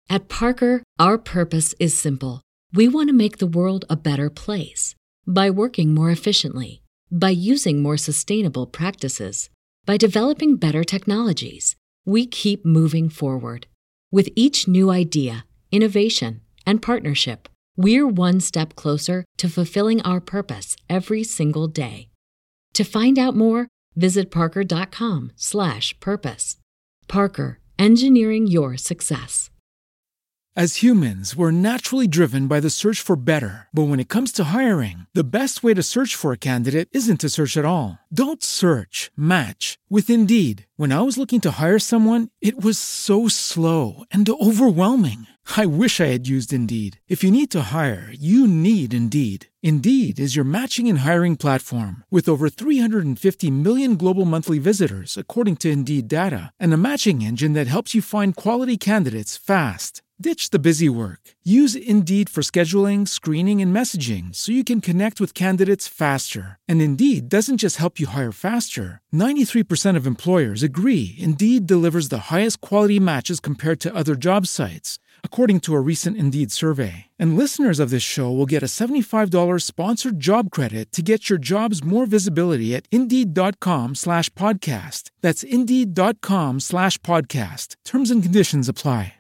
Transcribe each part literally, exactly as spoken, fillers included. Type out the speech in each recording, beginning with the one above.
At Parker, our purpose is simple. We want to make the world a better place by working more efficiently, by using more sustainable practices, by developing better technologies. We keep moving forward. With each new idea, innovation, and partnership, we're one step closer to fulfilling our purpose every single day. To find out more, visit parker.com slash purpose. Parker, engineering your success. As humans, we're naturally driven by the search for better. But when it comes to hiring, the best way to search for a candidate isn't to search at all. Don't search, match with Indeed. When I was looking to hire someone, it was so slow and overwhelming. I wish I had used Indeed. If you need to hire, you need Indeed. Indeed is your matching and hiring platform with over three hundred fifty million global monthly visitors, according to Indeed data, and a matching engine that helps you find quality candidates fast. Ditch the busy work. Use Indeed for scheduling, screening, and messaging so you can connect with candidates faster. And Indeed doesn't just help you hire faster. ninety-three percent of employers agree Indeed delivers the highest quality matches compared to other job sites, according to a recent Indeed survey. And listeners of this show will get a seventy-five dollars sponsored job credit to get your jobs more visibility at Indeed.com slash podcast. That's Indeed.com slash podcast. Terms and conditions apply.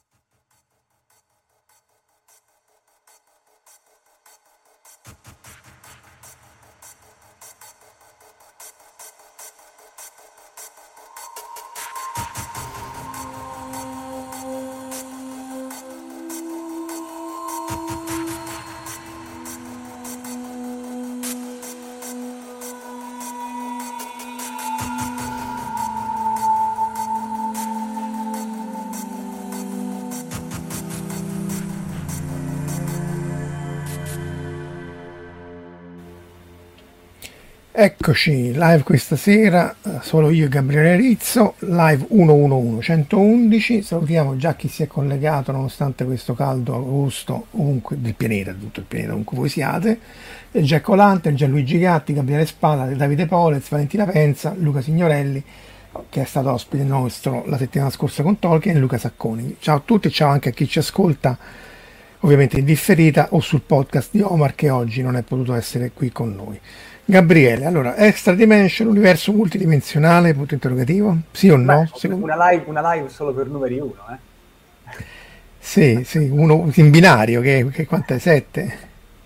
Eccoci, live questa sera, solo io e Gabriele Rizzo, live centoundici, centoundici, salutiamo già chi si è collegato nonostante questo caldo agosto, ovunque, del pianeta, tutto il pianeta, ovunque voi siate, Jack Olante, Gianluigi Gatti, Gabriele Spala, Davide Polez, Valentina Penza, Luca Signorelli, che è stato ospite nostro la settimana scorsa con Tolkien, e Luca Sacconi. Ciao a tutti e ciao anche a chi ci ascolta, ovviamente in differita o sul podcast di Omar, che oggi non è potuto essere qui con noi. Gabriele, allora, Extra Dimension, universo multidimensionale, punto interrogativo? Sì o no? Beh, una, live, una live solo per numeri uno, eh? Sì, sì, uno in binario, che, che quant'è? Sette?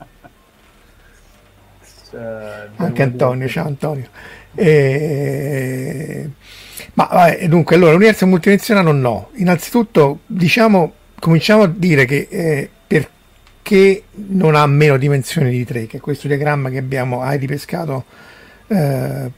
Uh, Anche Antonio, ciao Antonio. E... Ma vabbè, dunque, allora, l'universo multidimensionale o no? Innanzitutto, diciamo, cominciamo a dire che eh, per che non ha meno dimensioni di tre, che è questo diagramma che abbiamo hai ripescato, eh,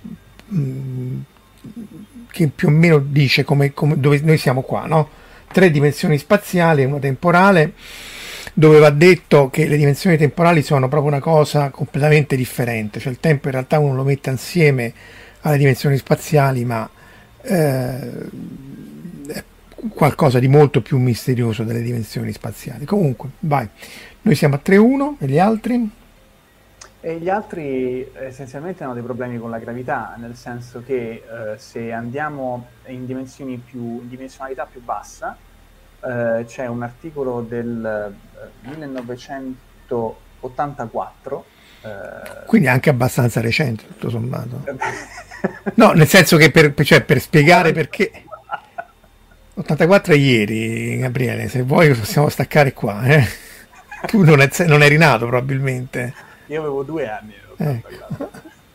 che più o meno dice come, come dove noi siamo qua, no? Tre dimensioni spaziali e una temporale, dove va detto che le dimensioni temporali sono proprio una cosa completamente differente, cioè il tempo in realtà uno lo mette insieme alle dimensioni spaziali, ma eh, è qualcosa di molto più misterioso delle dimensioni spaziali. Comunque, vai. Noi siamo a tre uno e gli altri? E gli altri essenzialmente hanno dei problemi con la gravità, nel senso che eh, se andiamo in dimensioni più, in dimensionalità più bassa, eh, c'è un articolo del eh, millenovecentottantaquattro. Eh, Quindi anche abbastanza recente, tutto sommato. No, nel senso che per, cioè, per spiegare perché... ottantaquattro è ieri, Gabriele, se vuoi possiamo staccare qua, eh? Tu non, è, non eri nato probabilmente. Io avevo due anni. Ecco.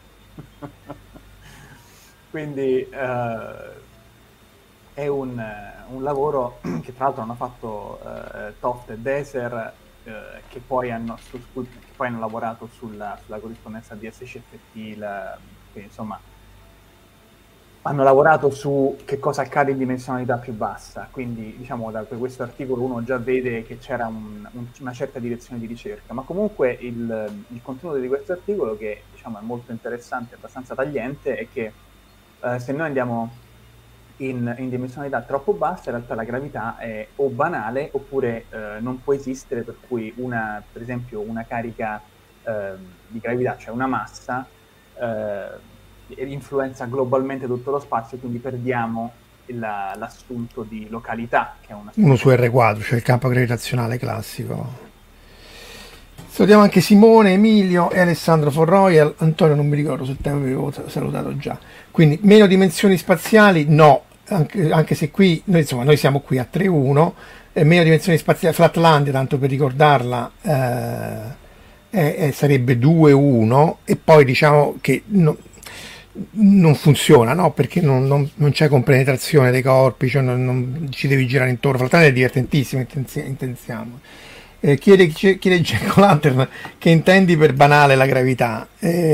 Quindi uh, è un, un lavoro che tra l'altro hanno fatto uh, Toft e Deser, uh, che, poi hanno, su, che poi hanno lavorato sulla, sulla corrispondenza D S C F T, la, che insomma hanno lavorato su che cosa accade in dimensionalità più bassa, quindi diciamo da questo articolo uno già vede che c'era un, un, una certa direzione di ricerca, ma comunque il, il contenuto di questo articolo, che diciamo è molto interessante e abbastanza tagliente, è che eh, se noi andiamo in, in dimensionalità troppo bassa, in realtà la gravità è o banale oppure eh, non può esistere, per cui una, per esempio una carica eh, di gravità, cioè una massa, eh, influenza globalmente tutto lo spazio, quindi perdiamo la, l'assunto di località, che è una uno su R quadro, cioè il campo gravitazionale classico. Salutiamo anche Simone, Emilio e Alessandro Forroia. Antonio non mi ricordo se te avevo salutato già. Quindi meno dimensioni spaziali no, anche, anche se qui noi, insomma, noi siamo qui a tre uno, eh, meno dimensioni spaziali. Flatlandia, tanto per ricordarla, eh, eh, eh, sarebbe due uno, e poi diciamo che no, non funziona, no? Perché non, non, non c'è compenetrazione dei corpi, cioè non, non ci devi girare intorno. Flatlandia è divertentissimo, intensi- intensiamo. Eh, chiede, chiede Jack Lantern che intendi per banale la gravità.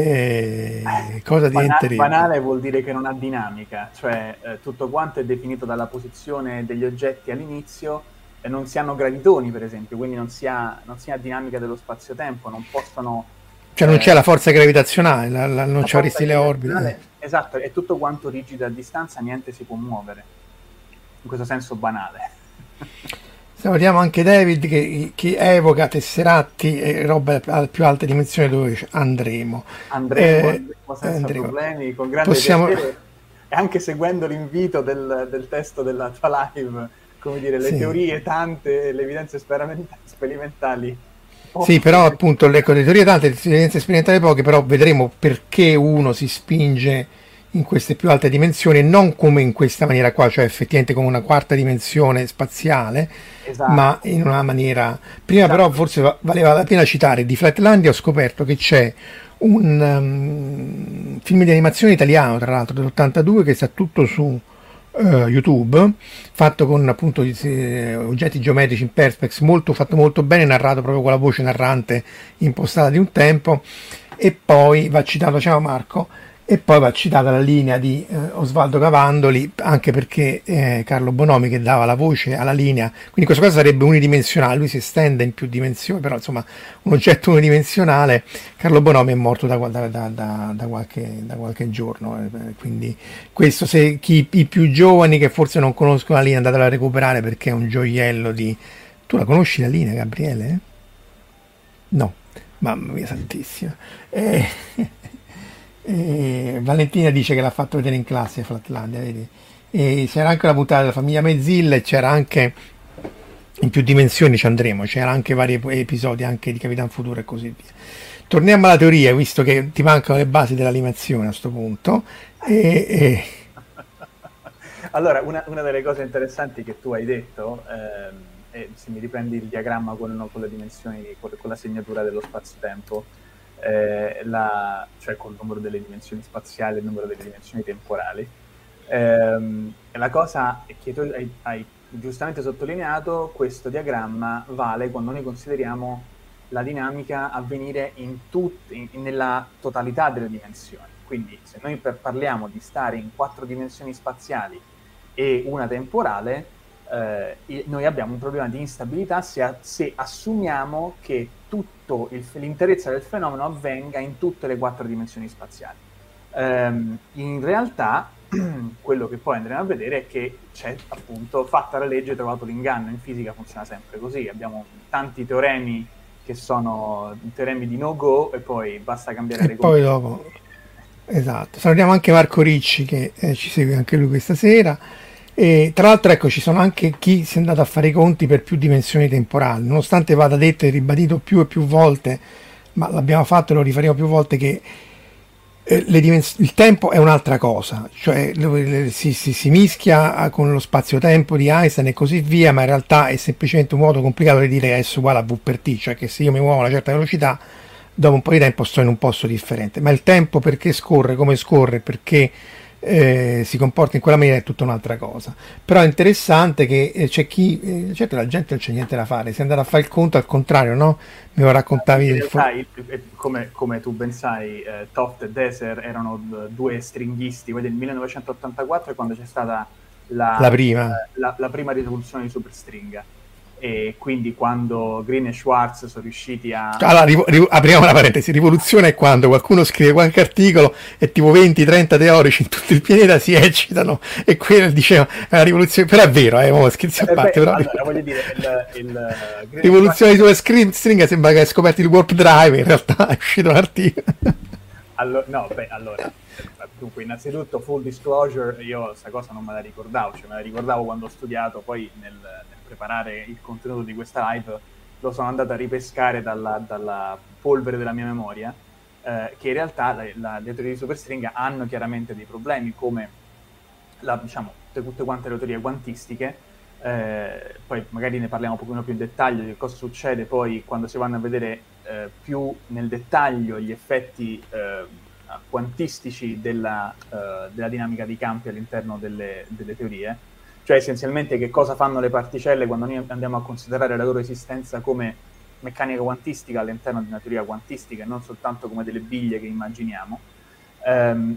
Eh, cosa diventerebbe? Banale vuol dire che non ha dinamica, cioè eh, tutto quanto è definito dalla posizione degli oggetti all'inizio, e non si hanno gravitoni per esempio, quindi non si ha, non si ha dinamica dello spazio-tempo, non possono... Cioè non eh, c'è la forza gravitazionale, la, la, non ci avresti le orbite. Esatto, è tutto quanto rigido a distanza, niente si può muovere, in questo senso banale. Salutiamo anche David che, che evoca tesseratti e roba a più alte dimensioni dove andremo. Andremo, eh, andremo senza andremo. problemi, con grande Possiamo... piacere, e anche seguendo l'invito del, del testo della tua live, come dire, le sì. teorie tante, le evidenze sperimentali. Oh, sì, però appunto le, le teorie tante, le evidenze sperimentali poche, però vedremo perché uno si spinge in queste più alte dimensioni e non come in questa maniera qua, cioè effettivamente come una quarta dimensione spaziale, esatto. ma in una maniera... Prima esatto. però forse valeva la pena citare, di Flatlandia ho scoperto che c'è un um, film di animazione italiano, tra l'altro dell'ottantadue, che sta tutto su uh, YouTube, fatto con appunto eh, oggetti geometrici in perspex, molto, fatto molto bene, narrato proprio con la voce narrante impostata di un tempo, e poi va citato, ciao Marco, e poi va citata la linea di eh, Osvaldo Cavandoli, anche perché eh, Carlo Bonomi, che dava la voce alla linea, quindi questo caso sarebbe unidimensionale, lui si estende in più dimensioni, però insomma un oggetto unidimensionale. Carlo Bonomi è morto da, da, da, da, da, qualche, da qualche giorno, eh, quindi questo, se chi, i più giovani che forse non conoscono la linea, andatela a recuperare perché è un gioiello di... Tu la conosci la linea, Gabriele? No, mamma mia santissima. Eh... E Valentina dice che l'ha fatto vedere in classe Flatlandia, vedi? E c'era anche la puntata della famiglia Mezzilla, e c'era anche in più dimensioni, ci andremo, c'era anche vari episodi anche di Capitan Futuro e così via. Torniamo alla teoria, visto che ti mancano le basi dell'animazione a sto punto. E, e... Allora, una, una delle cose interessanti che tu hai detto, ehm, è, se mi riprendi il diagramma con, con le dimensioni, con, con la segnatura dello spazio-tempo, Eh, la, cioè col numero delle dimensioni spaziali e il numero delle dimensioni temporali. Ehm, la cosa è che tu hai, hai giustamente sottolineato, questo diagramma vale quando noi consideriamo la dinamica avvenire in tut, in, nella totalità delle dimensioni. Quindi se noi per, parliamo di stare in quattro dimensioni spaziali e una temporale, eh, noi abbiamo un problema di instabilità se, a, se assumiamo che tutto il, l'interezza del fenomeno avvenga in tutte le quattro dimensioni spaziali. Um, in realtà quello che poi andremo a vedere è che c'è appunto, fatta la legge, trovato l'inganno. In fisica funziona sempre così, abbiamo tanti teoremi che sono teoremi di no-go e poi basta cambiare e le poi dopo, esatto. Salutiamo anche Marco Ricci che eh, ci segue anche lui questa sera. E tra l'altro ecco, ci sono anche chi si è andato a fare i conti per più dimensioni temporali, nonostante vada detto e ribadito più e più volte, ma l'abbiamo fatto e lo rifaremo più volte, che eh, le dimens- il tempo è un'altra cosa, cioè le, le, si, si, si mischia con lo spazio-tempo di Einstein e così via, ma in realtà è semplicemente un modo complicato di dire S uguale a V per T, cioè che se io mi muovo a una certa velocità, dopo un po' di tempo sto in un posto differente, ma il tempo perché scorre, come scorre, perché Eh, si comporta in quella maniera è tutta un'altra cosa. Però è interessante che eh, c'è chi, eh, certo la gente non c'è niente da fare, si è andato a fare il conto al contrario, no? Me lo raccontavi in del realtà, il, come, come tu ben sai, eh, Toft e Deser erano due stringhisti, quelli del millenovecentottantaquattro, quando c'è stata la, la prima eh, la, la prima rivoluzione di superstringa, e quindi quando Green e Schwartz sono riusciti a... Allora, rivo- rivo- apriamo una parentesi, rivoluzione è quando qualcuno scrive qualche articolo e tipo venti trenta teorici in tutto il pianeta si eccitano e quello diceva è una rivoluzione, però è vero, eh, oh, scherzi a eh parte, beh, però... allora, voglio dire, il, il Green rivoluzione di super stringa sembra che hai scoperto il warp drive, in realtà è uscito l'articolo. Allora, no, beh, allora dunque, innanzitutto, full disclosure, io questa cosa non me la ricordavo, cioè me la ricordavo quando ho studiato, poi nel, nel preparare il contenuto di questa live lo sono andato a ripescare dalla, dalla polvere della mia memoria, eh, che in realtà la, la, le teorie di superstringa hanno chiaramente dei problemi, come la, diciamo, tutte quante le teorie quantistiche. Eh, poi magari ne parliamo un pochino più in dettaglio di cosa succede poi quando si vanno a vedere eh, più nel dettaglio gli effetti eh, quantistici della, uh, della dinamica dei campi all'interno delle, delle teorie, cioè essenzialmente che cosa fanno le particelle quando noi andiamo a considerare la loro esistenza come meccanica quantistica all'interno di una teoria quantistica e non soltanto come delle biglie che immaginiamo. Um,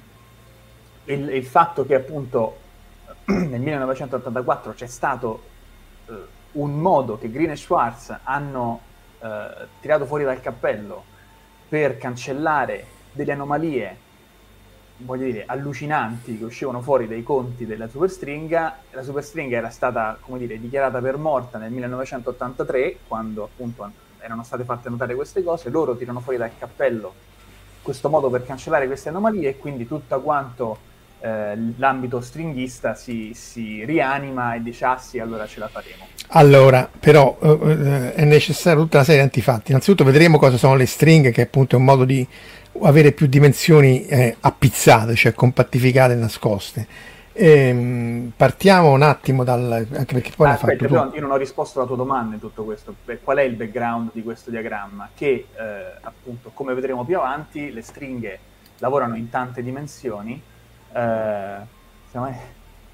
il, il fatto che appunto nel millenovecentottantaquattro c'è stato uh, un modo che Green e Schwarz hanno uh, tirato fuori dal cappello per cancellare delle anomalie, voglio dire, allucinanti che uscivano fuori dai conti della superstringa. La superstringa era stata, come dire, dichiarata per morta nel millenovecentottantatré, quando appunto erano state fatte notare queste cose. Loro tirano fuori dal cappello questo modo per cancellare queste anomalie e quindi tutto quanto eh, l'ambito stringhista si, si rianima e dice ah sì, allora ce la faremo. Allora, però eh, è necessaria tutta una serie di antifatti. Innanzitutto vedremo cosa sono le stringhe, che appunto è un modo di avere più dimensioni eh, appizzate, cioè compattificate e nascoste. Ehm, partiamo un attimo dal... anche perché poi ah, l'hai aspetta, fatto però tu. io non ho risposto alla tua domanda in tutto questo. Qual è il background di questo diagramma? Che eh, appunto, come vedremo più avanti, le stringhe lavorano in tante dimensioni. Eh, siamo...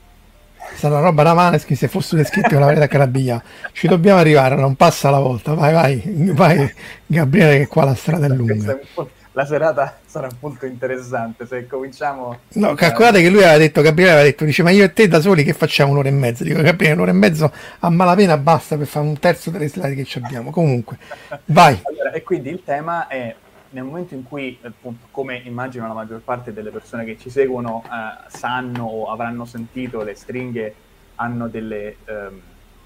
Sarà una roba da Maneskin, se fossero scritti con la verità carabiglia. Ci dobbiamo arrivare, non passa la volta. Vai, vai, vai Gabriele, che qua la strada è lunga. La serata sarà molto interessante se cominciamo. No, calcolate che lui aveva detto, Gabriele aveva detto, dice ma io e te da soli che facciamo un'ora e mezza? Dico Gabriele, un'ora e mezzo a malapena basta per fare un terzo delle slide che ci abbiamo. Comunque, vai. Allora, e quindi il tema è, nel momento in cui, appunto, come immagino la maggior parte delle persone che ci seguono eh, sanno o avranno sentito, le stringhe hanno delle ehm,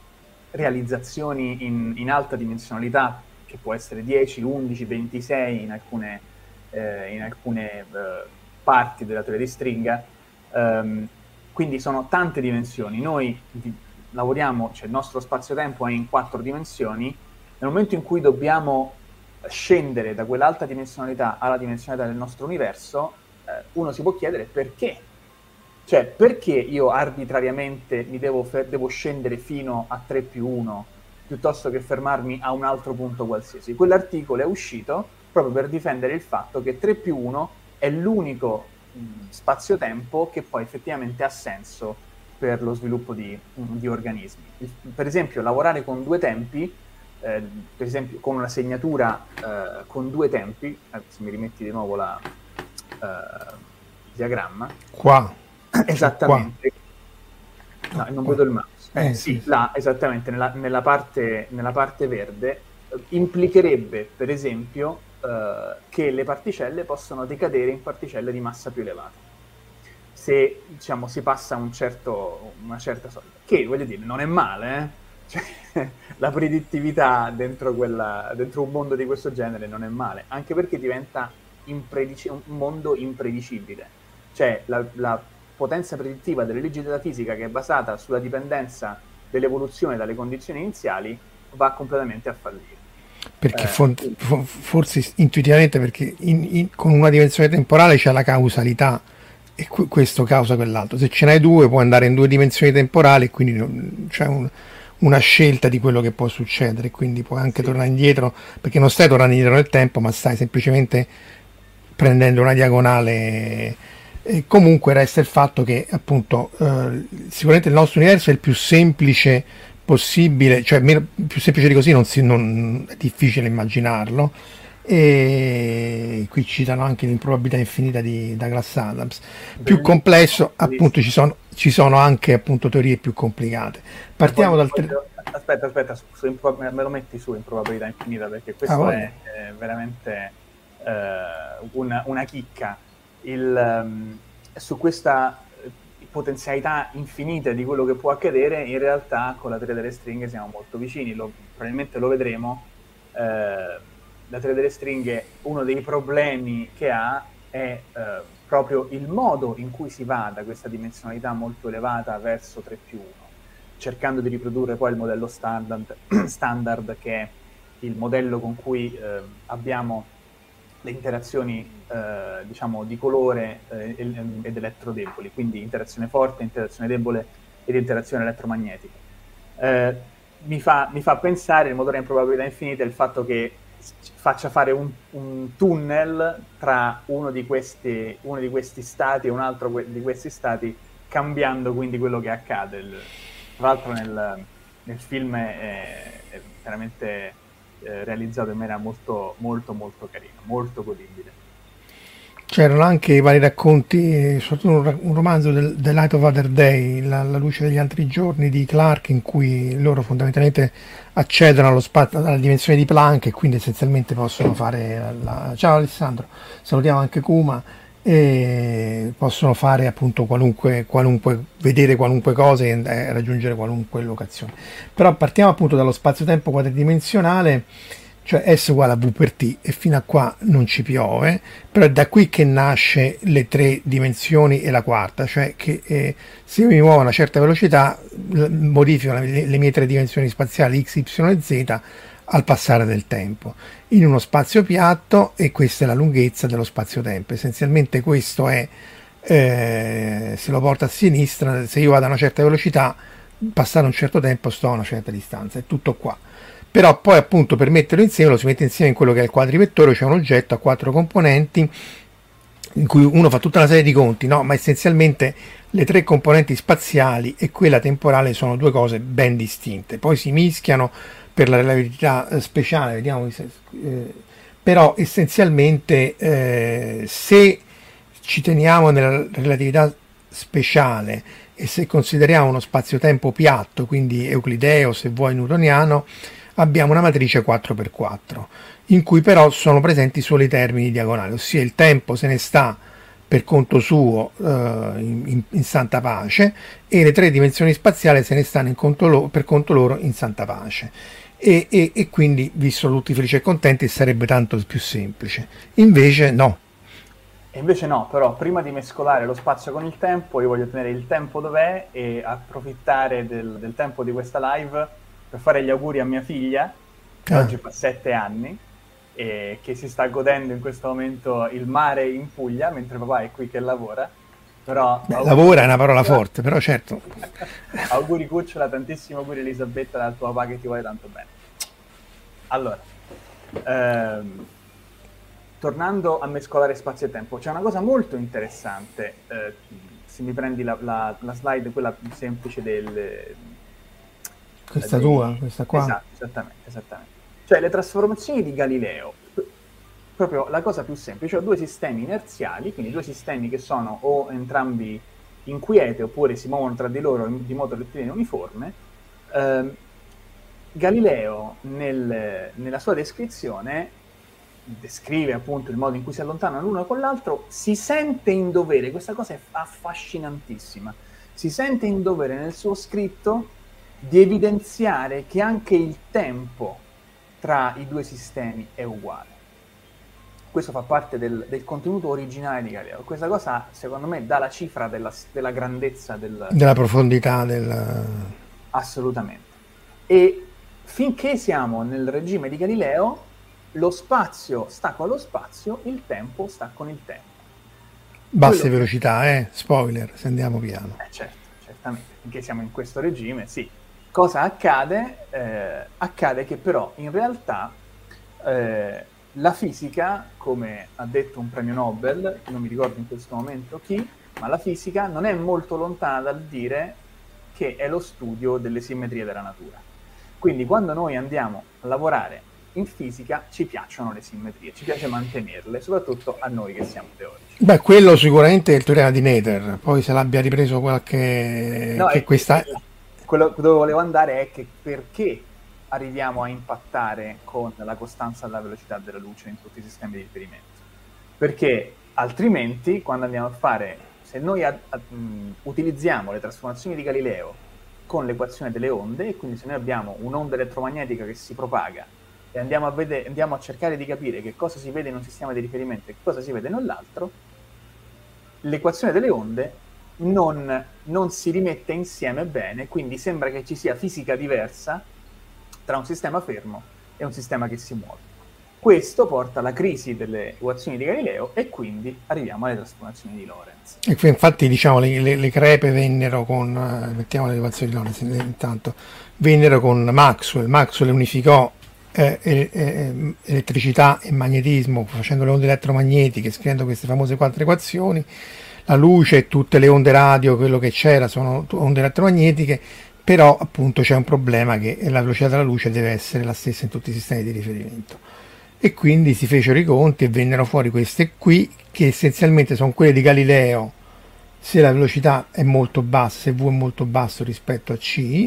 realizzazioni in, in alta dimensionalità, che può essere dieci, undici, ventisei in alcune, eh, in alcune eh, parti della teoria di stringa. Um, quindi sono tante dimensioni. Noi di, lavoriamo, cioè il nostro spazio-tempo è in quattro dimensioni. Nel momento in cui dobbiamo scendere da quell'alta dimensionalità alla dimensionalità del nostro universo, eh, uno si può chiedere perché. Cioè, perché io arbitrariamente mi devo, fer- devo scendere fino a tre più uno piuttosto che fermarmi a un altro punto qualsiasi? Quell'articolo è uscito proprio per difendere il fatto che tre più uno è l'unico mh, spazio-tempo che poi effettivamente ha senso per lo sviluppo di, mh, di organismi. Il, per esempio, lavorare con due tempi, eh, per esempio con una segnatura eh, con due tempi, eh, se mi rimetti di nuovo la, eh, il diagramma. Qua. Esattamente. No, non vedo il mouse. Eh, eh, sì, sì, là, esattamente, nella, nella, parte, nella parte verde, eh, implicherebbe, per esempio, eh, che le particelle possono decadere in particelle di massa più elevata. Se, diciamo, si passa un certo, una certa soglia. Che, voglio dire, non è male, eh? Cioè, la predittività dentro, quella, dentro un mondo di questo genere non è male, anche perché diventa impredici- un mondo impredicibile. Cioè, la, la potenza predittiva delle leggi della fisica, che è basata sulla dipendenza dell'evoluzione dalle condizioni iniziali, va completamente a fallire. Perché Eh, for- for- forse intuitivamente, perché in, in, con una dimensione temporale c'è la causalità e que- questo causa quell'altro. Se ce n'hai due puoi andare in due dimensioni temporali e quindi non, c'è un, una scelta di quello che può succedere, quindi puoi anche sì. tornare indietro, perché non stai tornando indietro nel tempo, ma stai semplicemente prendendo una diagonale. E comunque resta il fatto che appunto eh, sicuramente il nostro universo è il più semplice possibile, cioè meno, più semplice di così non, si, non è difficile immaginarlo, e qui citano anche l'improbabilità infinita di Douglas Adams. Più complesso, appunto ci sono, ci sono anche appunto teorie più complicate. Partiamo voglio, dal tre... voglio, aspetta aspetta su, su, impro- me lo metti su improbabilità infinita, perché questo ah, è, è veramente eh, una, una chicca. Il, um, su questa potenzialità infinite di quello che può accadere, in realtà con la teoria delle stringhe siamo molto vicini, lo, probabilmente lo vedremo. Eh, la teoria delle stringhe, uno dei problemi che ha è eh, proprio il modo in cui si va da questa dimensionalità molto elevata verso tre più uno, cercando di riprodurre poi il modello standard, standard che è il modello con cui eh, abbiamo le interazioni eh, diciamo di colore eh, ed elettrodeboli, quindi interazione forte, interazione debole ed interazione elettromagnetica. Eh, mi, fa, mi fa pensare il motore a improbabilità infinita il fatto che faccia fare un, un tunnel tra uno di, questi, uno di questi stati e un altro di questi stati, cambiando quindi quello che accade. Il, tra l'altro nel, nel film è, è veramente eh, realizzato in maniera molto molto molto carina, molto godibile. C'erano anche i vari racconti, soprattutto un romanzo del The Light of Other Day, la, la luce degli altri giorni di Clarke, in cui loro fondamentalmente accedono allo spazio, alla dimensione di Planck, e quindi essenzialmente possono fare la... Ciao Alessandro, salutiamo anche Kuma, e possono fare appunto qualunque, qualunque vedere qualunque cosa e raggiungere qualunque locazione. Però partiamo appunto dallo spazio-tempo quadridimensionale, cioè S uguale a V per T, e fino a qua non ci piove, però è da qui che nasce le tre dimensioni e la quarta, cioè che eh, se io mi muovo a una certa velocità modifico le, le mie tre dimensioni spaziali X, Y e Z al passare del tempo in uno spazio piatto, e questa è la lunghezza dello spazio-tempo. Essenzialmente questo è, eh, se lo porto a sinistra, se io vado a una certa velocità, passare un certo tempo sto a una certa distanza, è tutto qua. Però poi appunto per metterlo insieme lo si mette insieme in quello che è il quadrivettore, cioè un oggetto a quattro componenti in cui uno fa tutta una serie di conti, no? Ma essenzialmente le tre componenti spaziali e quella temporale sono due cose ben distinte, poi si mischiano per la relatività speciale, vediamo, eh, però essenzialmente eh, se ci teniamo nella relatività speciale e se consideriamo uno spazio-tempo piatto, quindi euclideo, se vuoi newtoniano, abbiamo una matrice quattro per quattro, in cui però sono presenti solo i termini diagonali, ossia il tempo se ne sta per conto suo eh, in, in santa pace, e le tre dimensioni spaziali se ne stanno in conto lo, per conto loro in santa pace. E, e, e quindi, visto tutti felici e contenti, sarebbe tanto più semplice. Invece no. E invece no, però prima di mescolare lo spazio con il tempo, io voglio tenere il tempo dov'è e approfittare del, del tempo di questa live per fare gli auguri a mia figlia, che ah. oggi fa sette anni, e che si sta godendo in questo momento il mare in Puglia, mentre papà è qui che lavora. Però Beh, lavora è una parola forte, però certo. Auguri Cucciola, tantissimi auguri Elisabetta dal tuo papà che ti vuole tanto bene. Allora, ehm, tornando a mescolare spazio e tempo, c'è una cosa molto interessante, eh, se mi prendi la, la, la slide, quella semplice del... Questa dei, tua, questa qua? Esatto, esattamente, esattamente. Cioè le trasformazioni di Galileo, proprio la cosa più semplice, ho due sistemi inerziali, quindi due sistemi che sono o entrambi inquieti oppure si muovono tra di loro di modo rettilineo uniforme. Eh, Galileo nel, nella sua descrizione descrive appunto il modo in cui si allontanano l'uno con l'altro, si sente in dovere, questa cosa è affascinantissima, si sente in dovere nel suo scritto di evidenziare che anche il tempo tra i due sistemi è uguale. Questo fa parte del, del contenuto originale di Galileo. Questa cosa, secondo me, dà la cifra della, della grandezza del... della profondità del... Assolutamente. E finché siamo nel regime di Galileo, lo spazio sta con lo spazio, il tempo sta con il tempo. Basse Quello... velocità, eh? Spoiler, se andiamo piano. Eh, certo, certamente. Finché siamo in questo regime, sì. Cosa accade? Eh, accade che però, in realtà... Eh, la fisica, come ha detto un premio Nobel, non mi ricordo in questo momento chi, ma la fisica non è molto lontana dal dire che è lo studio delle simmetrie della natura. Quindi quando noi andiamo a lavorare in fisica ci piacciono le simmetrie, ci piace mantenerle, soprattutto a noi che siamo teorici. Beh, quello sicuramente è il teorema di Noether, poi se l'abbia ripreso qualche... No, che questa... quello dove volevo andare è che perché arriviamo a impattare con la costanza della velocità della luce in tutti i sistemi di riferimento, perché altrimenti quando andiamo a fare, se noi a, a, mh, utilizziamo le trasformazioni di Galileo con l'equazione delle onde, e quindi se noi abbiamo un'onda elettromagnetica che si propaga e andiamo a, vedere, andiamo a cercare di capire che cosa si vede in un sistema di riferimento e che cosa si vede nell'altro, l'equazione delle onde non, non si rimette insieme bene, quindi sembra che ci sia fisica diversa tra un sistema fermo e un sistema che si muove. Questo porta alla crisi delle equazioni di Galileo e quindi arriviamo alle trasformazioni di Lorentz. E qui infatti diciamo le, le, le crepe vennero con, eh, mettiamo le equazioni di Lorentz intanto, vennero con Maxwell. Maxwell unificò eh, eh, elettricità e magnetismo facendo le onde elettromagnetiche, scrivendo queste famose quattro equazioni. La luce e tutte le onde radio, quello che c'era, sono onde elettromagnetiche, però appunto c'è un problema che la velocità della luce deve essere la stessa in tutti i sistemi di riferimento. E quindi si fecero i conti e vennero fuori queste qui, che essenzialmente sono quelle di Galileo se la velocità è molto bassa, se V è molto basso rispetto a C,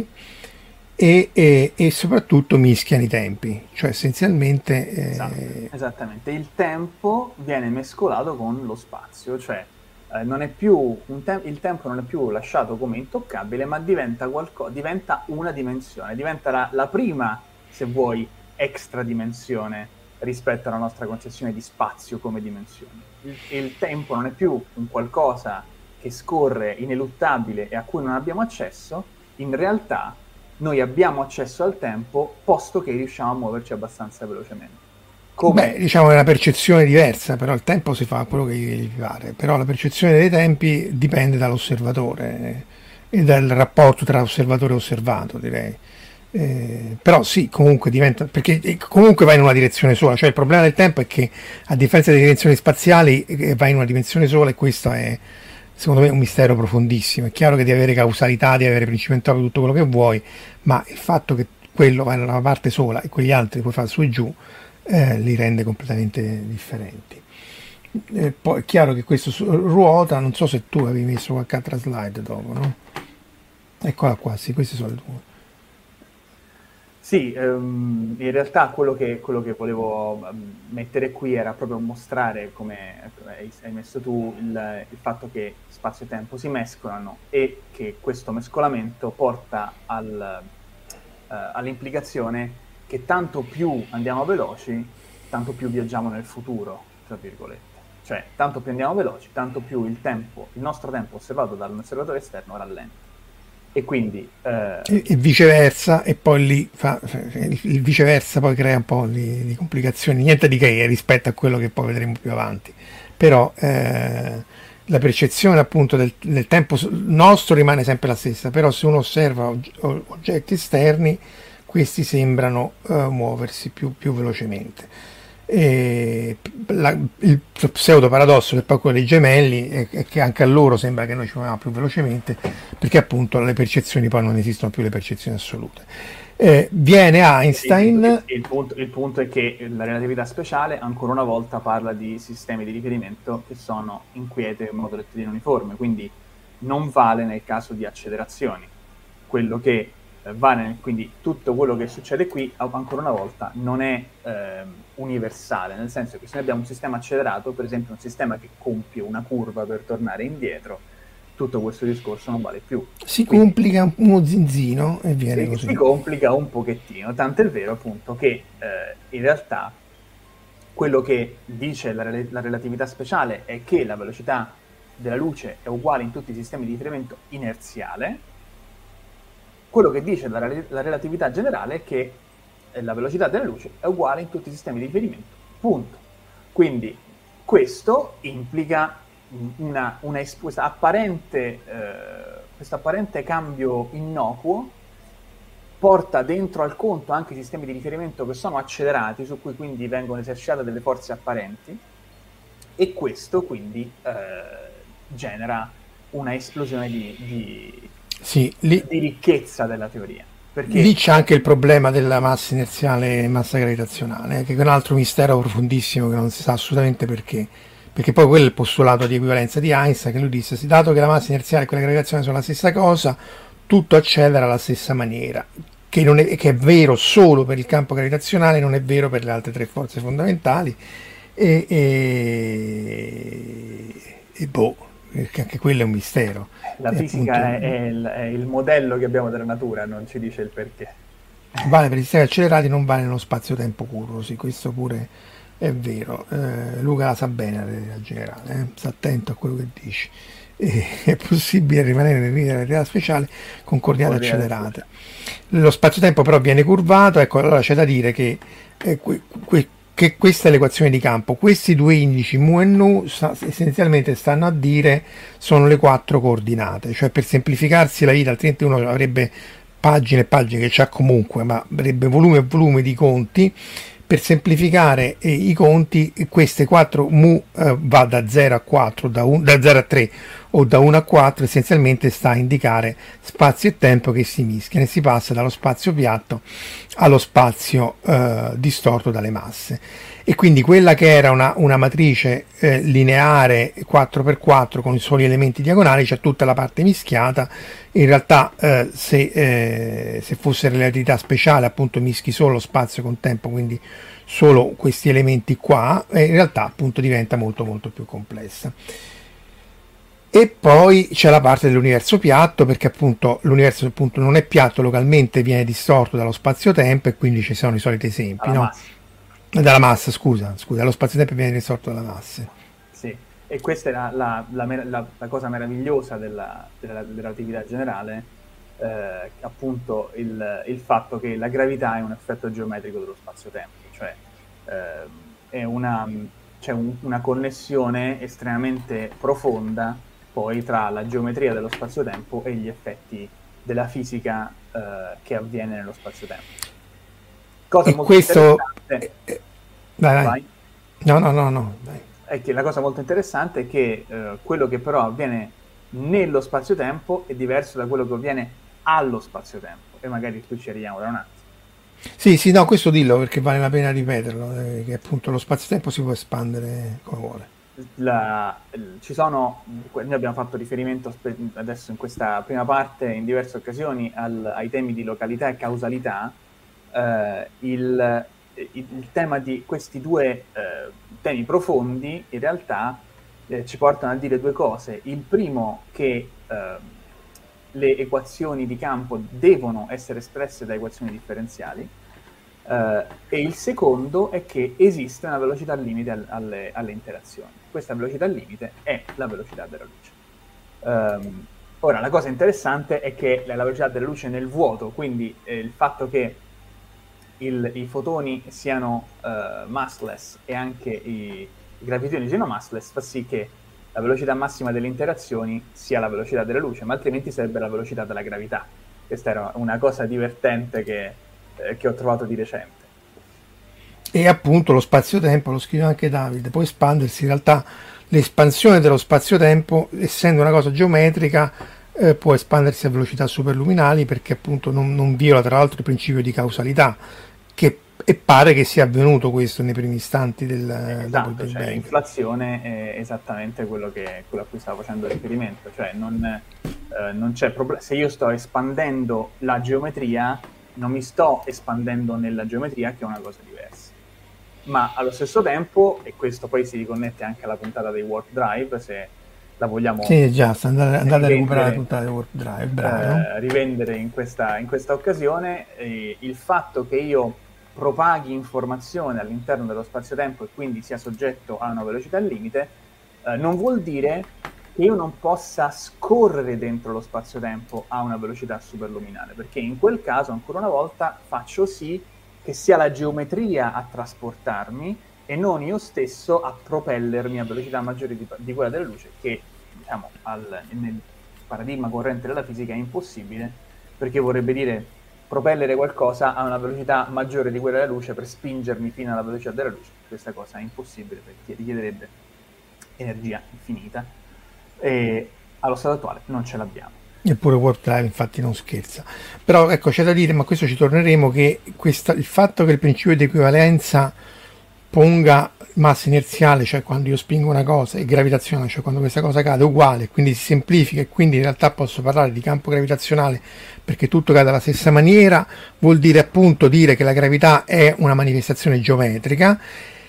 e, e, e soprattutto mischiano i tempi, cioè essenzialmente... Eh... Esatto, esattamente, il tempo viene mescolato con lo spazio, cioè eh, non è più un te- il tempo non è più lasciato come intoccabile, ma diventa, qualcosa, diventa una dimensione, diventa la, la prima, se vuoi, extra dimensione rispetto alla nostra concezione di spazio come dimensione. Il, il tempo non è più un qualcosa che scorre ineluttabile e a cui non abbiamo accesso, in realtà noi abbiamo accesso al tempo posto che riusciamo a muoverci abbastanza velocemente. Come... Beh, diciamo è una percezione diversa, però il tempo si fa quello che gli pare, però la percezione dei tempi dipende dall'osservatore e dal rapporto tra osservatore e osservato, direi. Eh, però sì, comunque diventa, perché comunque va in una direzione sola, cioè il problema del tempo è che a differenza delle direzioni spaziali eh, va in una dimensione sola, e questo è secondo me un mistero profondissimo. È chiaro che devi avere causalità, devi avere principio entropia, tutto quello che vuoi, ma il fatto che quello va in una parte sola e quegli altri puoi fare su e giù eh, li rende completamente differenti. Eh, poi è chiaro che questo su- ruota, non so se tu avevi messo qualche altra slide dopo, no? Eccola qua, sì, queste sono le tue. Sì, um, in realtà quello che, quello che volevo um, mettere qui era proprio mostrare, come hai, hai messo tu, il, il fatto che spazio e tempo si mescolano e che questo mescolamento porta al, uh, all'implicazione che tanto più andiamo veloci, tanto più viaggiamo nel futuro, tra virgolette. Cioè, tanto più andiamo veloci, tanto più il tempo, il nostro tempo osservato dall'osservatore esterno rallenta. E quindi eh... e, e viceversa, e poi lì fa, il, il viceversa poi crea un po' di, di complicazioni, niente di che rispetto a quello che poi vedremo più avanti, però eh, la percezione appunto del, del tempo nostro rimane sempre la stessa, però se uno osserva og- oggetti esterni, questi sembrano uh, muoversi più, più velocemente. E la, il pseudo paradosso che poi quello dei gemelli è, è che anche a loro sembra che noi ci muoviamo più velocemente, perché appunto le percezioni poi non esistono più, le percezioni assolute. Eh, viene Einstein. Il, il, punto, il punto è che la relatività speciale ancora una volta parla di sistemi di riferimento che sono inquiete in modo rettilineo uniforme, quindi non vale nel caso di accelerazioni. Quello che vale, quindi tutto quello che succede qui ancora una volta non è eh, universale, nel senso che se noi abbiamo un sistema accelerato, per esempio un sistema che compie una curva per tornare indietro, tutto questo discorso non vale più. Si quindi, complica uno zinzino e viene si, così. Si complica un pochettino, tanto è vero appunto che eh, in realtà quello che dice la, la relatività speciale è che la velocità della luce è uguale in tutti i sistemi di riferimento inerziale. Quello che dice la, la relatività generale è che la velocità della luce è uguale in tutti i sistemi di riferimento, punto. Quindi questo implica una, una questa apparente, eh, questo apparente cambio innocuo, porta dentro al conto anche i sistemi di riferimento che sono accelerati, su cui quindi vengono esercitate delle forze apparenti, e questo quindi eh, genera una esplosione di... di Sì, lì, di ricchezza della teoria. Perché lì c'è anche il problema della massa inerziale e massa gravitazionale, che è un altro mistero profondissimo che non si sa assolutamente perché. Perché poi quello è il postulato di equivalenza di Einstein, che lui disse: dato che la massa inerziale e quella gravitazionale sono la stessa cosa, tutto accelera alla stessa maniera, che, non è, che è vero solo per il campo gravitazionale, non è vero per le altre tre forze fondamentali, e, e, e boh, anche quello è un mistero. La fisica appunto, è, il, è il modello che abbiamo della natura, non ci dice il perché. Vale per i sistemi accelerati, non vale nello spazio-tempo curvo, sì, questo pure è vero, eh, Luca la sa bene la relatività generale, eh? Sta attento a quello che dici. E, è possibile rimanere nella relatività speciale con coordinate accelerate. Lo spazio-tempo però viene curvato, ecco, allora c'è da dire che, eh, que, que, che questa è l'equazione di campo. Questi due indici mu e nu sta, essenzialmente stanno a dire sono le quattro coordinate, cioè per semplificarsi la vita, altrimenti uno avrebbe pagine e pagine che c'ha comunque, ma avrebbe volume e volume di conti. Per semplificare eh, i conti, queste quattro mu eh, va da zero a quattro, da, un, da zero a tre o da uno a quattro, essenzialmente sta a indicare spazio e tempo che si mischiano e si passa dallo spazio piatto allo spazio eh, distorto dalle masse. E quindi quella che era una, una matrice eh, lineare quattro per quattro con i soli elementi diagonali, c'è tutta la parte mischiata. In realtà eh, se, eh, se fosse relatività speciale, appunto mischi solo spazio con tempo, quindi solo questi elementi qua, e in realtà appunto diventa molto molto più complessa. E poi c'è la parte dell'universo piatto, perché appunto l'universo appunto non è piatto localmente, viene distorto dallo spazio-tempo, e quindi ci sono i soliti esempi, no? Dalla massa, scusa, scusa, lo spazio-tempo viene risorto dalla massa. Sì, e questa è la, la, la, la, la cosa meravigliosa della, della, della relatività generale, eh, appunto il, il fatto che la gravità è un effetto geometrico dello spazio-tempo, cioè eh, è una, c'è un, una connessione estremamente profonda poi tra la geometria dello spazio-tempo e gli effetti della fisica eh, che avviene nello spazio-tempo. Cosa e molto questo interessante eh, vai, vai. no no no no vai. È che la cosa molto interessante è che eh, quello che però avviene nello spazio-tempo è diverso da quello che avviene allo spazio-tempo, e magari qui ci arriviamo da un attimo. Sì, sì, no, questo dillo perché vale la pena ripeterlo, eh, che appunto lo spazio-tempo si può espandere come vuole. La, ci sono, noi abbiamo fatto riferimento adesso in questa prima parte in diverse occasioni al, ai temi di località e causalità. Uh, il, il, il tema di questi due uh, temi profondi in realtà eh, ci portano a dire due cose. Il primo, che uh, le equazioni di campo devono essere espresse da equazioni differenziali, uh, e il secondo è che esiste una velocità limite al, alle, alle interazioni. Questa velocità limite è la velocità della luce. Um, ora, la cosa interessante è che la velocità della luce nel vuoto, quindi eh, il fatto che Il, i fotoni siano uh, massless e anche i, i gravitoni siano massless, fa sì che la velocità massima delle interazioni sia la velocità della luce, ma altrimenti sarebbe la velocità della gravità. Questa era una cosa divertente che, eh, che ho trovato di recente. E appunto lo spazio-tempo, lo scrive anche Davide, può espandersi. In realtà l'espansione dello spazio-tempo, essendo una cosa geometrica, eh, può espandersi a velocità superluminali, perché appunto non, non viola tra l'altro il principio di causalità, che e pare che sia avvenuto questo nei primi istanti del, esatto, dopo il Big cioè, Bang. L'inflazione è esattamente quello, che, quello a cui stavo facendo riferimento, cioè non, eh, non c'è problema. Se io sto espandendo la geometria, non mi sto espandendo nella geometria, che è una cosa diversa. Ma allo stesso tempo, e questo poi si riconnette anche alla puntata dei Warp Drive, se la vogliamo sì, già, andate, andate a recuperare la puntata dei Warp Drive, bravo. Eh, rivendere in questa, in questa occasione, eh, il fatto che io propaghi informazione all'interno dello spazio-tempo e quindi sia soggetto a una velocità limite, eh, non vuol dire che io non possa scorrere dentro lo spazio-tempo a una velocità superluminale, perché in quel caso, ancora una volta, faccio sì che sia la geometria a trasportarmi e non io stesso a propellermi a velocità maggiori di, di quella della luce, che diciamo al, nel paradigma corrente della fisica è impossibile, perché vorrebbe dire propellere qualcosa a una velocità maggiore di quella della luce per spingermi fino alla velocità della luce. Questa cosa è impossibile perché richiederebbe energia infinita e allo stato attuale non ce l'abbiamo. Eppure Warp Drive infatti non scherza. Però ecco, c'è da dire, ma questo ci torneremo, che questa, il fatto che il principio di equivalenza ponga massa inerziale, cioè quando io spingo una cosa, e gravitazionale, cioè quando questa cosa cade, uguale, quindi si semplifica e quindi in realtà posso parlare di campo gravitazionale perché tutto cade alla stessa maniera, vuol dire appunto dire che la gravità è una manifestazione geometrica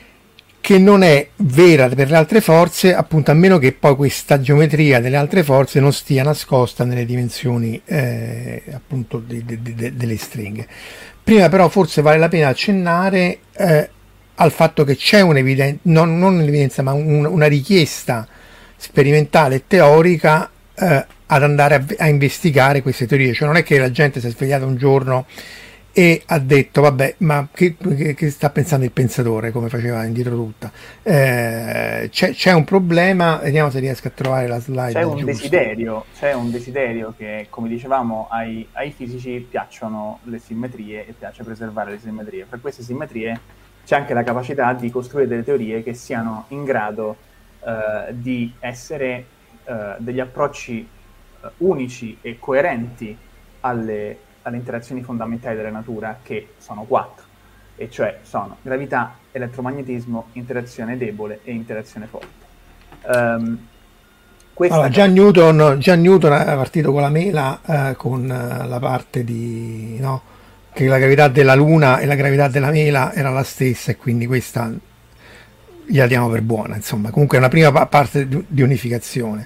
che non è vera per le altre forze, appunto, a meno che poi questa geometria delle altre forze non stia nascosta nelle dimensioni eh, appunto de, de, de, delle stringhe. Prima però forse vale la pena accennare eh, al fatto che c'è un'evidenza, non, non un'evidenza, ma un, una richiesta sperimentale e teorica eh, ad andare a, a investigare queste teorie. Cioè non è che la gente si è svegliata un giorno e ha detto vabbè, ma che, che, che sta pensando il pensatore, come faceva indietro tutta. Eh, c'è, c'è un problema, vediamo se riesco a trovare la slide c'è un giusta. desiderio c'è un desiderio che, come dicevamo, ai, ai fisici piacciono le simmetrie e piace preservare le simmetrie. Per queste simmetrie c'è anche la capacità di costruire delle teorie che siano in grado eh, di essere eh, degli approcci eh, unici e coerenti alle alle interazioni fondamentali della natura, che sono quattro, e cioè sono gravità, elettromagnetismo, interazione debole e interazione forte. Um, allora, già, Newton, già Newton è partito con la mela eh, con la parte di no, che la gravità della Luna e la gravità della mela era la stessa, e quindi questa gliela diamo per buona, insomma. Comunque è una prima pa- parte di, di unificazione.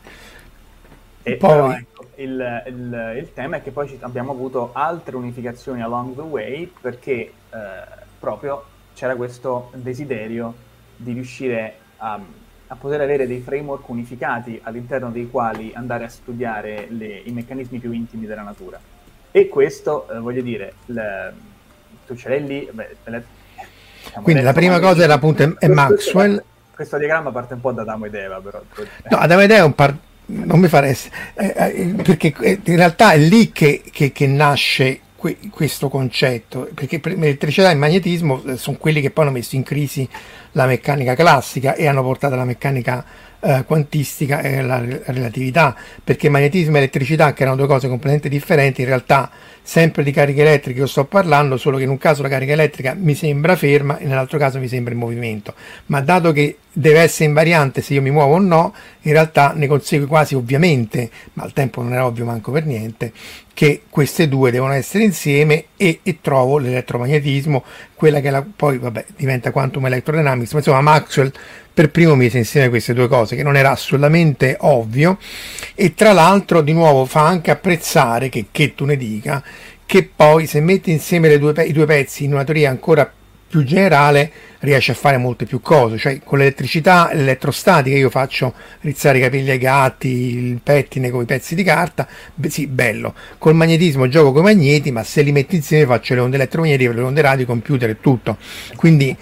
E poi però, ecco, il, il, il tema è che poi ci, abbiamo avuto altre unificazioni along the way, perché eh, proprio c'era questo desiderio di riuscire a, a poter avere dei framework unificati all'interno dei quali andare a studiare le, i meccanismi più intimi della natura. E questo, eh, voglio dire, le, tu ce l'hai lì. Beh, le, diciamo, quindi la prima cosa era appunto è, è Maxwell. Questo, questo diagramma parte un po' da Adamo ed Eva, però. No, Adamo ed Eva è un par- non mi faresti eh, eh, perché in realtà è lì che, che, che nasce que- questo concetto, perché l'elettricità e il magnetismo sono quelli che poi hanno messo in crisi la meccanica classica e hanno portato alla meccanica eh, quantistica e alla relatività, perché magnetismo e elettricità, che erano due cose completamente differenti, in realtà sempre di cariche elettriche io sto parlando, solo che in un caso la carica elettrica mi sembra ferma e nell'altro caso mi sembra in movimento, ma dato che deve essere invariante se io mi muovo o no, in realtà ne consegue quasi ovviamente, ma al tempo non era ovvio manco per niente, che queste due devono essere insieme, e, e trovo l'elettromagnetismo, quella che la, poi vabbè diventa quantum electrodynamics, ma insomma Maxwell per primo mise insieme queste due cose, che non era assolutamente ovvio, e tra l'altro di nuovo fa anche apprezzare, che, che tu ne dica, che poi se metti insieme le due, i due pezzi in una teoria ancora più generale riesce a fare molte più cose. Cioè con l'elettricità e l'elettrostatica io faccio rizzare i capelli ai gatti, il pettine con i pezzi di carta, beh, sì, bello. Col magnetismo gioco con i magneti, ma se li metti insieme faccio le onde elettromagnetiche, le onde radio, computer e tutto, quindi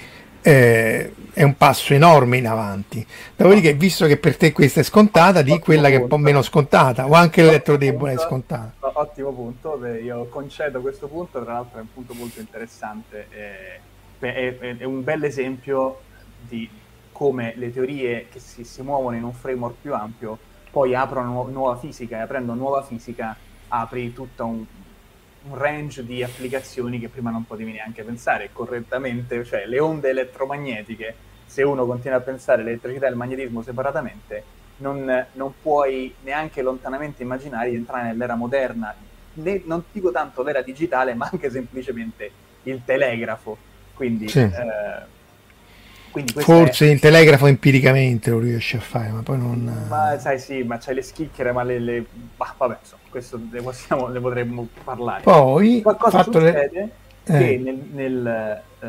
eh, è un passo enorme in avanti. Dopodiché, visto che per te questa è scontata, di quella che è un po' meno scontata, o anche l'elettrodebole è scontata. Ottimo punto, io concedo questo punto, tra l'altro è un punto molto interessante. Eh... È, è, è un bel esempio di come le teorie che si, si muovono in un framework più ampio poi aprono nu- nuova fisica, e aprendo nuova fisica apri tutto un, un range di applicazioni che prima non potevi neanche pensare correttamente. Cioè le onde elettromagnetiche, se uno continua a pensare l'elettricità e il magnetismo separatamente, non, non puoi neanche lontanamente immaginare di entrare nell'era moderna, ne, non dico tanto l'era digitale, ma anche semplicemente il telegrafo. Quindi, sì. eh, quindi forse è... il telegrafo empiricamente lo riesce a fare, ma poi non. Ma sai, sì, ma c'hai le schicchere, ma le. le... Bah, vabbè, insomma, questo ne, possiamo, ne potremmo parlare. Poi qualcosa succede le... che eh. nel, nel eh,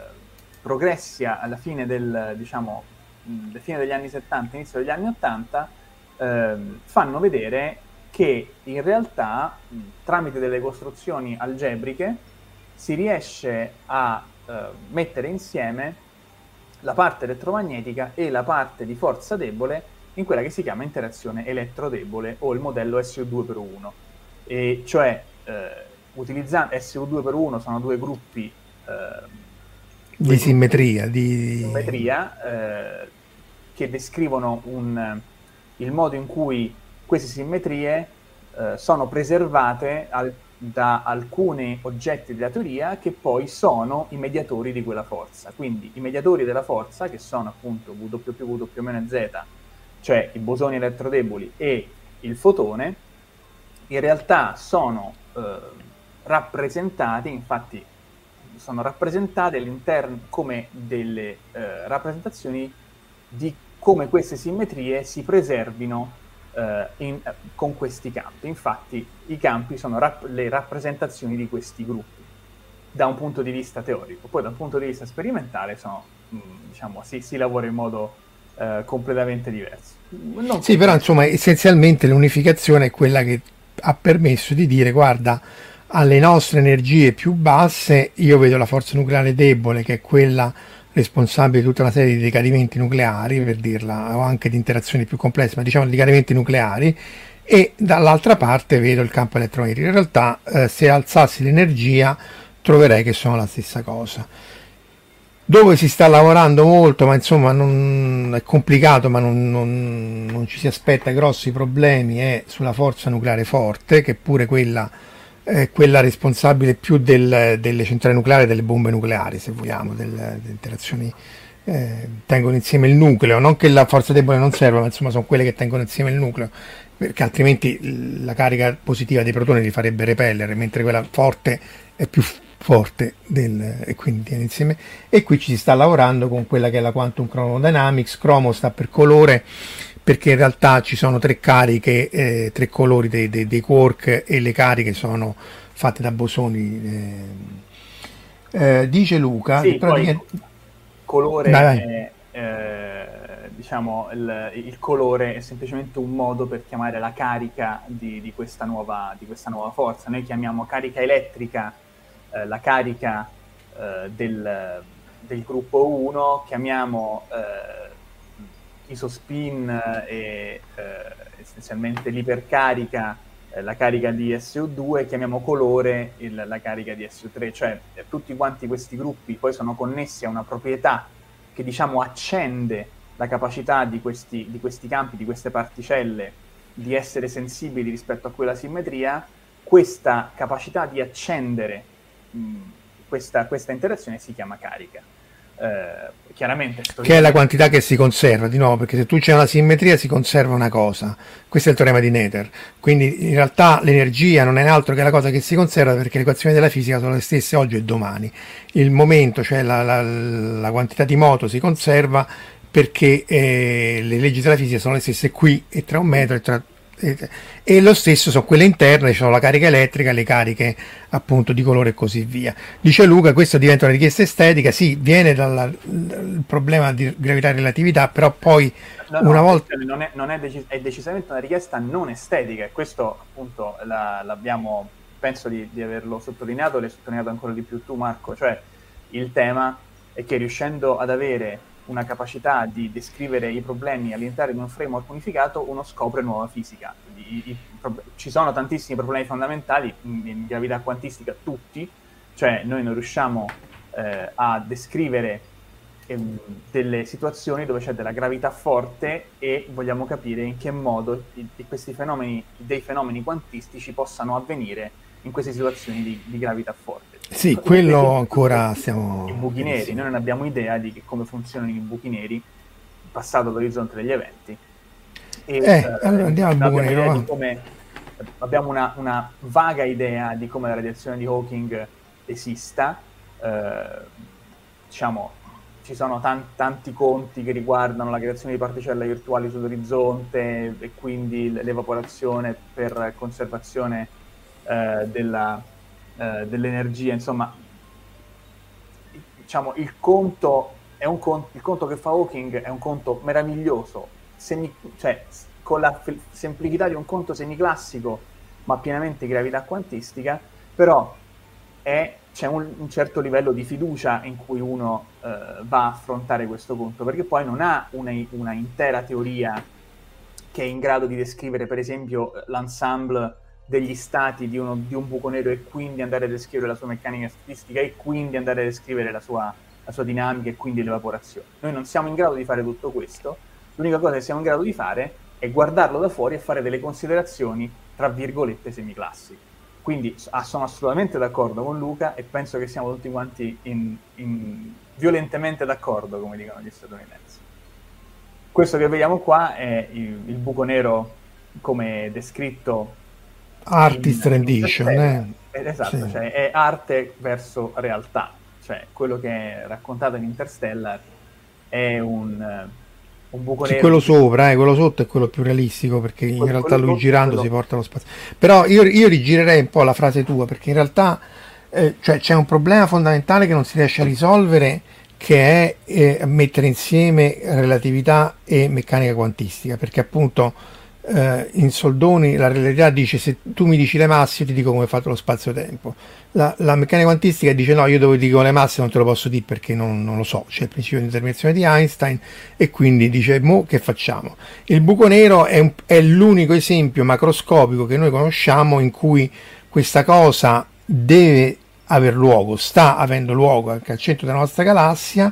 progressia alla fine del, diciamo, alla fine degli anni settanta, inizio degli anni ottanta, eh, fanno vedere che in realtà tramite delle costruzioni algebriche si riesce a uh, mettere insieme la parte elettromagnetica e la parte di forza debole in quella che si chiama interazione elettrodebole, o il modello S U due per uno. E cioè, uh, utilizzando S U due per uno sono due gruppi uh, due di simmetria, gruppi di... di simmetria uh, che descrivono un, il modo in cui queste simmetrie uh, sono preservate al da alcuni oggetti della teoria che poi sono i mediatori di quella forza. Quindi i mediatori della forza, che sono appunto W più W meno Z, cioè i bosoni elettrodeboli e il fotone, in realtà sono eh, rappresentati, infatti sono rappresentati all'interno come delle eh, rappresentazioni di come queste simmetrie si preservino In, con questi campi. Infatti i campi sono rap- le rappresentazioni di questi gruppi. da un punto di vista teorico. Poi da un punto di vista sperimentale sono, mh, diciamo, si, si lavora in modo eh, completamente diverso. Non sì, però insomma essenzialmente l'unificazione è quella che ha permesso di dire guarda, alle nostre energie più basse io vedo la forza nucleare debole, che è quella responsabile di tutta una serie di decadimenti nucleari, per dirla, o anche di interazioni più complesse, ma diciamo di decadimenti nucleari, e dall'altra parte vedo il campo elettromagnetico. In realtà eh, se alzassi l'energia troverei che sono la stessa cosa. Dove si sta lavorando molto, ma insomma non, è complicato, ma non, non, non ci si aspetta grossi problemi, è sulla forza nucleare forte, che pure quella è quella responsabile più del, delle centrali nucleari e delle bombe nucleari, se vogliamo, del, delle interazioni eh, tengono insieme il nucleo, non che la forza debole non serva, ma insomma sono quelle che tengono insieme il nucleo, perché altrimenti la carica positiva dei protoni li farebbe repellere, mentre quella forte è più forte del, e quindi tiene insieme. E qui ci si sta lavorando con quella che è la Quantum Chromodynamics. Chromo sta per colore, perché in realtà ci sono tre cariche, eh, tre colori dei, dei, dei quark, e le cariche sono fatte da bosoni. Eh, eh, dice Luca, sì, che praticamente... poi colore vai, vai. È, eh, diciamo il, il colore è semplicemente un modo per chiamare la carica di, di, questa, nuova, di questa nuova forza. Noi chiamiamo carica elettrica eh, la carica eh, del, del gruppo uno, chiamiamo eh, isospin e eh, essenzialmente l'ipercarica, eh, la carica di S O due, chiamiamo colore il, la carica di S O tre, cioè eh, tutti quanti questi gruppi poi sono connessi a una proprietà che diciamo accende la capacità di questi, di questi campi, di queste particelle di essere sensibili rispetto a quella simmetria. Questa capacità di accendere mh, questa, questa interazione si chiama carica. Eh, chiaramente che è la quantità che si conserva, di nuovo, perché se tu c'è una simmetria si conserva una cosa, questo è il teorema di Noether, quindi in realtà l'energia non è altro che la cosa che si conserva, perché le equazioni della fisica sono le stesse oggi e domani. Il momento, cioè la, la, la quantità di moto si conserva perché eh, le leggi della fisica sono le stesse qui e tra un metro e tra e lo stesso sono quelle interne, ci sono la carica elettrica, le cariche appunto di colore e così via. Dice Luca, questo diventa una richiesta estetica, sì, viene dal, dal problema di gravità e relatività, però poi no, no, una volta non, è, non è, decis- è decisamente una richiesta non estetica, e questo appunto la, l'abbiamo, penso di, di averlo sottolineato, l'hai sottolineato ancora di più tu Marco, cioè il tema è che riuscendo ad avere una capacità di descrivere i problemi all'interno di un framework unificato, uno scopre nuova fisica. I, i, ci sono tantissimi problemi fondamentali in, in gravità quantistica, tutti, cioè noi non riusciamo eh, a descrivere eh, delle situazioni dove c'è della gravità forte e vogliamo capire in che modo i, questi fenomeni, dei fenomeni quantistici possano avvenire in queste situazioni di, di gravità forte. Sì, quello ancora stiamo... I buchi neri, sì. Noi non abbiamo idea di che, come funzionano i buchi neri passato l'orizzonte degli eventi. E, eh, eh, allora andiamo al buco nero. Come, abbiamo una, una vaga idea di come la radiazione di Hawking esista. Eh, diciamo, ci sono tan- tanti conti che riguardano la creazione di particelle virtuali sull'orizzonte e quindi l'evaporazione per conservazione eh, della... dell'energia, insomma, diciamo il conto è un conto, il conto che fa Hawking è un conto meraviglioso, semi, cioè con la f- semplicità di un conto semiclassico ma pienamente di gravità quantistica, però è, c'è un, un certo livello di fiducia in cui uno eh, va a affrontare questo conto, perché poi non ha una, una intera teoria che è in grado di descrivere per esempio l'ensemble degli stati di, uno, di un buco nero e quindi andare a descrivere la sua meccanica statistica e quindi andare a descrivere la sua, la sua dinamica e quindi l'evaporazione. Noi non siamo in grado di fare tutto questo, l'unica cosa che siamo in grado di fare è guardarlo da fuori e fare delle considerazioni tra virgolette semiclassiche. Quindi sono assolutamente d'accordo con Luca e penso che siamo tutti quanti in, in, violentemente d'accordo, come dicono gli statunitensi. Questo che vediamo qua è il, il buco nero come descritto Artist in, rendition, in eh. Esatto, sì. Cioè è arte verso realtà, cioè quello che è raccontato in Interstellar è un, un buco sì, nero. Quello sopra, eh, quello sotto è quello più realistico, perché in quello, realtà lui girando quello... si porta allo spazio. Però io, io rigirerei un po' la frase tua, perché in realtà eh, cioè c'è un problema fondamentale che non si riesce a risolvere, che è eh, mettere insieme relatività e meccanica quantistica, perché appunto eh, in soldoni la relatività dice: se tu mi dici le masse io ti dico come è fatto lo spazio-tempo. La, la meccanica quantistica dice: no, io dove dico le masse non te lo posso dire perché non, non lo so, c'è il principio di determinazione di Einstein, e quindi dice: mo che facciamo? Il buco nero è, un, è l'unico esempio macroscopico che noi conosciamo in cui questa cosa deve aver luogo, sta avendo luogo anche al centro della nostra galassia,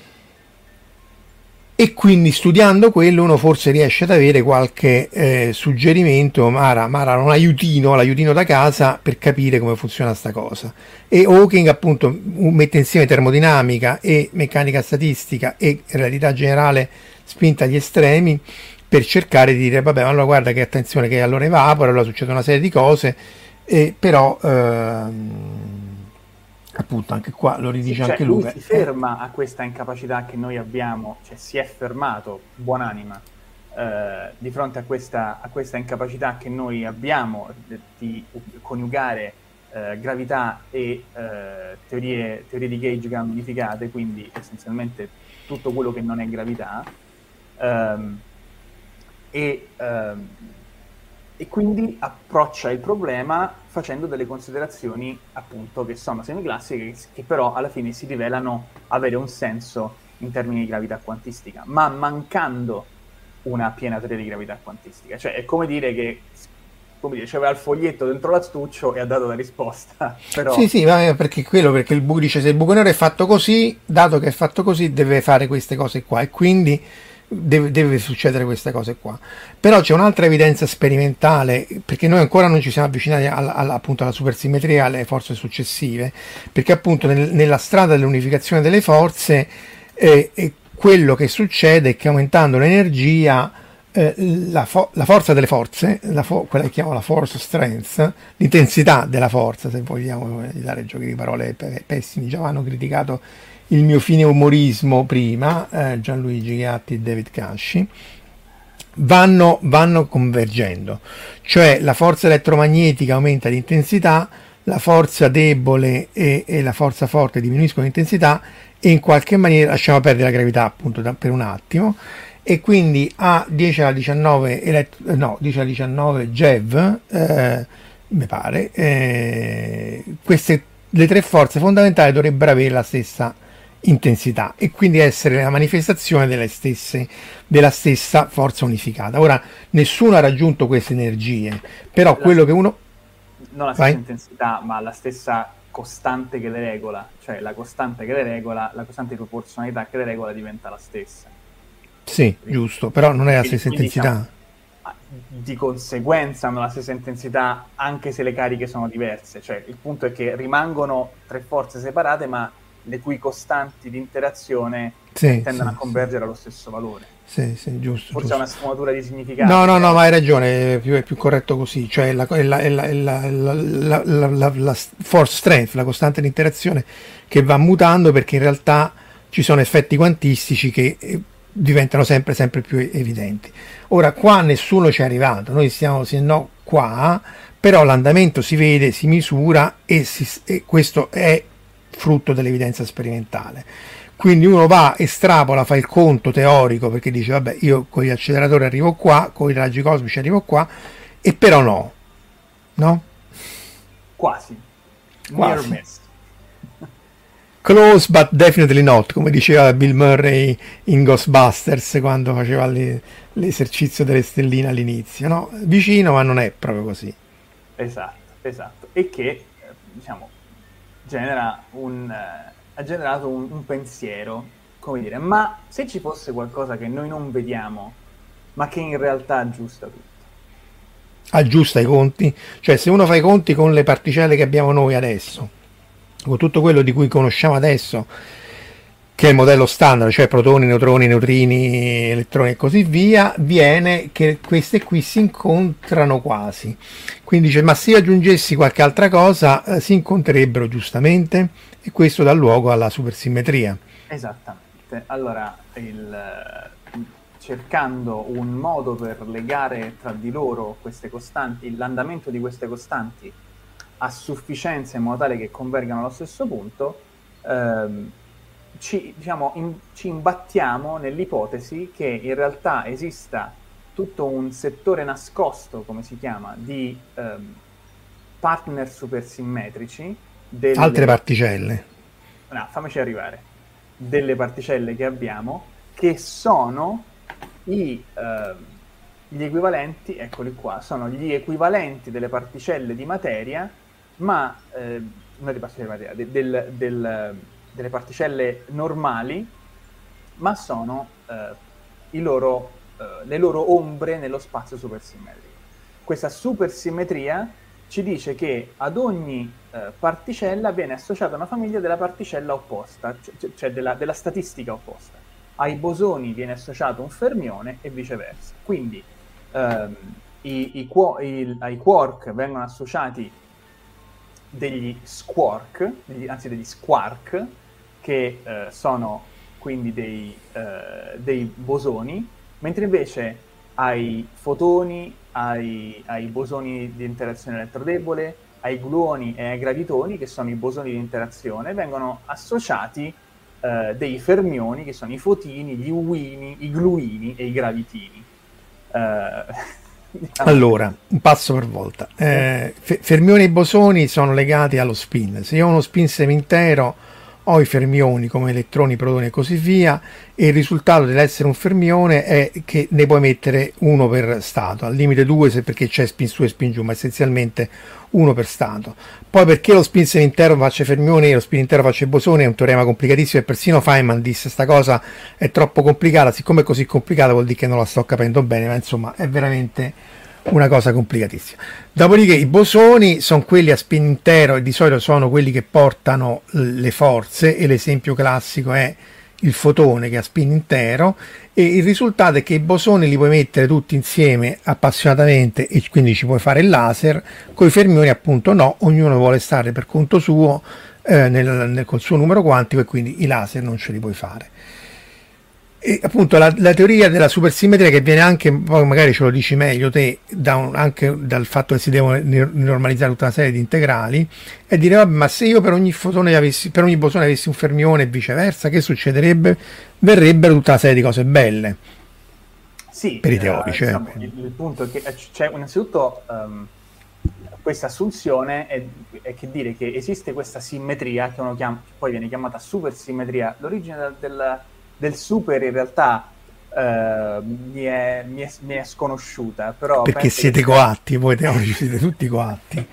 e quindi studiando quello uno forse riesce ad avere qualche eh, suggerimento, Mara, Mara, un aiutino, l'aiutino da casa per capire come funziona sta cosa. E Hawking appunto mette insieme termodinamica e meccanica statistica e relatività generale spinta agli estremi per cercare di dire: vabbè, ma allora guarda che attenzione che allora evapora, allora succede una serie di cose, eh, però ehm, appunto anche qua lo ridice, cioè, anche lui, lui si ferma a questa incapacità che noi abbiamo, cioè si è fermato, buonanima, eh, di fronte a questa, a questa incapacità che noi abbiamo di coniugare eh, gravità e eh, teorie, teorie di gauge gun modificate, quindi essenzialmente tutto quello che non è gravità, ehm, e, ehm, e quindi approccia il problema facendo delle considerazioni appunto che sono semiclassiche, che, che però alla fine si rivelano avere un senso in termini di gravità quantistica, ma mancando una piena teoria di gravità quantistica. Cioè è come dire che, come dire, c'aveva il foglietto dentro l'astuccio e ha dato la risposta. Però... Sì, sì, ma perché quello, perché il buco dice: se il buco nero è fatto così, dato che è fatto così, deve fare queste cose qua, e quindi Deve, deve succedere queste cose qua. Però c'è un'altra evidenza sperimentale, perché noi ancora non ci siamo avvicinati alla, alla, appunto alla supersimmetria, alle forze successive, perché appunto nel, nella strada dell'unificazione delle forze eh, eh, quello che succede è che aumentando l'energia eh, la, fo- la forza delle forze, la fo- quella che chiamo la force strength, l'intensità della forza, se vogliamo dare giochi di parole p- pessimi, già hanno criticato il mio fine umorismo prima, eh, Gianluigi Gatti e David Casci, vanno, vanno convergendo, cioè la forza elettromagnetica aumenta di intensità, la forza debole e, e la forza forte diminuiscono di intensità, e in qualche maniera lasciamo perdere la gravità appunto da, per un attimo, e quindi a dieci alla diciannove, elett- no, dieci alla diciannove GeV, eh, mi pare, eh, queste le tre forze fondamentali dovrebbero avere la stessa intensità e quindi essere la manifestazione delle stesse, della stessa forza unificata. Ora nessuno ha raggiunto queste energie, però la, quello che uno non la stessa Vai. intensità, ma la stessa costante che le regola, cioè la costante che le regola, la costante di proporzionalità che le regola diventa la stessa. Sì, quindi, giusto, però non è la stessa quindi, intensità. Diciamo, di conseguenza hanno la stessa intensità anche se le cariche sono diverse, cioè il punto è che rimangono tre forze separate ma le cui costanti di interazione sì, tendono sì, a convergere sì. allo stesso valore. Sì, sì, giusto. Forse giusto. è una sfumatura di significato. No, no, no, ma hai ragione, è più, è più corretto così. Cioè la, la, la, la, la, la, la, la force strength, la costante di interazione che va mutando, perché in realtà ci sono effetti quantistici che diventano sempre, sempre più evidenti. Ora, qua nessuno ci è arrivato, noi stiamo, se no, qua, però l'andamento si vede, si misura e, si, e questo è frutto dell'evidenza sperimentale. Quindi uno va, estrapola, fa il conto teorico perché dice vabbè, io con gli acceleratori arrivo qua, con i raggi cosmici arrivo qua, e però no, no? Quasi. Quasi. Close but definitely not, come diceva Bill Murray in Ghostbusters quando faceva le, l'esercizio delle stelline all'inizio, no? Vicino, ma non è proprio così. Esatto, esatto. E che, diciamo, genera un, eh, ha generato un, un pensiero, come dire, ma se ci fosse qualcosa che noi non vediamo, ma che in realtà aggiusta tutto. Aggiusta i conti? Cioè, se uno fa i conti con le particelle che abbiamo noi adesso, con tutto quello di cui conosciamo adesso, che è il modello standard, cioè protoni, neutroni, neutrini, elettroni e così via, viene che queste qui si incontrano quasi. Quindi dice, ma se io aggiungessi qualche altra cosa, eh, si incontrerebbero giustamente, e questo dà luogo alla supersimmetria. Esattamente. Allora, il, cercando un modo per legare tra di loro queste costanti, l'andamento di queste costanti a sufficienza in modo tale che convergano allo stesso punto, ehm, ci, diciamo, in, ci imbattiamo nell'ipotesi che in realtà esista tutto un settore nascosto, come si chiama, di ehm, partner supersimmetrici. Delle... Altre particelle. No, fammici arrivare. Delle particelle che abbiamo, che sono i, eh, gli equivalenti, eccoli qua, sono gli equivalenti delle particelle di materia, ma eh, non di particelle di materia, de, del, del, delle particelle normali, ma sono eh, i loro, eh, le loro ombre nello spazio supersimmetrico. Questa supersimmetria ci dice che ad ogni eh, particella viene associata una famiglia della particella opposta, cioè, cioè della, della statistica opposta. Ai bosoni viene associato un fermione e viceversa. Quindi ehm, i, i, i, ai quark vengono associati degli squark, degli, anzi degli squark, che eh, sono quindi dei, eh, dei bosoni, mentre invece ai fotoni, ai, ai bosoni di interazione elettrodebole, ai gluoni e ai gravitoni, che sono i bosoni di interazione, vengono associati eh, dei fermioni, che sono i fotini, gli uini, i gluini e i gravitini. Eh, diciamo. Allora, un passo per volta. Eh, fermioni e bosoni sono legati allo spin. Se io ho uno spin semi-intero, ho i fermioni come elettroni, protoni e così via, e il risultato dell'essere un fermione è che ne puoi mettere uno per stato, al limite due se perché c'è spin su e spin giù, ma essenzialmente uno per stato. Poi perché lo spin semi-intero faccia fermioni e lo spin intero faccia bosoni è un teorema complicatissimo, e persino Feynman disse sta cosa è troppo complicata. Siccome è così complicata vuol dire che non la sto capendo bene, ma insomma è veramente una cosa complicatissima. Dopodiché i bosoni sono quelli a spin intero e di solito sono quelli che portano le forze, e l'esempio classico è il fotone che ha spin intero, e il risultato è che i bosoni li puoi mettere tutti insieme appassionatamente e quindi ci puoi fare il laser. Con i fermioni appunto no, ognuno vuole stare per conto suo eh, nel, nel, col suo numero quantico, e quindi i laser non ce li puoi fare. E appunto la, la teoria della supersimmetria, che viene anche, poi magari ce lo dici meglio te, da un, anche dal fatto che si devono normalizzare tutta una serie di integrali, è dire vabbè, ma se io per ogni fotone avessi, per ogni bosone avessi un fermione e viceversa, che succederebbe? Verrebbero tutta una serie di cose belle. Sì, per i teorici. Uh, diciamo, il, il punto è che c'è innanzitutto um, questa assunzione è, è che dire che esiste questa simmetria che uno chiama, che poi viene chiamata supersimmetria. L'origine del, del del super in realtà uh, mi, è, mi, è, mi è sconosciuta, però perché siete che... coatti, voi teorici siete tutti coatti.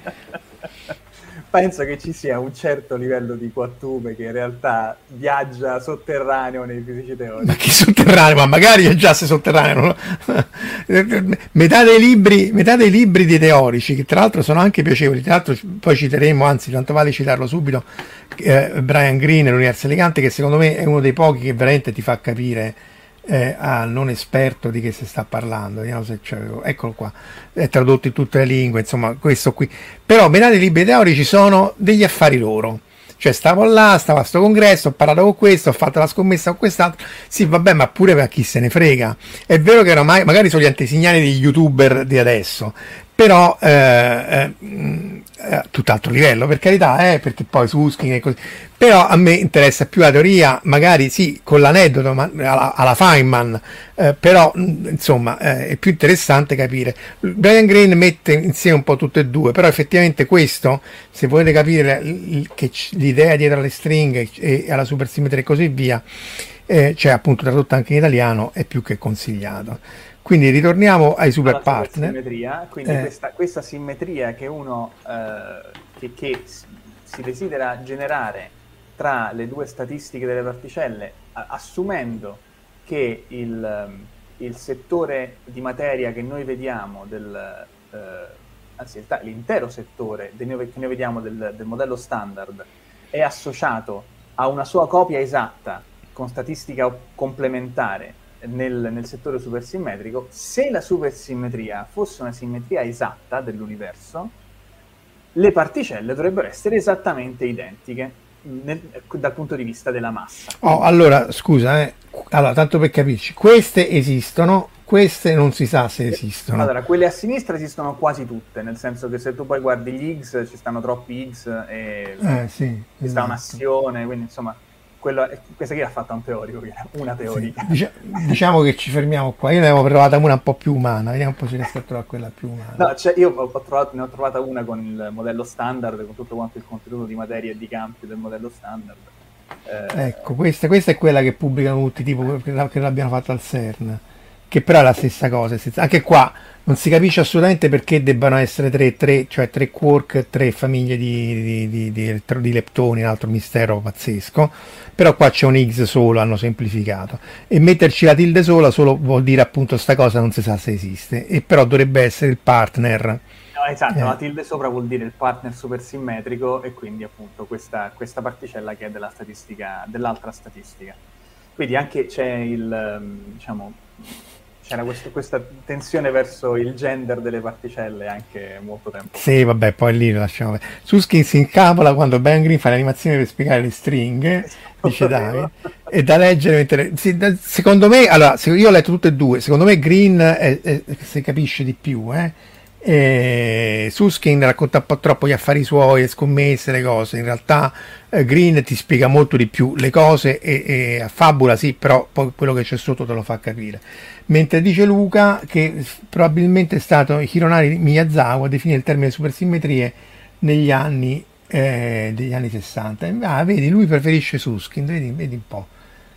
Penso che ci sia un certo livello di quattume che in realtà viaggia sotterraneo nei fisici teorici. Ma che sotterraneo? Ma magari viaggiasse sotterraneo. metà dei libri, metà dei libri dei teorici, che tra l'altro sono anche piacevoli, tra l'altro poi citeremo, anzi tanto vale citarlo subito, eh, Brian Greene, l'Universo Elegante, che secondo me è uno dei pochi che veramente ti fa capire eh, al non esperto di che si sta parlando. Vediamo se c'è, eccolo qua, è tradotto in tutte le lingue, insomma questo qui. Però metà dei libri teorici sono degli affari loro. Cioè stavo là, stavo a sto congresso, ho parlato con questo, ho fatto la scommessa con quest'altro. Sì, vabbè, ma pure per chi se ne frega. È vero che ormai magari sono gli antesignani degli youtuber di adesso, però eh, eh, a tutt'altro livello, per carità, eh, perché poi Susskind e così. Però a me interessa più la teoria, magari sì, con l'aneddoto, ma alla, alla Feynman, eh, però insomma eh, è più interessante capire. Brian Greene mette insieme un po' tutte e due, però effettivamente questo, se volete capire che l'idea dietro alle stringhe e alla supersimmetria e così via, eh, cioè appunto tradotto anche in italiano, è più che consigliato. Quindi ritorniamo ai super partner. Quindi eh. questa, questa simmetria che uno eh, che, che si desidera generare tra le due statistiche delle particelle, assumendo che il, il settore di materia che noi vediamo, del, eh, anzi l'intero settore che noi vediamo del, del modello standard, è associato a una sua copia esatta con statistica complementare nel, nel settore supersimmetrico. Se la supersimmetria fosse una simmetria esatta dell'universo, le particelle dovrebbero essere esattamente identiche nel, dal punto di vista della massa. Oh, allora, scusa, eh. allora, tanto per capirci, queste esistono, queste non si sa se esistono. Allora, quelle a sinistra esistono quasi tutte, nel senso che se tu poi guardi gli Higgs, ci stanno troppi Higgs e eh, sì, ci sta esatto. un'azione, quindi insomma, quello, questa qui l'ha fatta un teorico, una teorica. Sì. Dic- diciamo che ci fermiamo qua, io ne avevo provata una un po' più umana, vediamo un po' se riesco a trovare quella più umana. No, cioè io ho trovato, ne ho trovata una con il modello standard, con tutto quanto il contenuto di materia e di campi del modello standard. Eh, ecco, questa, questa è quella che pubblicano tutti, tipo che, che l'abbiano fatta al CERN, che però è la stessa cosa. Anche qua non si capisce assolutamente perché debbano essere tre, tre cioè tre quark, tre famiglie di, di, di, di, elettro, di leptoni, un altro mistero pazzesco. Però qua c'è un Higgs solo, hanno semplificato. E metterci la tilde sola solo vuol dire appunto sta cosa non si sa se esiste. E però dovrebbe essere il partner. No, esatto, eh. la tilde sopra vuol dire il partner supersimmetrico e quindi appunto questa, questa particella che è della statistica, dell'altra statistica. Quindi anche c'è il, diciamo, c'era questo, questa tensione verso il gender delle particelle anche molto tempo fa. Sì, vabbè, poi lì lo lasciamo. Susskind si incapola quando Ben Green fa l'animazione per spiegare le stringhe, dice Davide, e da leggere mentre... sì, da, secondo me, allora, se, io ho letto tutte e due, secondo me Green è, è, si capisce di più, eh? E Susskind racconta un po' troppo gli affari suoi, le scommesse, le cose. In realtà eh, Green ti spiega molto di più le cose e, e a fabula sì, però poi quello che c'è sotto te lo fa capire. Mentre dice Luca che probabilmente è stato Hironari Miyazawa a definire il termine supersimmetrie negli anni eh, degli anni sessanta. Ah, vedi, lui preferisce Susskind, vedi, vedi un po'.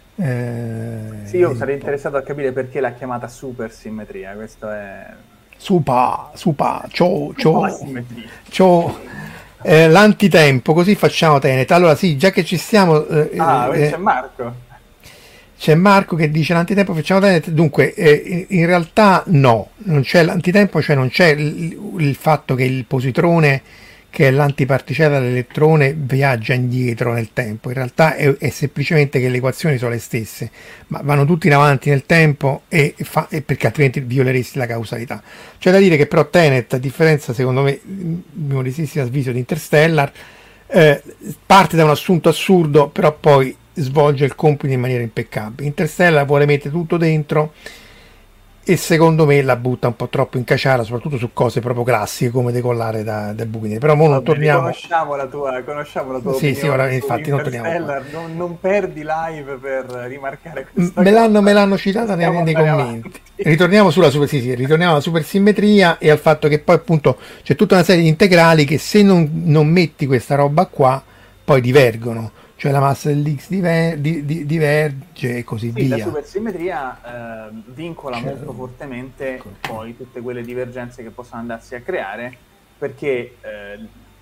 Eh, sì, io sarei interessato a capire perché l'ha chiamata supersimmetria. Questo è Supa, supa, ciao, ciao, ciao. Eh, l'antitempo, così facciamo Tenet. Allora sì, già che ci stiamo... Eh, ah, eh, c'è Marco. C'è Marco che dice l'antitempo facciamo Tenet. Dunque, eh, in realtà no, non c'è l'antitempo, cioè non c'è il, il fatto che il positrone, che è l'antiparticella dell'elettrone, viaggia indietro nel tempo. In realtà è, è semplicemente che le equazioni sono le stesse, ma vanno tutti in avanti nel tempo e, fa, e perché altrimenti violeresti la causalità. C'è da dire che però Tenet, a differenza secondo me di modestissima svisio di Interstellar, eh, parte da un assunto assurdo, però poi svolge il compito in maniera impeccabile. Interstellar vuole mettere tutto dentro e secondo me la butta un po' troppo in caciara, soprattutto su cose proprio classiche come decollare da, da buchi neri. Però mo non torniamo. Conosciamo la tua, conosciamo la tua sì, sì, ora infatti non torniamo. Non, non perdi live per rimarcare questa me l'hanno, me l'hanno citata nei, nei commenti. Ritorniamo sulla super, sì, sì, ritorniamo alla supersimmetria e al fatto che poi appunto c'è tutta una serie di integrali che se non, non metti questa roba qua poi divergono. Cioè la massa dell'X diver, di, di, diverge e così sì, via. La supersimmetria eh, vincola cioè, molto fortemente ecco. Poi tutte quelle divergenze che possono andarsi a creare, perché eh,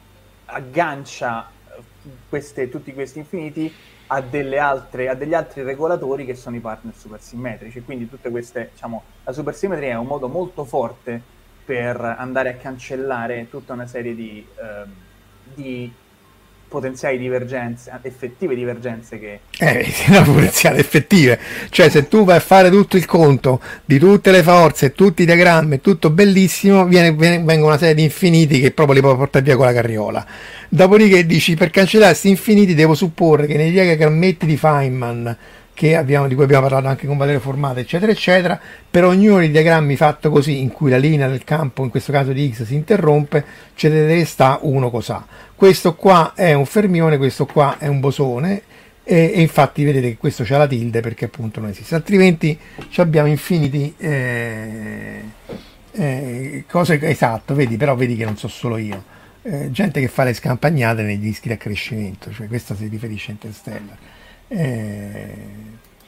aggancia queste, tutti questi infiniti a, delle altre, a degli altri regolatori che sono i partner supersimmetrici. Quindi tutte queste, diciamo, la supersimmetria è un modo molto forte per andare a cancellare tutta una serie di, eh, di potenziali divergenze, effettive divergenze che... Eh, no, potenziali effettive. Cioè se tu vai a fare tutto il conto di tutte le forze, tutti i diagrammi, è tutto bellissimo, viene, viene, vengono una serie di infiniti che proprio li puoi portare via con la carriola. Dopodiché dici, per cancellare questi infiniti devo supporre che nei diagrammetti di Feynman, che abbiamo, di cui abbiamo parlato anche con Valerio Formato, eccetera, eccetera, per ognuno dei diagrammi fatto così, in cui la linea del campo, in questo caso di X, si interrompe, c'è deve stare uno cos'ha. Questo qua è un fermione, questo qua è un bosone, e, e infatti vedete che questo c'ha la tilde perché appunto non esiste. Altrimenti abbiamo infiniti eh, eh, cose, esatto, vedi, però vedi che non so solo io. Eh, gente che fa le scampagnate nei dischi di accrescimento, cioè questa si riferisce a Interstellar. Eh...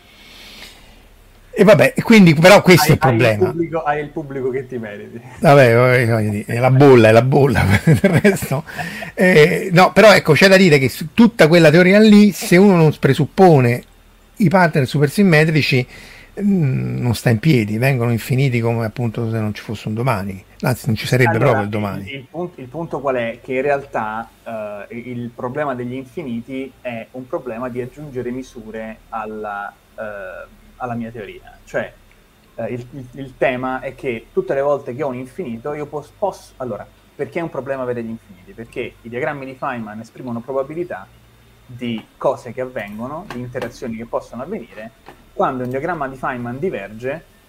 E vabbè, quindi però questo hai, è il problema. Hai il, pubblico, hai il pubblico che ti meriti. Vabbè, vabbè è la bolla, è la bolla del resto. Eh, no, però ecco, c'è da dire che su tutta quella teoria lì, se uno non presuppone i partner supersimmetrici, mh, non sta in piedi, vengono infiniti come appunto se non ci fosse un domani. Anzi, non ci sarebbe allora, proprio il domani. Il, il, punto, il punto qual è? Che in realtà uh, il problema degli infiniti è un problema di aggiungere misure alla, uh, alla mia teoria. Cioè, uh, il, il, il tema è che tutte le volte che ho un infinito, io posso, posso... Allora, perché è un problema avere gli infiniti? Perché i diagrammi di Feynman esprimono probabilità di cose che avvengono, di interazioni che possono avvenire. Quando un diagramma di Feynman diverge,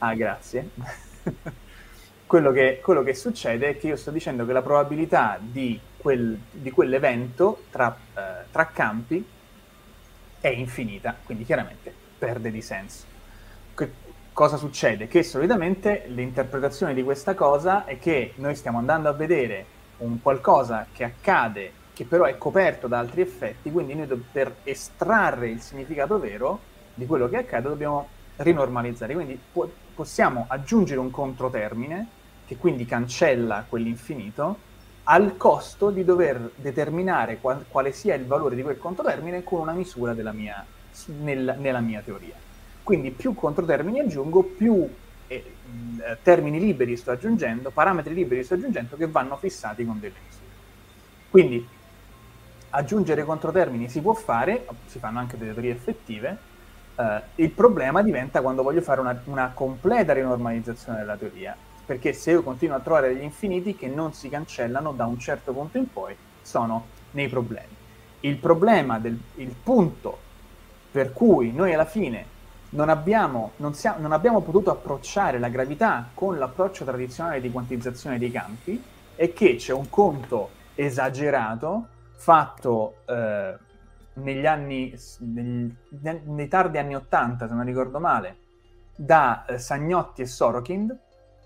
Ah, grazie. quello, che, quello che succede è che io sto dicendo che la probabilità di, quel, di quell'evento tra, eh, tra campi è infinita, quindi chiaramente perde di senso. Che cosa succede? Che solitamente l'interpretazione di questa cosa è che noi stiamo andando a vedere un qualcosa che accade, che però è coperto da altri effetti, quindi noi do- per estrarre il significato vero di quello che accade dobbiamo rinormalizzare, quindi po- possiamo aggiungere un controtermine che quindi cancella quell'infinito al costo di dover determinare qual- quale sia il valore di quel controtermine con una misura della mia, nel- nella mia teoria. Quindi più controtermini aggiungo, più eh, termini liberi sto aggiungendo, parametri liberi sto aggiungendo che vanno fissati con delle misure. Quindi aggiungere controtermini si può fare, si fanno anche delle teorie effettive. Uh, il problema diventa quando voglio fare una, una completa rinormalizzazione della teoria, perché se io continuo a trovare degli infiniti che non si cancellano da un certo punto in poi, sono nei problemi. Il problema, del, il punto per cui noi alla fine non abbiamo, non, siamo, non abbiamo potuto approcciare la gravità con l'approccio tradizionale di quantizzazione dei campi è che c'è un conto esagerato fatto eh, negli anni, negli, nei tardi anni ottanta, se non ricordo male, da eh, Sagnotti e Sorokin,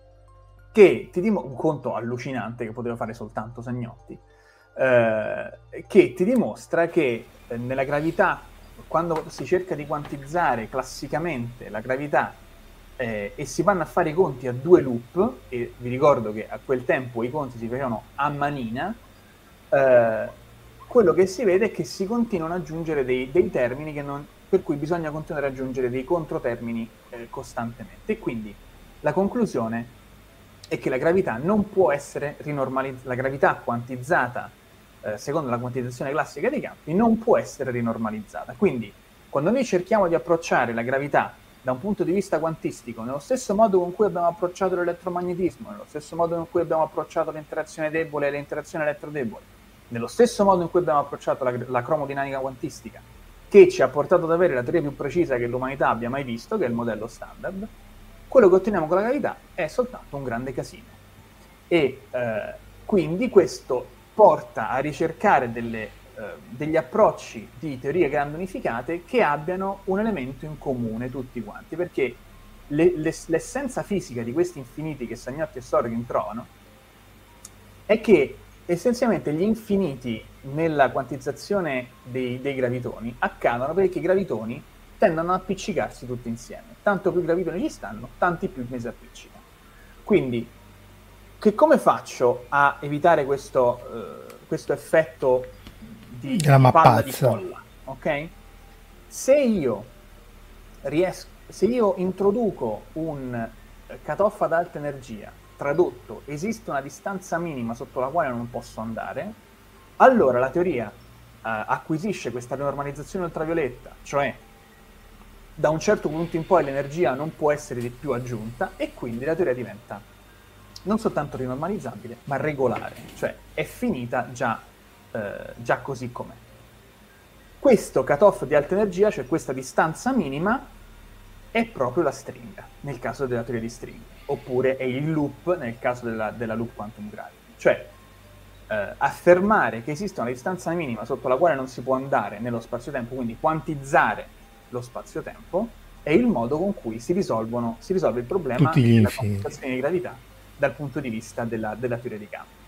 che ti dimostra, un conto allucinante che poteva fare soltanto Sagnotti, eh, che ti dimostra che eh, nella gravità, quando si cerca di quantizzare classicamente la gravità eh, e si vanno a fare i conti a due loop, e vi ricordo che a quel tempo i conti si facevano a manina, eh, quello che si vede è che si continuano ad aggiungere dei, dei termini che non, per cui bisogna continuare ad aggiungere dei controtermini eh, costantemente. E quindi la conclusione è che la gravità non può essere rinormalizzata, la gravità quantizzata eh, secondo la quantizzazione classica dei campi non può essere rinormalizzata. Quindi quando noi cerchiamo di approcciare la gravità da un punto di vista quantistico, nello stesso modo con cui abbiamo approcciato l'elettromagnetismo, nello stesso modo con cui abbiamo approcciato l'interazione debole e l'interazione elettrodebole, nello stesso modo in cui abbiamo approcciato la, la cromodinamica quantistica, che ci ha portato ad avere la teoria più precisa che l'umanità abbia mai visto, che è il modello standard, quello che otteniamo con la gravità è soltanto un grande casino. E eh, quindi questo porta a ricercare delle, eh, degli approcci di teorie grandi unificate che abbiano un elemento in comune tutti quanti, perché le, le, l'essenza fisica di questi infiniti che Sagnotti e Sorokin trovano è che essenzialmente gli infiniti nella quantizzazione dei, dei gravitoni accadono perché i gravitoni tendono ad appiccicarsi tutti insieme. Tanto più gravitoni ci stanno, tanti più mi si appiccicano. Quindi, che come faccio a evitare questo, uh, questo effetto di, di palla di folla? Ok? Se io riesco, se io introduco un cutoff ad alta energia, tradotto, esiste una distanza minima sotto la quale non posso andare, allora la teoria eh, acquisisce questa normalizzazione ultravioletta, cioè da un certo punto in poi l'energia non può essere di più aggiunta e quindi la teoria diventa non soltanto rinormalizzabile, ma regolare, cioè è finita già, eh, già così com'è. Questo cutoff di alta energia, cioè questa distanza minima, è proprio la stringa, nel caso della teoria di stringhe, oppure è il loop nel caso della, della loop quantum gravity. Cioè, eh, affermare che esiste una distanza minima sotto la quale non si può andare nello spazio-tempo, quindi quantizzare lo spazio-tempo, è il modo con cui si risolvono, si risolve il problema della computazione di gravità dal punto di vista della, della teoria di campo.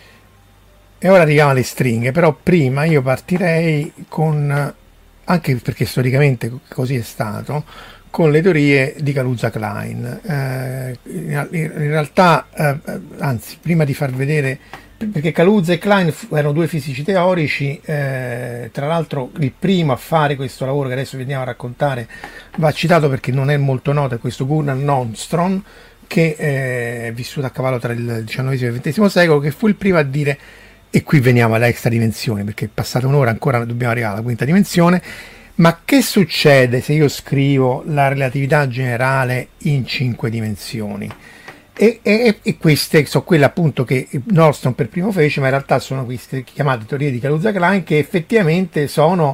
E ora arriviamo alle stringhe, però prima io partirei con, anche perché storicamente così è stato, con le teorie di Kaluza-Klein. Eh, in, in realtà, eh, anzi, prima di far vedere, perché Kaluza e Klein erano due fisici teorici, eh, tra l'altro il primo a fare questo lavoro che adesso veniamo a raccontare va citato perché non è molto noto, è questo Gunnar Nordström, che è vissuto a cavallo tra il diciannovesimo e il ventesimo secolo, che fu il primo a dire, e qui veniamo alla extra dimensione, perché è passata un'ora, ancora dobbiamo arrivare alla quinta dimensione. Ma che succede se io scrivo la relatività generale in cinque dimensioni? E, e, e queste sono quelle appunto che Nordström per primo fece, ma in realtà sono queste chiamate teorie di Kaluza-Klein, che effettivamente sono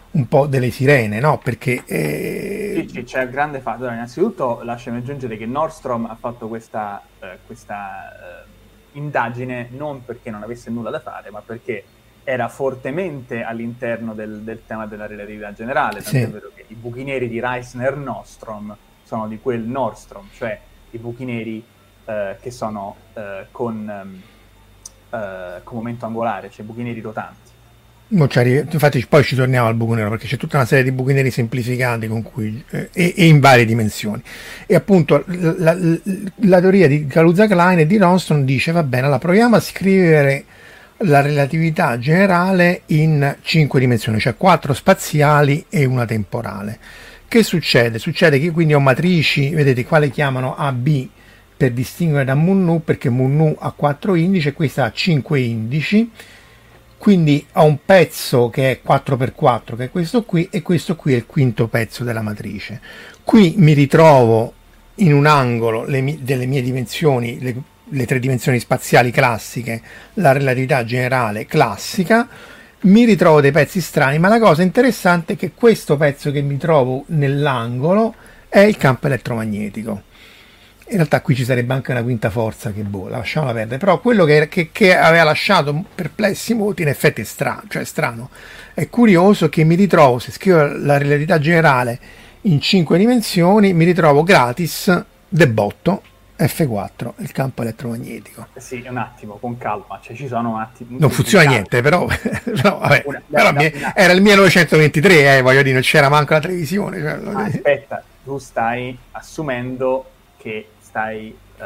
un po' delle sirene, no? Perché eh... sì, sì, c'è il grande fatto. Allora, innanzitutto lasciami aggiungere che Nordstrom ha fatto questa, eh, questa eh, indagine non perché non avesse nulla da fare, ma perché era fortemente all'interno del, del tema della relatività generale, tant'è Sì. vero che i buchi neri di Reisner-Nordstrom sono di quel Nordstrom, cioè i buchi neri eh, che sono eh, con, ehm, eh, con momento angolare, cioè buchi neri rotanti. Infatti poi ci torniamo al buco nero, perché c'è tutta una serie di buchi neri semplificati con cui, eh, e, e in varie dimensioni. E appunto la, la, la teoria di Kaluza-Klein e di Nordstrom dice: va bene, allora proviamo a scrivere la relatività generale in cinque dimensioni, cioè quattro spaziali e una temporale. Che succede? Succede che quindi ho matrici, vedete, qua le chiamano A B per distinguere da Mu, perché Mu ha quattro indici e questa ha cinque indici. Quindi ho un pezzo che è quattro per quattro, che è questo qui, e questo qui è il quinto pezzo della matrice. Qui mi ritrovo in un angolo le mie, delle mie dimensioni, le, le tre dimensioni spaziali classiche, la relatività generale classica, mi ritrovo dei pezzi strani, ma la cosa interessante è che questo pezzo che mi trovo nell'angolo è il campo elettromagnetico. In realtà qui ci sarebbe anche una quinta forza che boh, lasciamola perdere, però quello che, che, che aveva lasciato perplessi molti in effetti è strano, cioè strano, è curioso che mi ritrovo, se scrivo la relatività generale in cinque dimensioni, mi ritrovo gratis de botto F quattro, il campo elettromagnetico. Eh sì, un attimo, con calma, cioè ci sono un attimo... Non funziona niente, però, però, vabbè, una, però una, mie, una, era il millenovecentoventitré, eh, voglio dire, non c'era manco la televisione. Cioè, ah, aspetta, tu stai assumendo che stai eh,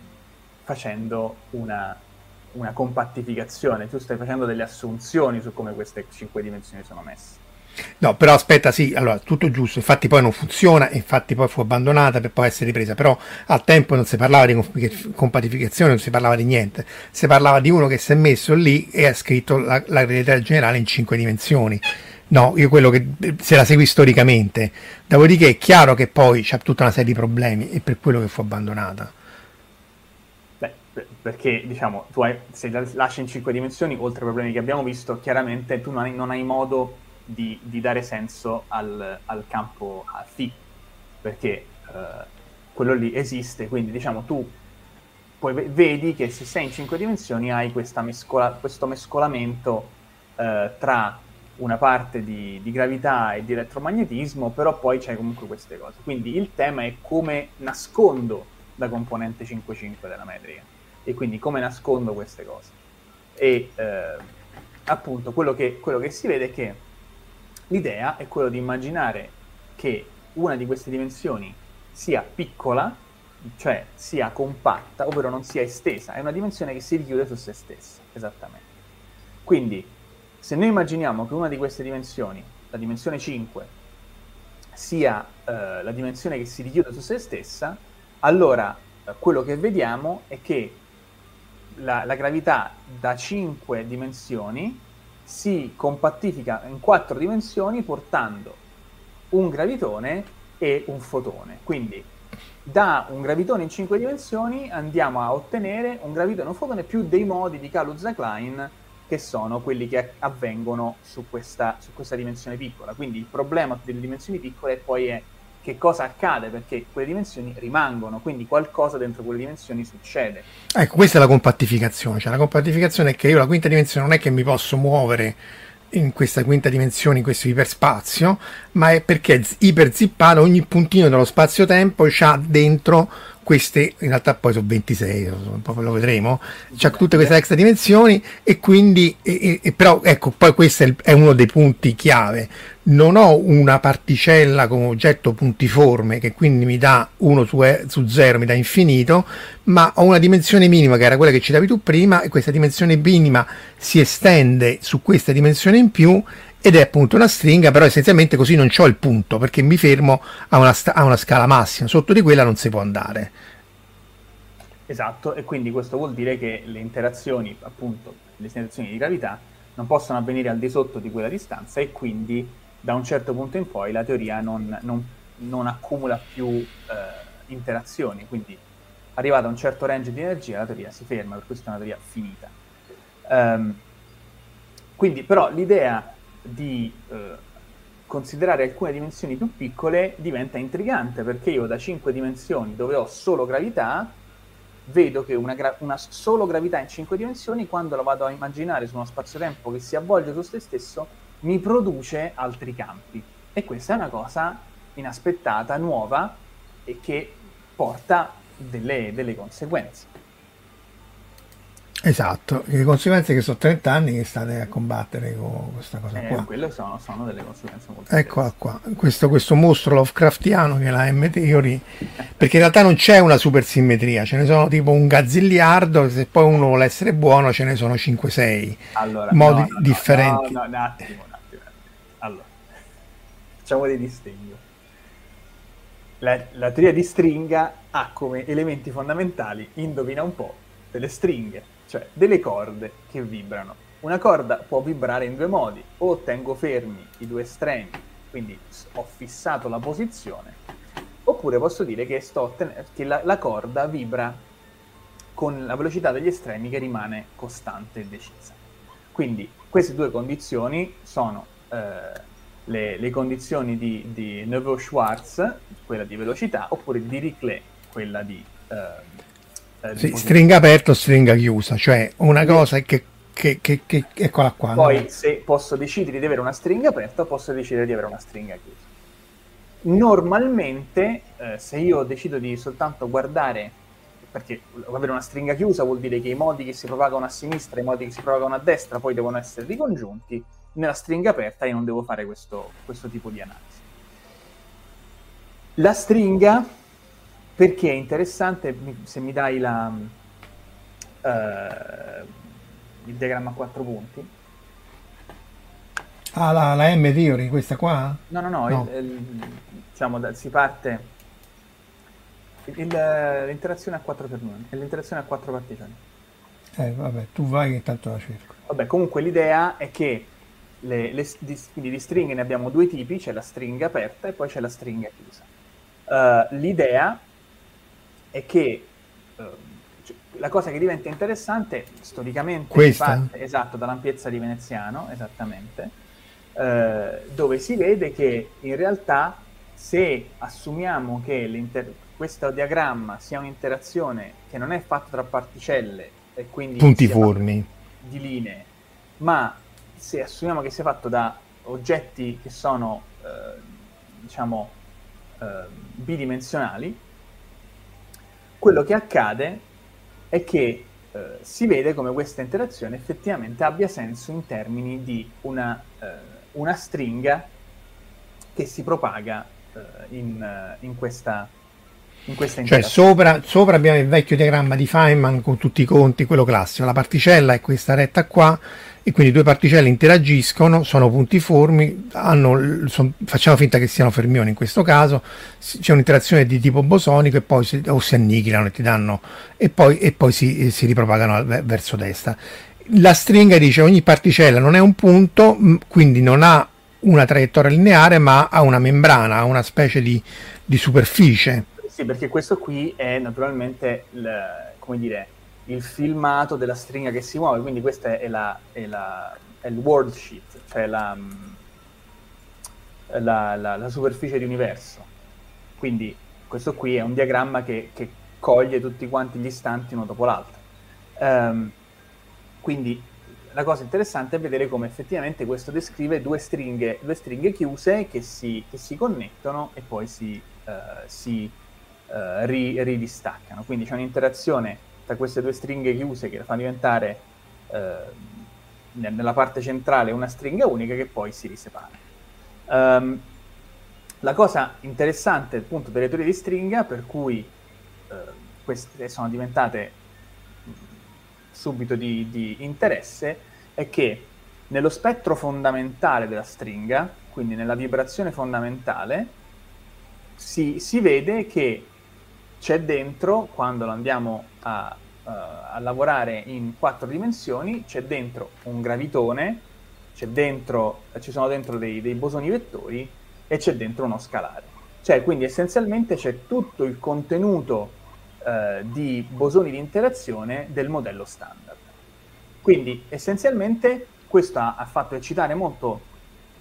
facendo una, una compattificazione, tu stai facendo delle assunzioni su come queste cinque dimensioni sono messe. No, però aspetta, sì, allora, tutto giusto, infatti poi non funziona, infatti poi fu abbandonata per poi essere ripresa, però al tempo non si parlava di compatificazione, non si parlava di niente, si parlava di uno che si è messo lì e ha scritto la, la realtà generale in cinque dimensioni. No, io quello che, se la segui storicamente, dopodiché è chiaro che poi c'è tutta una serie di problemi e per quello che fu abbandonata. Beh, perché diciamo, tu hai, se la lasci in cinque dimensioni, oltre ai problemi che abbiamo visto, chiaramente tu non hai, non hai modo di, di dare senso al, al campo a phi, perché eh, quello lì esiste, quindi diciamo tu poi vedi che se sei in cinque dimensioni hai questa mescola, questo mescolamento eh, tra una parte di, di gravità e di elettromagnetismo, però poi c'è comunque queste cose. Quindi il tema è come nascondo la componente cinque cinque della metria, e quindi come nascondo queste cose. E eh, appunto quello che, quello che si vede è che l'idea è quello di immaginare che una di queste dimensioni sia piccola, cioè sia compatta, ovvero non sia estesa, è una dimensione che si richiude su se stessa, esattamente. Quindi se noi immaginiamo che una di queste dimensioni, la dimensione cinque, sia eh, la dimensione che si richiude su se stessa, allora eh, quello che vediamo è che la, la gravità da cinque dimensioni si compattifica in quattro dimensioni portando un gravitone e un fotone. Quindi da un gravitone in cinque dimensioni andiamo a ottenere un gravitone e un fotone più dei modi di Kaluza-Klein, che sono quelli che avvengono su questa, su questa dimensione piccola. Quindi il problema delle dimensioni piccole poi è che cosa accade, perché quelle dimensioni rimangono, quindi qualcosa dentro quelle dimensioni succede. Ecco, questa è la compattificazione, cioè la compattificazione è che io la quinta dimensione non è che mi posso muovere in questa quinta dimensione, in questo iperspazio, ma è perché è iperzippato, ogni puntino dello spazio-tempo c'ha dentro queste, in realtà poi sono ventisei, poi lo vedremo, c'ha tutte queste extra dimensioni e quindi, e, e, però ecco, poi questo è, il, è uno dei punti chiave. Non ho una particella come oggetto puntiforme che quindi mi dà uno su, su zero, mi dà infinito, ma ho una dimensione minima che era quella che citavi tu prima, e questa dimensione minima si estende su questa dimensione in più ed è appunto una stringa, però essenzialmente così non c'ho il punto, perché mi fermo a una, a una scala massima, sotto di quella non si può andare. Esatto, e quindi questo vuol dire che le interazioni, appunto, le interazioni di gravità non possono avvenire al di sotto di quella distanza, e quindi da un certo punto in poi la teoria non, non, non accumula più eh, interazioni, quindi arrivata a un certo range di energia la teoria si ferma, per questo è una teoria finita. Um, quindi però l'idea di eh, considerare alcune dimensioni più piccole diventa intrigante, perché io da cinque dimensioni dove ho solo gravità vedo che una, gra- una solo gravità in cinque dimensioni, quando la vado a immaginare su uno spazio-tempo che si avvolge su se stesso, mi produce altri campi. E questa è una cosa inaspettata, nuova, e che porta delle, delle conseguenze. Esatto, le conseguenze che sono trenta anni che state a combattere con questa cosa Eh, qua. quelle sono, sono delle conseguenze molto Eccola qua, questo, questo mostro Lovecraftiano che è la M-Theory, perché in realtà non c'è una supersimmetria, ce ne sono tipo un gazzilliardo, se poi uno vuole essere buono ce ne sono cinque sei allora, modi no, no, differenti. No, no, un attimo, un attimo. Allora, facciamo dei distinguo. La, la teoria di stringa ha come elementi fondamentali, indovina un po', delle stringhe, cioè delle corde che vibrano. Una corda può vibrare in due modi: o tengo fermi i due estremi, quindi ho fissato la posizione, oppure posso dire che, sto ten- che la, la corda vibra con la velocità degli estremi che rimane costante e decisa. Quindi queste due condizioni sono eh, le, le condizioni di, di Neveu-Schwarz, quella di velocità, oppure di Dirichlet, quella di... Eh, eh, di Sì, posizione. stringa aperta o stringa chiusa, cioè una cosa che, che, che, che eccola qua. Poi no? se posso decidere di avere una stringa aperta, posso decidere di avere una stringa chiusa. Normalmente, eh, se io decido di soltanto guardare, perché avere una stringa chiusa vuol dire che i modi che si propagano a sinistra e i modi che si propagano a destra poi devono essere ricongiunti, nella stringa aperta io non devo fare questo, questo tipo di analisi. La stringa, perché è interessante, se mi dai la, uh, il diagramma a quattro punti. Ah, la, la M-Theory, questa qua? No, no, no, No. il, il, diciamo, da, si parte... Il, il, l'interazione a quattro per nove, è l'interazione a quattro particelle. Eh, vabbè, tu vai che intanto la cerco. Vabbè, comunque l'idea è che le, le, di, quindi di stringhe ne abbiamo due tipi, c'è la stringa aperta e poi c'è la stringa chiusa. Uh, l'idea è che uh, cioè, la cosa che diventa interessante storicamente Questa? parte, esatto, dall'ampiezza di Veneziano, esattamente, uh, dove si vede che in realtà se assumiamo che questo diagramma sia un'interazione che non è fatta tra particelle e quindi puntiformi di linee, ma se assumiamo che sia fatto da oggetti che sono eh, diciamo eh, bidimensionali, quello che accade è che eh, si vede come questa interazione effettivamente abbia senso in termini di una, eh, una stringa che si propaga eh, in, in questa in questa cioè sopra, sopra abbiamo il vecchio diagramma di Feynman con tutti i conti, quello classico, la particella è questa retta qua e quindi due particelle interagiscono, sono puntiformi, hanno, son, facciamo finta che siano fermioni in questo caso, c'è un'interazione di tipo bosonico e poi si, o si annichilano e ti danno e poi, e poi si, si ripropagano verso destra. La stringa dice ogni particella non è un punto, quindi non ha una traiettoria lineare ma ha una membrana, ha una specie di, di superficie. Sì, perché questo qui è naturalmente il, come dire, il filmato della stringa che si muove, quindi questa è, la, è, la, è il world sheet, cioè la, la, la, la superficie di universo. Quindi questo qui è un diagramma che, che coglie tutti quanti gli istanti uno dopo l'altro. Um, quindi la cosa interessante è vedere come effettivamente questo descrive due stringhe, due stringhe chiuse che si, che si connettono e poi si, uh, si uh, ri, ridistaccano. Quindi c'è un'interazione tra queste due stringhe chiuse che la fanno diventare uh, nella parte centrale una stringa unica che poi si risepara. Um, la cosa interessante appunto delle teorie di stringa, per cui uh, queste sono diventate subito di, di interesse, è che nello spettro fondamentale della stringa, quindi nella vibrazione fondamentale, si, si vede che c'è dentro, quando lo andiamo a, uh, a lavorare in quattro dimensioni, c'è dentro un gravitone, c'è dentro, ci sono dentro dei, dei bosoni vettori e c'è dentro uno scalare. Cioè, quindi essenzialmente c'è tutto il contenuto Uh, di bosoni di interazione del modello standard. Quindi essenzialmente questo ha, ha fatto eccitare molto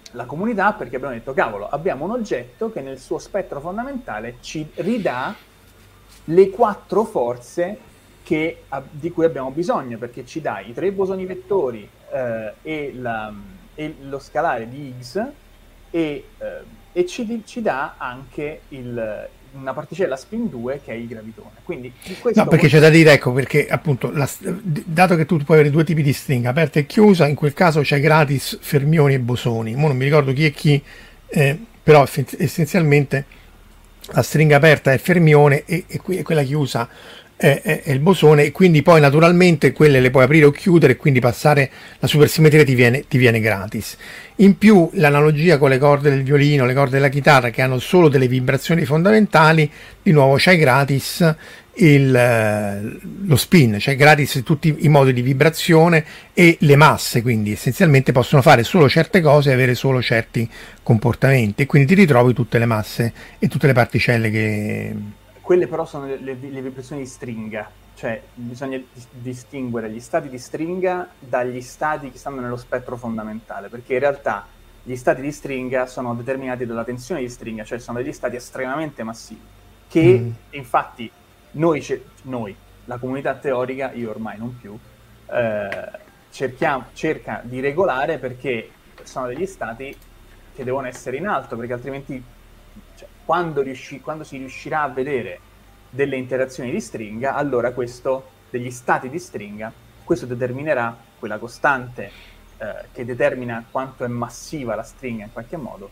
la comunità perché abbiamo detto, cavolo, abbiamo un oggetto che nel suo spettro fondamentale ci ridà le quattro forze che, di cui abbiamo bisogno, perché ci dà i tre bosoni vettori eh, e, la, e lo scalare di Higgs e, eh, e ci, ci dà anche il, una particella spin due che è il gravitone. Quindi questo no, perché c'è da dire, ecco, perché appunto la, dato che tu puoi avere due tipi di stringa, aperta e chiusa, in quel caso c'è gratis fermioni e bosoni. Mo non mi ricordo chi è chi, eh, però essenzialmente la stringa aperta è fermione e, e, e quella chiusa è, è, è il bosone, e quindi poi naturalmente quelle le puoi aprire o chiudere, e quindi passare la supersimmetria ti viene, ti viene gratis. In più l'analogia con le corde del violino, le corde della chitarra che hanno solo delle vibrazioni fondamentali, di nuovo c'hai gratis il, lo spin, cioè gratis tutti i modi di vibrazione e le masse, quindi essenzialmente possono fare solo certe cose e avere solo certi comportamenti, e quindi ti ritrovi tutte le masse e tutte le particelle che... Quelle però sono le, le, le vibrazioni di stringa, cioè bisogna distinguere gli stati di stringa dagli stati che stanno nello spettro fondamentale, perché in realtà gli stati di stringa sono determinati dalla tensione di stringa, cioè sono degli stati estremamente massivi, che mm. infatti noi, noi, la comunità teorica, io ormai non più, eh, cerchiamo, cerca di regolare, perché sono degli stati che devono essere in alto, perché altrimenti... Cioè, Quando, riusci, quando si riuscirà a vedere delle interazioni di stringa, allora questo, degli stati di stringa, questo determinerà quella costante eh, che determina quanto è massiva la stringa in qualche modo,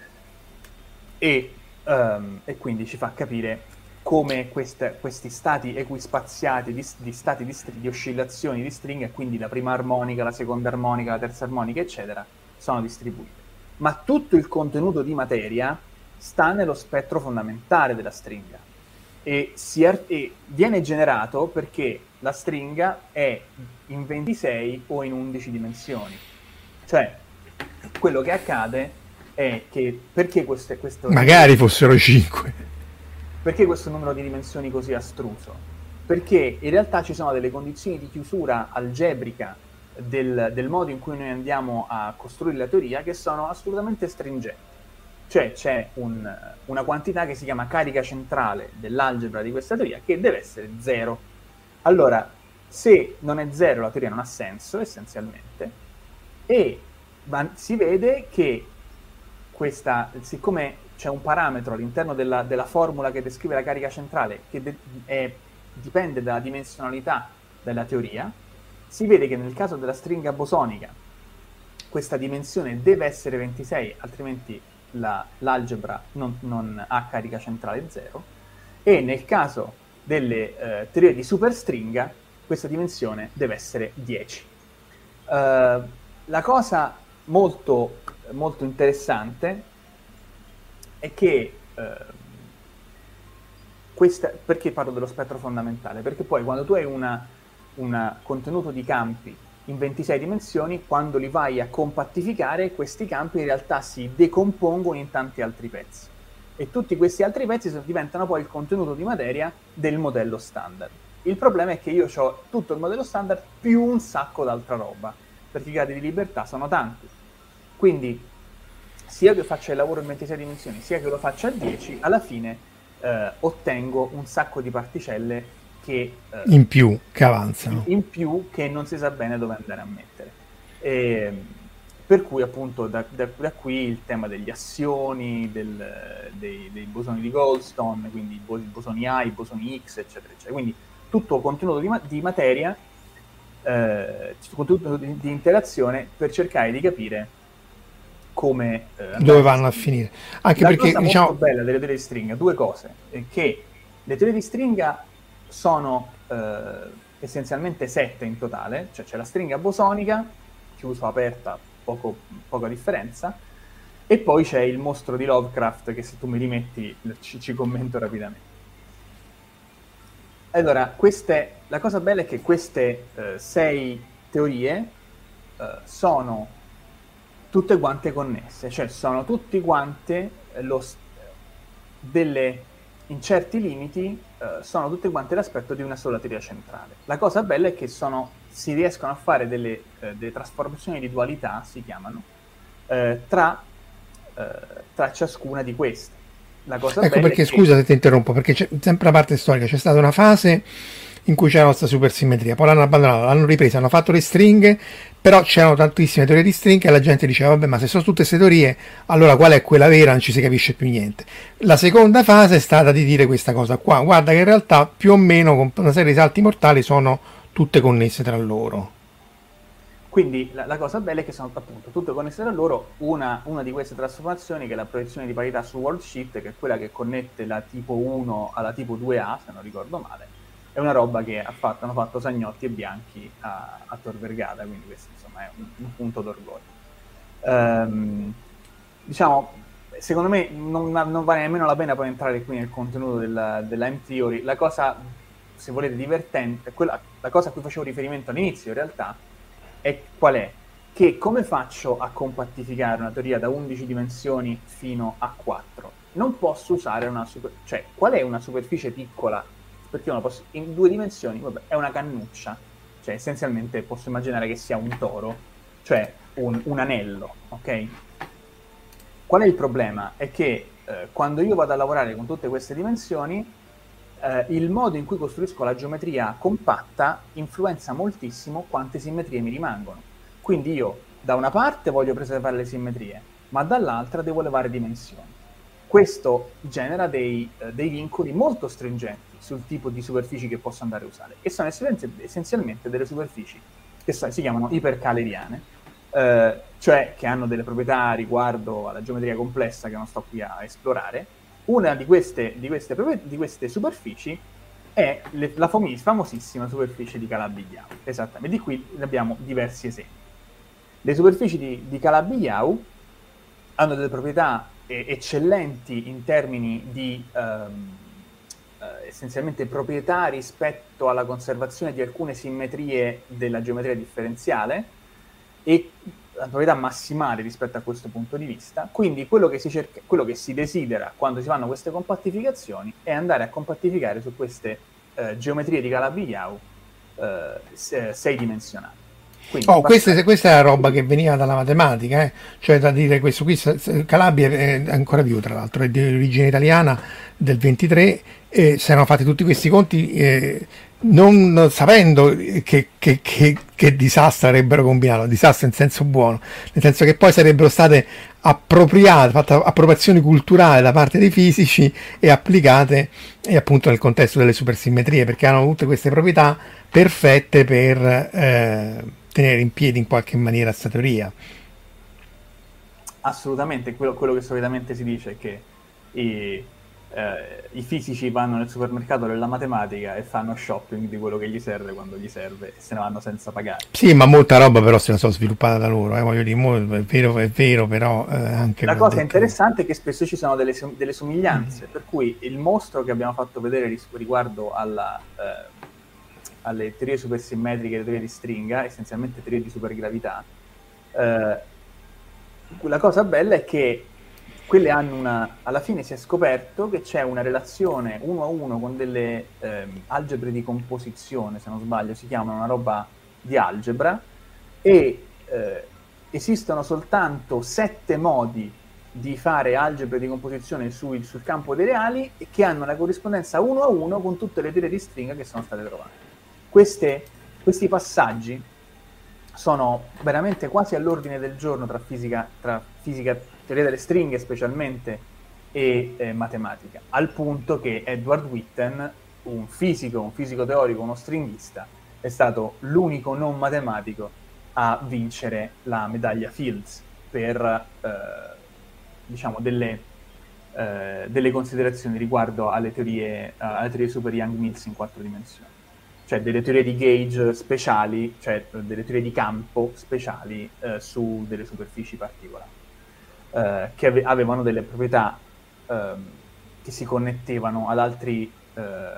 e, um, e quindi ci fa capire come queste, questi stati equispaziati di, di stati di, str- di oscillazioni di stringa, quindi la prima armonica, la seconda armonica, la terza armonica, eccetera, sono distribuite. Ma tutto il contenuto di materia sta nello spettro fondamentale della stringa e, si ar- e viene generato perché la stringa è in ventisei o in undici dimensioni. Cioè, quello che accade è che perché queste, questo magari fossero cinque, perché questo numero di dimensioni così astruso? Perché in realtà ci sono delle condizioni di chiusura algebrica del, del modo in cui noi andiamo a costruire la teoria che sono assolutamente stringenti. Cioè c'è un, una quantità che si chiama carica centrale dell'algebra di questa teoria che deve essere zero. Allora, se non è zero la teoria non ha senso, essenzialmente, e ma si vede che questa, siccome c'è un parametro all'interno della, della formula che descrive la carica centrale che de- è, dipende dalla dimensionalità della teoria, si vede che nel caso della stringa bosonica questa dimensione deve essere ventisei, altrimenti La, l'algebra non, non ha carica centrale zero, e nel caso delle eh, teorie di superstringa questa dimensione deve essere dieci. Uh, la cosa molto, molto interessante è che uh, questa, perché parlo dello spettro fondamentale? Perché poi quando tu hai un contenuto di campi in ventisei dimensioni, quando li vai a compattificare, questi campi in realtà si decompongono in tanti altri pezzi. E tutti questi altri pezzi diventano poi il contenuto di materia del modello standard. Il problema è che io ho tutto il modello standard più un sacco d'altra roba, perché i gradi di libertà sono tanti. Quindi, sia che faccia il lavoro in ventisei dimensioni, sia che lo faccia a dieci, alla fine eh, ottengo un sacco di particelle che eh, in più che avanzano in più che non si sa bene dove andare a mettere, e, per cui appunto da, da, da qui il tema degli assioni, del, dei, dei bosoni di Goldstone, quindi i bosoni A, i bosoni X, eccetera eccetera, quindi tutto contenuto di, di materia, eh, contenuto di, di interazione, per cercare di capire come eh, dove vanno a finire, anche la perché cosa diciamo molto bella delle teorie di stringa, due cose, è che le teorie di stringa sono eh, essenzialmente sette in totale, cioè c'è la stringa bosonica, chiusa o aperta, poco, poca differenza, e poi c'è il mostro di Lovecraft che se tu mi rimetti ci, ci commento rapidamente. Allora, queste, la cosa bella è che queste eh, sei teorie eh, sono tutte quante connesse, cioè sono tutte quante lo, delle... in certi limiti eh, sono tutte quante l'aspetto di una sola teoria centrale. La cosa bella è che sono, si riescono a fare delle, eh, delle trasformazioni di dualità, si chiamano, eh, tra, eh, tra ciascuna di queste. La cosa ecco bella perché, è che... scusa se ti interrompo, perché c'è sempre la parte storica, c'è stata una fase in cui c'era questa supersimmetria, poi l'hanno abbandonata, l'hanno ripresa, hanno fatto le stringhe, però c'erano tantissime teorie di stringhe e la gente diceva vabbè, ma se sono tutte queste teorie, allora qual è quella vera? Non ci si capisce più niente. La seconda fase è stata di dire questa cosa qua, guarda che in realtà più o meno con una serie di salti mortali sono tutte connesse tra loro. Quindi la, la cosa bella è che sono appunto tutte connesse tra loro. Una, una di queste trasformazioni, che è la proiezione di parità su World Shift, che è quella che connette la tipo uno alla tipo due A, se non ricordo male, è una roba che ha fatto, hanno fatto Sagnotti e Bianchi a, a Tor Vergata, quindi questo insomma è un, un punto d'orgoglio. Ehm, diciamo, secondo me non, non vale nemmeno la pena poi entrare qui nel contenuto della, della M-Theory. La cosa, se volete, divertente, quella, la cosa a cui facevo riferimento all'inizio in realtà, è qual è? Che come faccio a compattificare una teoria da undici dimensioni fino a quattro? Non posso usare una super... cioè, qual è una superficie piccola? Perché io non posso... in due dimensioni, vabbè, è una cannuccia. Cioè, essenzialmente posso immaginare che sia un toro, cioè un, un anello, ok? Qual è il problema? È che eh, quando io vado a lavorare con tutte queste dimensioni, Uh, il modo in cui costruisco la geometria compatta influenza moltissimo quante simmetrie mi rimangono. Quindi io da una parte voglio preservare le simmetrie, ma dall'altra devo levare dimensioni. Questo genera dei, uh, dei vincoli molto stringenti sul tipo di superfici che posso andare a usare, e sono essenzialmente delle superfici che si chiamano ipercaleriane, uh, cioè che hanno delle proprietà riguardo alla geometria complessa che non sto qui a esplorare. Una di queste, di queste, di queste superfici è le, la fam- famosissima superficie di Calabi-Yau. Esattamente, di qui ne abbiamo diversi esempi. Le superfici di, di Calabi-Yau hanno delle proprietà eh, eccellenti in termini di ehm, eh, essenzialmente proprietà rispetto alla conservazione di alcune simmetrie della geometria differenziale e la proprietà massimale rispetto a questo punto di vista. Quindi quello che si cerca, quello che si desidera quando si fanno queste compattificazioni è andare a compattificare su queste eh, geometrie di Calabi-Yau eh, seidimensionali. Quindi, oh, questa, questa è la roba che veniva dalla matematica, eh? Cioè da dire questo qui, Calabia è ancora più tra l'altro, è di origine italiana del ventitré, e si erano fatti tutti questi conti eh, non sapendo che, che, che, che disastro avrebbero combinato, disastro in senso buono, nel senso che poi sarebbero state appropriate, fatte appropriazioni culturali da parte dei fisici e applicate e appunto nel contesto delle supersimmetrie, perché hanno tutte queste proprietà perfette per eh, tenere in piedi in qualche maniera questa teoria. Assolutamente, quello, quello che solitamente si dice è che i, eh, i fisici vanno nel supermercato della matematica e fanno shopping di quello che gli serve quando gli serve e se ne vanno senza pagare. Sì, ma molta roba però se la sono sviluppata da loro, eh, voglio dire, molto, è vero, è vero, però eh, anche... La cosa interessante è che spesso ci sono delle, delle somiglianze, mm. per cui il mostro che abbiamo fatto vedere riguardo alla... Eh, alle teorie supersimmetriche, le teorie di stringa, essenzialmente teorie di supergravità, eh, la cosa bella è che quelle hanno una, alla fine si è scoperto che c'è una relazione uno a uno con delle eh, algebre di composizione, se non sbaglio, si chiamano una roba di algebra, e eh, esistono soltanto sette modi di fare algebre di composizione sul, sul campo dei reali e che hanno la corrispondenza uno a uno con tutte le teorie di stringa che sono state trovate. Queste, questi passaggi sono veramente quasi all'ordine del giorno tra fisica, tra fisica, teoria delle stringhe specialmente, e eh, matematica, al punto che Edward Witten, un fisico, un fisico teorico, uno stringhista, è stato l'unico non matematico a vincere la medaglia Fields per eh, diciamo delle, eh, delle considerazioni riguardo alle teorie, uh, alle teorie super Young-Mills in quattro dimensioni. Cioè delle teorie di gauge speciali, cioè delle teorie di campo speciali eh, su delle superfici particolari, eh, che ave- avevano delle proprietà eh, che si connettevano ad altri, eh,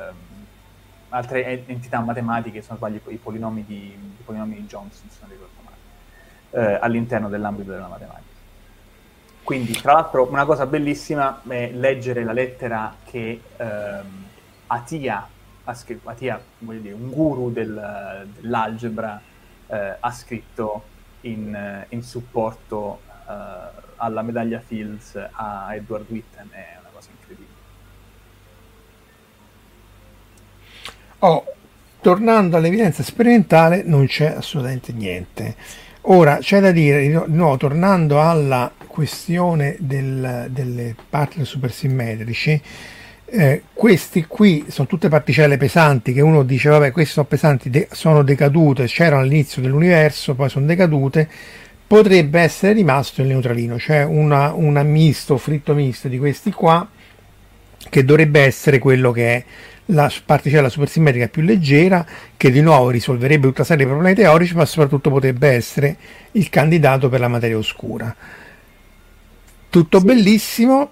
altre entità matematiche, se non sbaglio i polinomi di, i polinomi di Johnson, se non ricordo male, eh, all'interno dell'ambito della matematica. Quindi, tra l'altro, una cosa bellissima è leggere la lettera che ehm, Atiyah ha scritto, Atiyah, voglio dire, un guru del, dell'algebra, eh, ha scritto in, in supporto alla, uh, alla medaglia Fields a Edward Witten è una cosa incredibile. Oh, tornando all'evidenza sperimentale, non c'è assolutamente niente. Ora c'è da dire, no, tornando alla questione del, delle partner supersimmetrici, eh, questi qui sono tutte particelle pesanti che uno dice vabbè, queste sono pesanti, de- sono decadute, c'erano all'inizio dell'universo, poi sono decadute. Potrebbe essere rimasto il neutralino, cioè una, un misto, fritto misto di questi qua, che dovrebbe essere quello che è la particella supersimmetrica più leggera, che di nuovo risolverebbe tutta una serie di problemi teorici, ma soprattutto potrebbe essere il candidato per la materia oscura. Tutto sì. Bellissimo.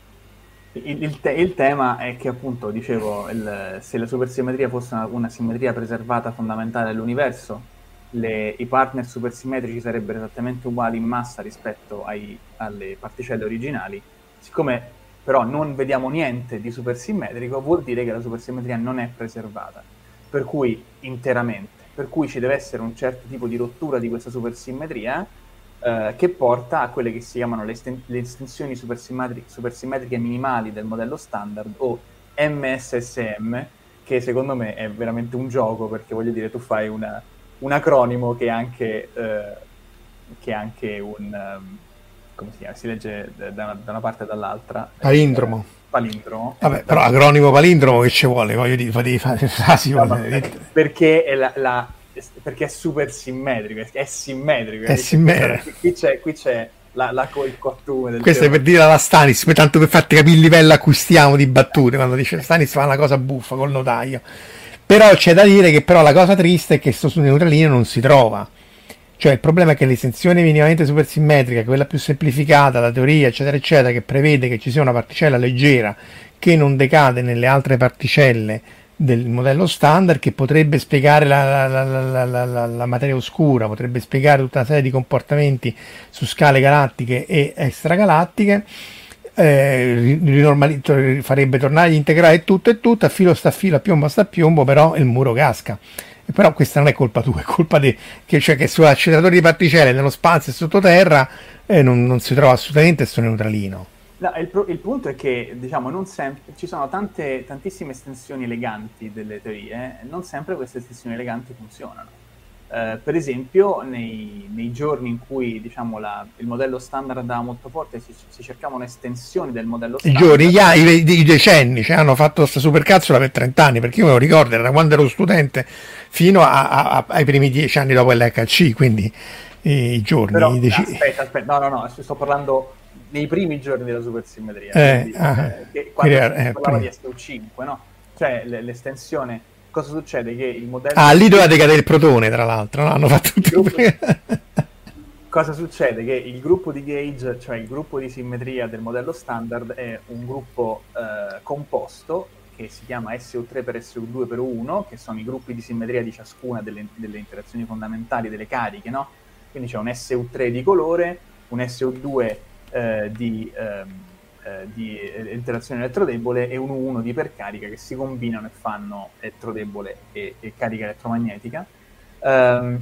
Il, il, te- il tema è che, appunto, dicevo, il, se la supersimmetria fosse una, una simmetria preservata fondamentale dell'universo, le, i partner supersimmetrici sarebbero esattamente uguali in massa rispetto ai, alle particelle originali. Siccome però non vediamo niente di supersimmetrico, vuol dire che la supersimmetria non è preservata, per cui interamente, per cui ci deve essere un certo tipo di rottura di questa supersimmetria eh, che porta a quelle che si chiamano le, esten- le estensioni supersimmetri- supersimmetriche minimali del modello standard, o M S S M, che secondo me è veramente un gioco, perché voglio dire, tu fai una, un acronimo che è anche, eh, che è anche un... Um, come si chiama? Si legge da una, da una parte e dall'altra. Palindromo. Eh, palindromo. Vabbè, eh, però acronimo palindromo che ci vuole, voglio dire, devi fare frasi. No, perché è la, la perché è super simmetrico, è simmetrico. È simmetrico. Qui, qui c'è, qui c'è la, la, il costume del Questo gioco. È per dire alla Stanis, tanto per farti capire il livello a cui stiamo di battute, quando dice Stanis fa una cosa buffa col notaio. Però c'è da dire che però la cosa triste è che sto su neutralino non si trova. Cioè il problema è che l'estensione minimamente supersimmetrica, quella più semplificata, la teoria eccetera eccetera, che prevede che ci sia una particella leggera che non decade nelle altre particelle del modello standard, che potrebbe spiegare la, la, la, la, la, la materia oscura, potrebbe spiegare tutta una serie di comportamenti su scale galattiche e extragalattiche, eh, rinormali- farebbe tornare gli integrali e tutto e tutto, a filo sta a filo, a piombo sta a piombo, però il muro casca. Però questa non è colpa tua, è colpa di che, cioè, che sull'acceleratore di particelle nello spazio e sottoterra eh, non, non si trova assolutamente questo neutralino. No, il, pro- il punto è che, diciamo, non sempre ci sono tante, tantissime estensioni eleganti delle teorie, non sempre queste estensioni eleganti funzionano. Uh, per esempio, nei, nei giorni in cui, diciamo, la, il modello standard andava molto forte, si, si cercavano estensioni del modello standard. I giorni, gli, i, i decenni, cioè, hanno fatto questa supercazzola per trenta anni, perché io me lo ricordo, era quando ero studente fino a, a, ai primi dieci anni dopo l'H C, quindi eh, i giorni. Però, i dec- aspetta, aspetta, no, no, no, sto parlando nei primi giorni della supersimmetria, eh, quindi, ah, eh, che quando eh, si parlava prima. di S U cinque, no? Cioè l- l'estensione. Cosa succede? Che il modello... Ah, lì doveva decadere il protone, tra l'altro, no? Hanno fatto tutto gruppo... Cosa succede? Che il gruppo di gauge, cioè il gruppo di simmetria del modello standard, è un gruppo eh, composto che si chiama S U tre per S U due per U uno, che sono i gruppi di simmetria di ciascuna delle, delle interazioni fondamentali delle cariche, no? Quindi c'è un S U tre di colore, un S U due eh, di... Ehm, di interazione elettrodebole e un U uno di ipercarica, che si combinano e fanno elettrodebole e, e carica elettromagnetica. Um,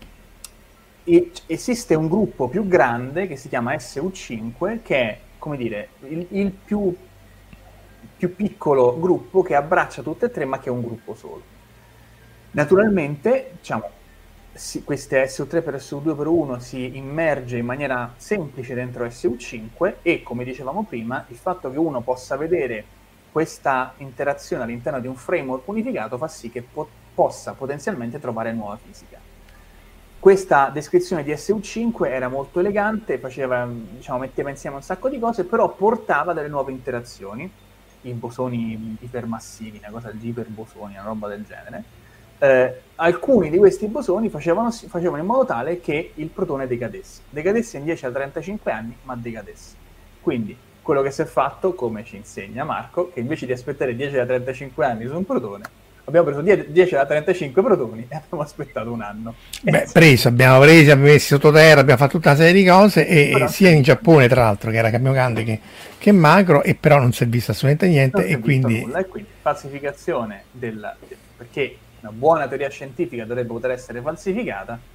e, esiste un gruppo più grande che si chiama S U cinque, che è, come dire, il, il più, più piccolo gruppo che abbraccia tutte e tre, ma che è un gruppo solo. Naturalmente, diciamo, Si, queste S U tre per S U due per U uno si immerge in maniera semplice dentro S U cinque, e, come dicevamo prima, il fatto che uno possa vedere questa interazione all'interno di un framework unificato fa sì che po- possa potenzialmente trovare nuova fisica. Questa descrizione di S U cinque era molto elegante, faceva, diciamo, metteva insieme un sacco di cose, però portava delle nuove interazioni, i bosoni ipermassivi, una cosa di iperbosoni, una roba del genere. Eh, alcuni di questi bosoni facevano, facevano in modo tale che il protone decadesse. Decadesse in dieci a trentacinque anni, ma decadesse. Quindi, quello che si è fatto, come ci insegna Marco, che invece di aspettare dieci a trentacinque anni su un protone, abbiamo preso dieci a trentacinque protoni e abbiamo aspettato un anno. Beh, preso, abbiamo presi, abbiamo messi sottoterra, abbiamo fatto tutta una serie di cose, e, però, sia in Giappone, tra l'altro, che era Kamiokande, che, che macro, e però non si è visto assolutamente niente, e quindi... nulla, e quindi falsificazione del... perché una buona teoria scientifica dovrebbe poter essere falsificata,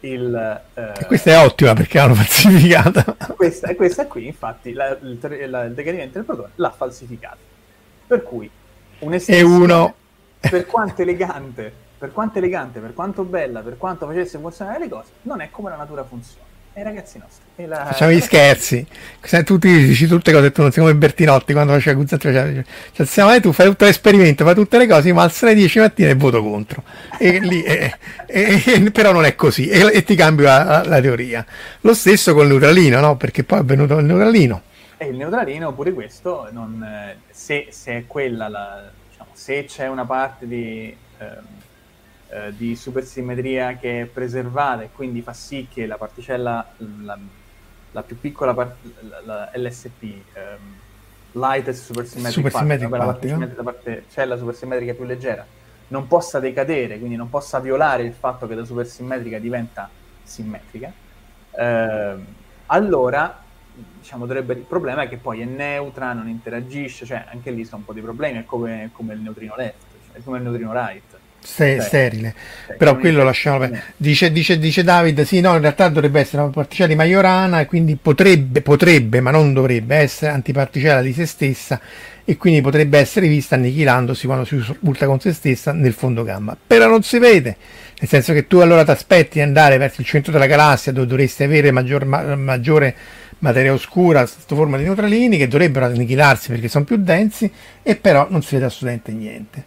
il, eh, questa è ottima perché l'hanno falsificata. Questa, questa qui, infatti, la, il, il decadimento del protone l'ha falsificata. Per cui un'estensione, uno... per quanto elegante, per quanto elegante, per quanto bella, per quanto facesse funzionare le cose, non è come la natura funziona. E i ragazzi nostri. E la... Facciamo gli scherzi. Tu ti dici tutte cose, tu non sei come Bertinotti quando faceva Guzzanti, faceva, cioè, siamo, tu fai tutto l'esperimento, fai tutte le cose, ma alzo alle dieci mattina e voto contro. E lì, e, e, e, però non è così, e, e ti cambio la, la teoria. Lo stesso col neutralino, no? Perché poi è venuto il neutralino. E il neutralino, pure questo, non, se, se è quella, la, diciamo, se c'è una parte di... Ehm, di supersimmetria che è preservata e quindi fa sì che la particella, la, la più piccola part- la, la L S P, um, lightest supersymmetric, supersymmetric part, part, la, parte, la particella supersimmetrica più leggera, non possa decadere, quindi non possa violare il fatto che la supersimmetrica diventa simmetrica, eh, allora diciamo dovrebbe, il problema è che poi è neutra, non interagisce, cioè anche lì sono un po' di problemi, è come, come il neutrino left, cioè è come il neutrino right. Ste- sterile, cioè, però quello lasciamo. Dice, dice, dice David: sì, no, in realtà dovrebbe essere una particella di Majorana e quindi potrebbe, potrebbe, ma non dovrebbe essere antiparticella di se stessa e quindi potrebbe essere vista annichilandosi quando si ultra con se stessa nel fondo gamma. Però non si vede, nel senso che tu allora ti aspetti di andare verso il centro della galassia dove dovresti avere maggior, ma, maggiore materia oscura sotto forma di neutralini che dovrebbero annichilarsi perché sono più densi, e però non si vede assolutamente niente.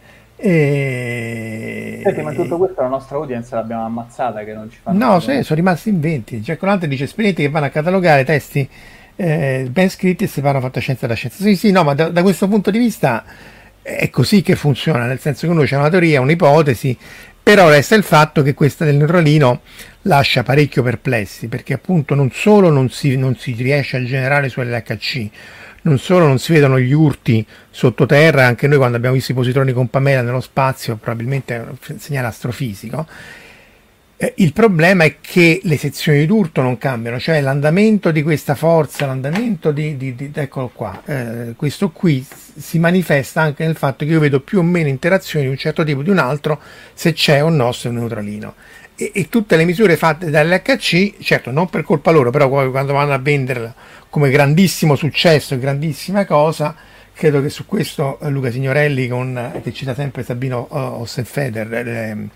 E... Senti, ma tutto questo la nostra audience l'abbiamo ammazzata che non ci fanno. No, sì, sono rimasti in venti. Jack O'Lantern dice: esperimenti che vanno a catalogare testi eh, ben scritti e separano fantascienza da scienza. Sì, sì, no, ma da, da questo punto di vista è così che funziona, nel senso che uno c'è una teoria, un'ipotesi, però resta il fatto che questa del neutralino lascia parecchio perplessi, perché appunto non solo non si, non si riesce a generare su L H C, non solo non si vedono gli urti sottoterra, anche noi quando abbiamo visto i positroni con Pamela nello spazio, probabilmente è un segnale astrofisico. Eh, il problema è che le sezioni d'urto non cambiano, cioè l'andamento di questa forza, l'andamento di, di, di eccolo qua, eh, questo qui si manifesta anche nel fatto che io vedo più o meno interazioni di un certo tipo di un altro se c'è o no se è un neutralino. E, e tutte le misure fatte dall'H C, certo non per colpa loro, però quando vanno a venderla come grandissimo successo e grandissima cosa, credo che su questo eh, Luca Signorelli, con, che cita sempre Sabino Ossenfeder, eh,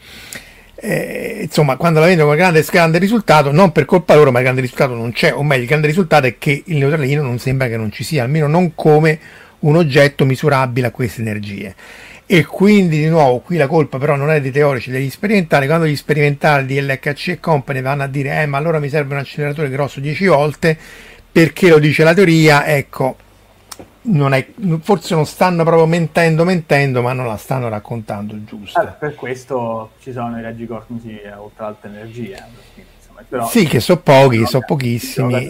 eh, insomma, quando la vendono come grande, grande risultato, non per colpa loro, ma il grande risultato non c'è, o meglio il grande risultato è che il neutralino non sembra che non ci sia, almeno non come un oggetto misurabile a queste energie. E quindi di nuovo qui la colpa però non è dei teorici, degli sperimentali. Quando gli sperimentali di L H C e company vanno a dire eh ma allora mi serve un acceleratore grosso dieci volte perché lo dice la teoria, ecco, non è, forse non stanno proprio mentendo mentendo ma non la stanno raccontando giusto. Allora, per questo ci sono i raggi cosmici a ultra alta energia, insomma, però, sì, che sono pochi, sono pochissimi,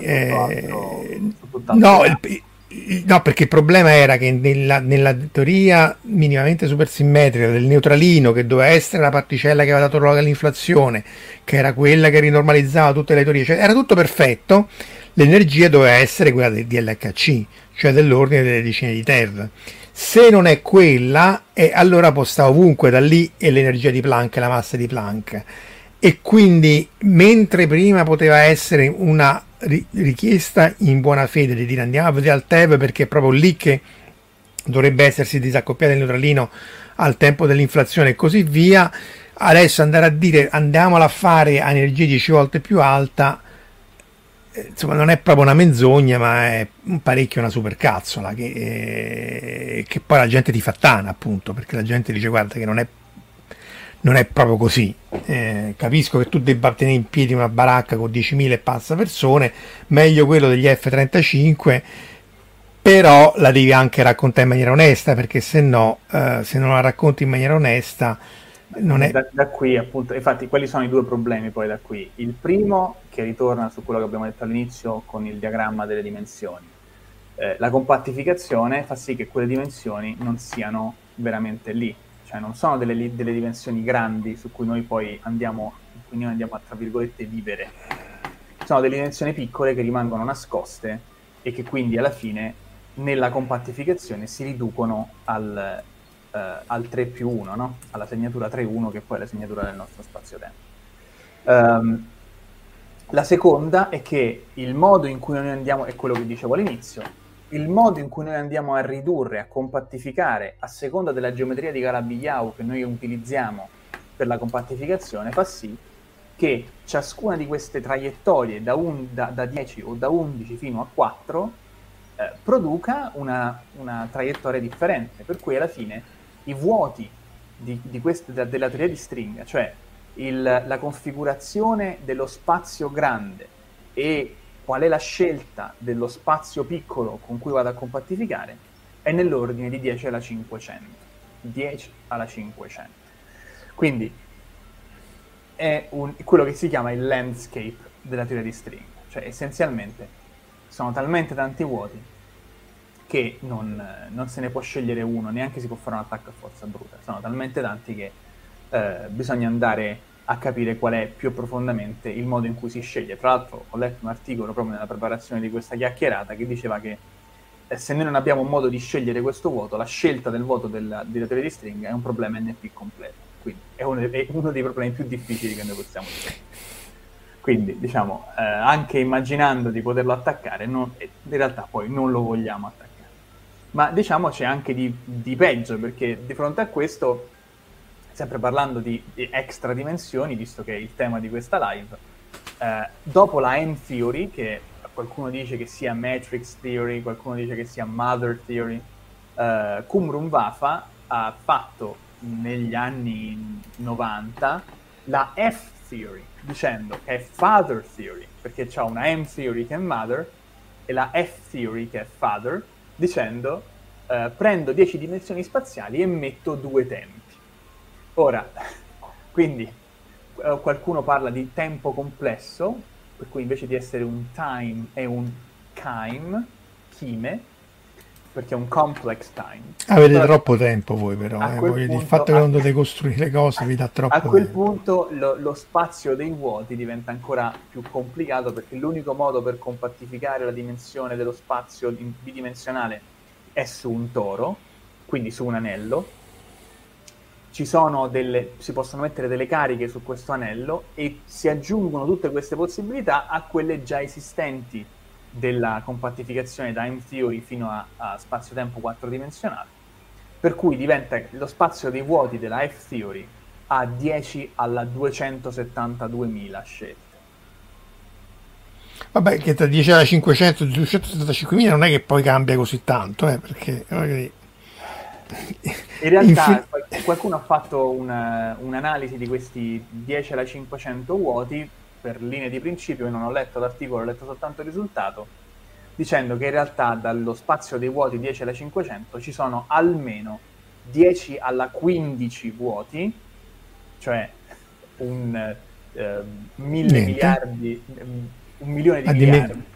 eh, no il, No, perché il problema era che nella, nella teoria minimamente supersimmetrica del neutralino, che doveva essere la particella che aveva dato luogo all'inflazione, che era quella che rinormalizzava tutte le teorie, cioè era tutto perfetto, l'energia doveva essere quella di L H C, cioè dell'ordine delle decine di TeV. Se non è quella, eh, allora può stare ovunque da lì è l'energia di Planck, la massa di Planck. E quindi, mentre prima poteva essere una richiesta in buona fede di dire andiamo a vedere al TeV perché è proprio lì che dovrebbe essersi disaccoppiato il neutralino al tempo dell'inflazione e così via, adesso andare a dire andiamola a fare a energia dieci volte più alta, insomma non è proprio una menzogna ma è un parecchio una supercazzola che, eh, che poi la gente ti fa tana, appunto, perché la gente dice guarda che non è non è proprio così, eh, capisco che tu debba tenere in piedi una baracca con diecimila e passa persone, meglio quello degli F trentacinque, però la devi anche raccontare in maniera onesta, perché se no, eh, se non la racconti in maniera onesta non è... Da, da qui appunto, infatti quali sono i due problemi poi da qui? Il primo, che ritorna su quello che abbiamo detto all'inizio con il diagramma delle dimensioni, eh, la compattificazione fa sì che quelle dimensioni non siano veramente lì, cioè non sono delle, delle dimensioni grandi su cui noi poi andiamo, in cui noi andiamo a tra virgolette vivere, sono delle dimensioni piccole che rimangono nascoste e che quindi alla fine nella compattificazione si riducono al, eh, al tre più uno, no? Alla segnatura tre uno che poi è la segnatura del nostro spazio-tempo. Um, La seconda è che il modo in cui noi andiamo, è quello che dicevo all'inizio, il modo in cui noi andiamo a ridurre, a compattificare, a seconda della geometria di Calabi-Yau che noi utilizziamo per la compattificazione, fa sì che ciascuna di queste traiettorie da, un, da, da dieci o da undici fino a quattro eh, produca una, una traiettoria differente, per cui alla fine i vuoti di, di queste, da, della teoria di stringa, cioè il, la configurazione dello spazio grande e qual è la scelta dello spazio piccolo con cui vado a compattificare, è nell'ordine di dieci alla cinquecento. dieci alla cinquecento. Quindi è un, quello che si chiama il landscape della teoria di stringa, cioè essenzialmente sono talmente tanti vuoti che non, non se ne può scegliere uno, neanche si può fare un attacco a forza bruta, sono talmente tanti che eh, bisogna andare a capire qual è più profondamente il modo in cui si sceglie. Tra l'altro ho letto un articolo proprio nella preparazione di questa chiacchierata che diceva che eh, se noi non abbiamo un modo di scegliere questo vuoto, la scelta del vuoto della, della teoria di stringa è un problema N P completo, quindi è uno, è uno dei problemi più difficili che noi possiamo avere. Quindi diciamo, eh, anche immaginando di poterlo attaccare, non, in realtà poi non lo vogliamo attaccare. Ma diciamo c'è anche di, di peggio, perché di fronte a questo, sempre parlando di, di extra dimensioni, visto che è il tema di questa live, eh, dopo la M-Theory, che qualcuno dice che sia Matrix Theory, qualcuno dice che sia Mother Theory, eh, Qumran Vafa ha fatto negli anni novanta la F-Theory, dicendo che è Father Theory, perché c'ha una M-Theory che è Mother e la F-Theory che è Father, dicendo eh, prendo dieci dimensioni spaziali e metto due tempi. Ora, quindi eh, qualcuno parla di tempo complesso, per cui invece di essere un time è un chime, chime, perché è un complex time. Avete Però, troppo tempo voi però, eh, voi, punto, il fatto che non dovete costruire le cose vi dà troppo tempo. A quel tempo. punto lo, lo spazio dei vuoti diventa ancora più complicato, perché l'unico modo per compattificare la dimensione dello spazio bidimensionale è su un toro, quindi su un anello. Ci sono delle, si possono mettere delle cariche su questo anello e si aggiungono tutte queste possibilità a quelle già esistenti della compattificazione da M-Theory fino a, a spazio-tempo quattridimensionale, per cui diventa lo spazio dei vuoti della F-Theory a dieci alla duecentosettantaduemila scelte. Vabbè, che tra dieci alla cinquecento e duecentosettantacinquemila non è che poi cambia così tanto, eh, perché magari... in realtà Infin- qualcuno ha fatto una, un'analisi di questi dieci alla cinquecento vuoti per linee di principio. Io non ho letto l'articolo, ho letto soltanto il risultato, dicendo che in realtà dallo spazio dei vuoti dieci alla cinquecento ci sono almeno dieci alla quindici vuoti, cioè un eh, mille Niente. miliardi, un milione di ah, miliardi di,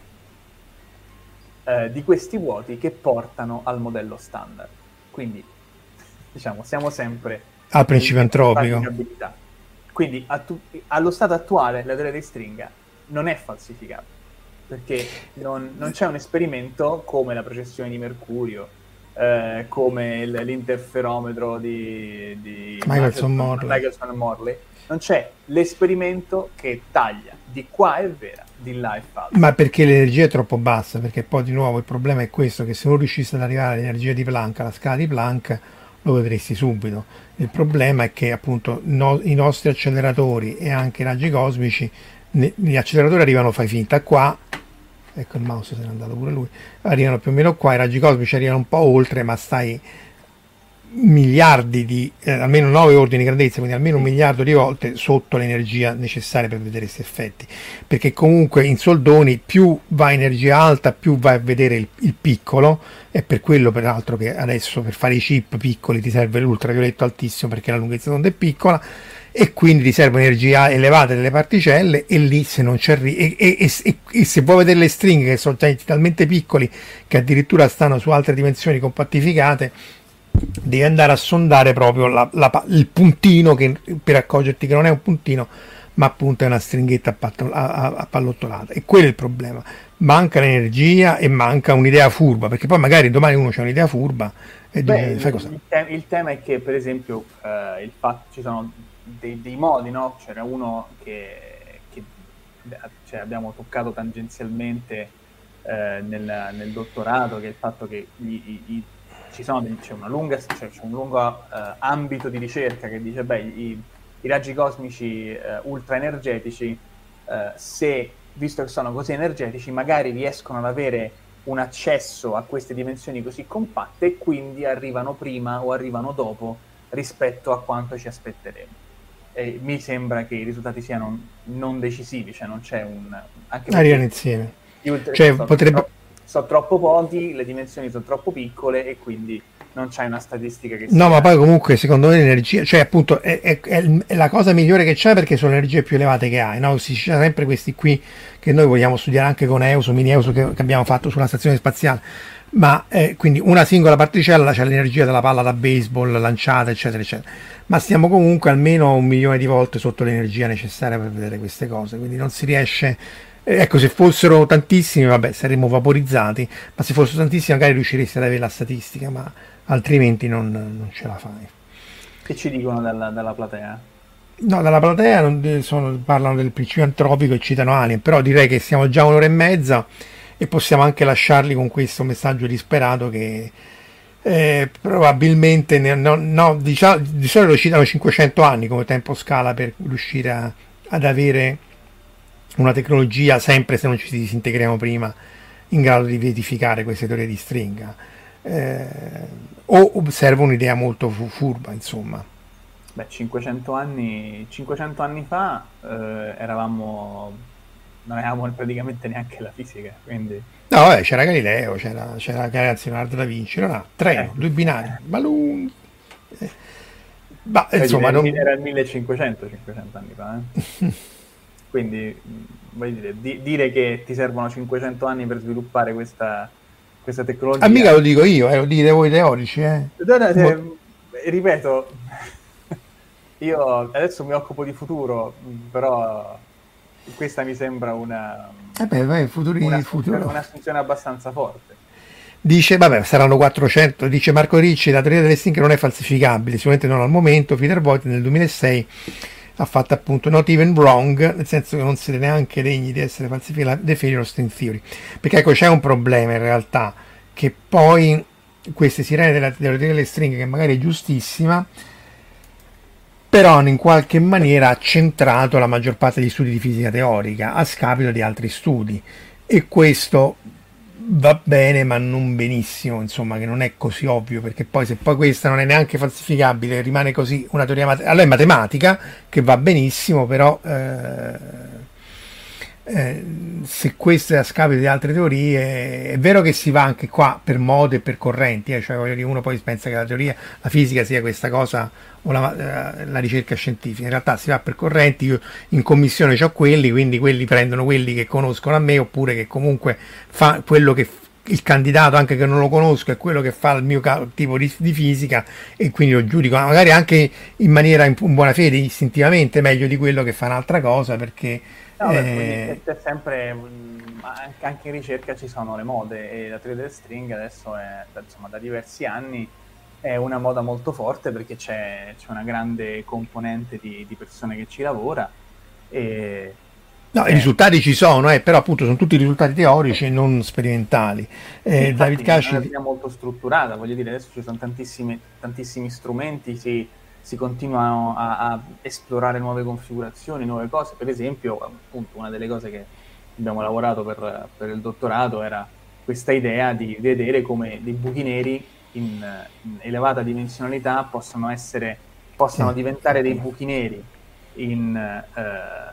eh, di questi vuoti che portano al modello standard. Quindi diciamo siamo sempre al principio antropico. Quindi attu- allo stato attuale la teoria di stringa non è falsificabile, perché non, non c'è un esperimento come la precessione di Mercurio, eh, come il, l'interferometro di, di Michelson-Morley. Morley. Non c'è l'esperimento che taglia di qua è vera, di là è falsa. Ma perché l'energia è troppo bassa, perché poi di nuovo il problema è questo, che se non riuscisse ad arrivare all'energia di Planck, alla scala di Planck, lo vedresti subito. Il problema è che appunto no, i nostri acceleratori e anche i raggi cosmici, ne, gli acceleratori arrivano, fai finta qua, ecco il mouse se n'è andato pure lui, arrivano più o meno qua, i raggi cosmici arrivano un po' oltre, ma stai miliardi di, eh, almeno nove ordini di grandezza, quindi almeno un miliardo di volte sotto l'energia necessaria per vedere questi effetti, perché comunque in soldoni più va energia alta più vai a vedere il, il piccolo, è per quello peraltro che adesso per fare i chip piccoli ti serve l'ultravioletto altissimo, perché la lunghezza d'onda è piccola e quindi ti serve energia elevata delle particelle, e lì se non c'è e, e, e, e se vuoi vedere le stringhe che sono talmente piccoli che addirittura stanno su altre dimensioni compattificate, devi andare a sondare proprio la, la, il puntino, che, per accorgerti che non è un puntino ma appunto è una stringhetta appallottolata, e quello è il problema. Manca l'energia e manca un'idea furba, perché poi magari domani uno c'ha un'idea furba e Beh, dice, fai cosa? Il, te- il tema è che per esempio eh, il fatto, ci sono dei, dei modi, no? C'era uno che, che cioè, abbiamo toccato tangenzialmente eh, nel, nel dottorato, che è il fatto che gli, i, i, ci sono dei, c'è una lunga cioè, c'è un lungo eh, ambito di ricerca che dice beh i, i raggi cosmici eh, ultra energetici eh, se visto che sono così energetici magari riescono ad avere un accesso a queste dimensioni così compatte e quindi arrivano prima o arrivano dopo rispetto a quanto ci aspetteremo. E mi sembra che i risultati siano non decisivi, cioè non c'è un... anche arrivano insieme. Ultra, cioè, sono, potrebbe... troppo, sono troppo pochi, le dimensioni sono troppo piccole e quindi non c'è una statistica che... No, sia... ma poi comunque secondo me l'energia, cioè appunto è, è, è la cosa migliore che c'è perché sono le energie più elevate che hai, no? Si c'è sempre questi qui che noi vogliamo studiare anche con Euso, mini Euso che, che abbiamo fatto sulla stazione spaziale, ma eh, quindi una singola particella c'è l'energia della palla da baseball lanciata eccetera eccetera, ma stiamo comunque almeno un milione di volte sotto l'energia necessaria per vedere queste cose, quindi non si riesce... Ecco, se fossero tantissimi, vabbè, saremmo vaporizzati, ma se fossero tantissimi magari riusciresti ad avere la statistica, ma altrimenti non, non ce la fai. Che ci dicono dalla, dalla platea? No, dalla platea non sono, parlano del principio antropico e citano Alien, però direi che siamo già un'ora e mezza e possiamo anche lasciarli con questo messaggio disperato che eh, probabilmente, ne, no, no, diciamo, di solito citano cinquecento anni come tempo scala per riuscire a, ad avere una tecnologia, sempre se non ci disintegriamo prima, in grado di verificare queste teorie di stringa. Eh, o serve un'idea molto furba, insomma. Beh, cinquecento anni, cinquecento anni fa eh, eravamo, non avevamo praticamente neanche la fisica, quindi... No, vabbè, c'era Galileo, c'era, c'era Leonardo da Vinci, non ha, treno, eh. due binari, balloon... Eh. Ma, insomma, dire, non... era il millecinquecento, cinquecento anni fa, eh? Quindi voglio dire, di, dire che ti servono cinquecento anni per sviluppare questa, questa tecnologia. Ah, mica lo dico io, eh, lo dite voi teorici. Eh. No, no, eh, ripeto, io adesso mi occupo di futuro, però questa mi sembra una, eh beh, vai, futuri, un'assunzione, futuro. un'assunzione abbastanza forte. Dice, vabbè, saranno quattrocento, dice Marco Ricci, la teoria delle stringhe non è falsificabile, sicuramente non al momento. Peter Voigt nel duemilasei ha fatto appunto not even wrong, nel senso che non siete neanche degni di essere falsificati, the failure string theory, perché ecco c'è un problema in realtà, che poi queste sirene della teoria delle stringhe, che magari è giustissima, però hanno in qualche maniera accentrato la maggior parte degli studi di fisica teorica a scapito di altri studi, e questo va bene ma non benissimo, insomma, che non è così ovvio, perché poi se poi questa non è neanche falsificabile rimane così una teoria mat- allora è matematica, che va benissimo, però eh, eh, se questo è a scapito di altre teorie, è vero che si va anche qua per mode e per correnti, eh, cioè voglio dire, uno poi pensa che la teoria, la fisica sia questa cosa o la, la ricerca scientifica, in realtà si va per correnti. Io in commissione ho quelli, quindi quelli prendono quelli che conoscono a me, oppure che comunque fa quello che il candidato, anche che non lo conosco, è quello che fa il mio tipo di, di fisica, e quindi lo giudico magari anche in maniera in, in buona fede, istintivamente, meglio di quello che fa un'altra cosa, perché no, eh... beh, è sempre anche in ricerca ci sono le mode, e la teoria delle stringhe adesso è, insomma, da diversi anni è una moda molto forte, perché c'è, c'è una grande componente di, di persone che ci lavora, e no, eh, i risultati ci sono, eh, però appunto sono tutti risultati teorici e non sperimentali. Eh, sì, David Casci è una molto strutturata, voglio dire, adesso ci sono tantissimi, tantissimi strumenti, si, si continuano a, a esplorare nuove configurazioni, nuove cose. Per esempio, appunto, una delle cose che abbiamo lavorato per, per il dottorato era questa idea di vedere come dei buchi neri in, in elevata dimensionalità possono essere, possano sì, diventare sì. dei buchi neri in, eh,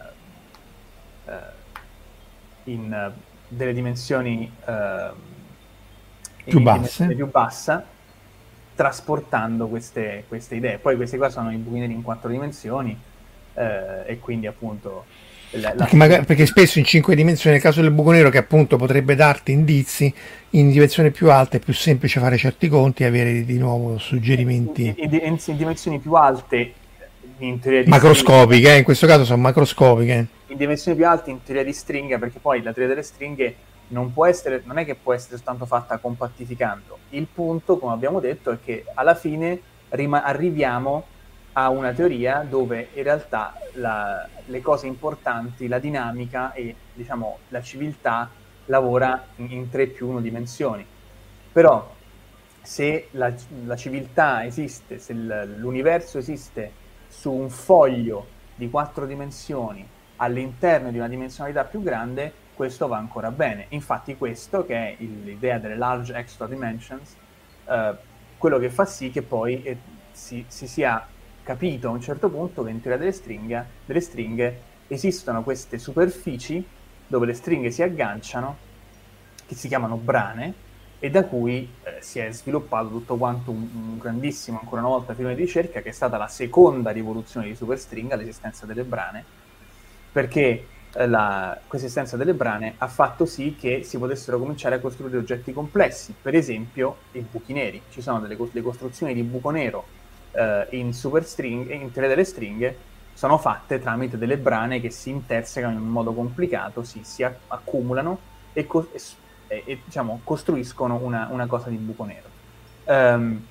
in delle dimensioni eh, più in basse, più bassa, trasportando queste, queste idee. Poi questi qua sono i buchi neri in quattro dimensioni, eh, e quindi appunto la, la... Perché, magari, perché spesso in cinque dimensioni, nel caso del buco nero, che appunto potrebbe darti indizi, in dimensioni più alte è più semplice fare certi conti e avere di nuovo suggerimenti in, in, in, in dimensioni più alte, in teoria di macroscopiche, stringa, eh, in questo caso sono macroscopiche, in dimensioni più alte in teoria di stringa, perché poi la teoria delle stringhe non può essere, non è che può essere soltanto fatta compattificando. Il punto, come abbiamo detto, è che alla fine rima- arriviamo ha una teoria dove in realtà la, le cose importanti, la dinamica e diciamo la civiltà lavora in, in tre più uno dimensioni. Però se la, la civiltà esiste, se l'universo esiste su un foglio di quattro dimensioni all'interno di una dimensionalità più grande, questo va ancora bene. Infatti questo, che è l'idea delle large extra dimensions, eh, quello che fa sì che poi eh, si, si sia capito a un certo punto che in teoria delle stringhe, delle stringhe esistono queste superfici dove le stringhe si agganciano, che si chiamano brane, e da cui eh, si è sviluppato tutto quanto un, un grandissimo, ancora una volta, filone di ricerca, che è stata la seconda rivoluzione di superstringa, l'esistenza delle brane, perché eh, la, questa esistenza delle brane ha fatto sì che si potessero cominciare a costruire oggetti complessi, per esempio i buchi neri. Ci sono delle le costruzioni di buco nero eh, in superstringhe, in teoria delle stringhe, sono fatte tramite delle brane che si intersecano in un modo complicato, si, si accumulano e, co- e E, e diciamo costruiscono una, una cosa di buco nero. Um,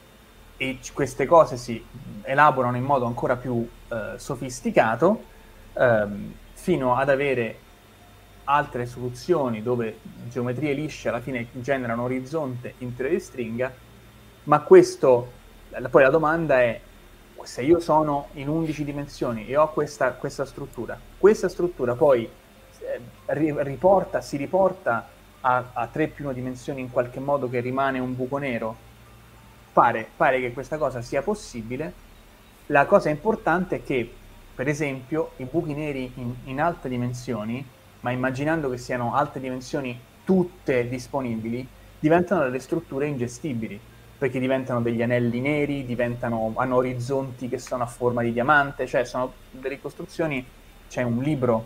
e c- queste cose si elaborano in modo ancora più uh, sofisticato, um, fino ad avere altre soluzioni dove geometrie lisce alla fine generano orizzonte in teoria di stringa, ma questo, poi la domanda è: se io sono in undici dimensioni e ho questa, questa struttura, questa struttura poi eh, riporta, si riporta A, a tre più una dimensioni in qualche modo, che rimane un buco nero? Pare, pare che questa cosa sia possibile. La cosa importante è che, per esempio, i buchi neri in, in alte dimensioni, ma immaginando che siano alte dimensioni tutte disponibili, diventano delle strutture ingestibili, perché diventano degli anelli neri, diventano, hanno orizzonti che sono a forma di diamante, cioè sono delle costruzioni. C'è un libro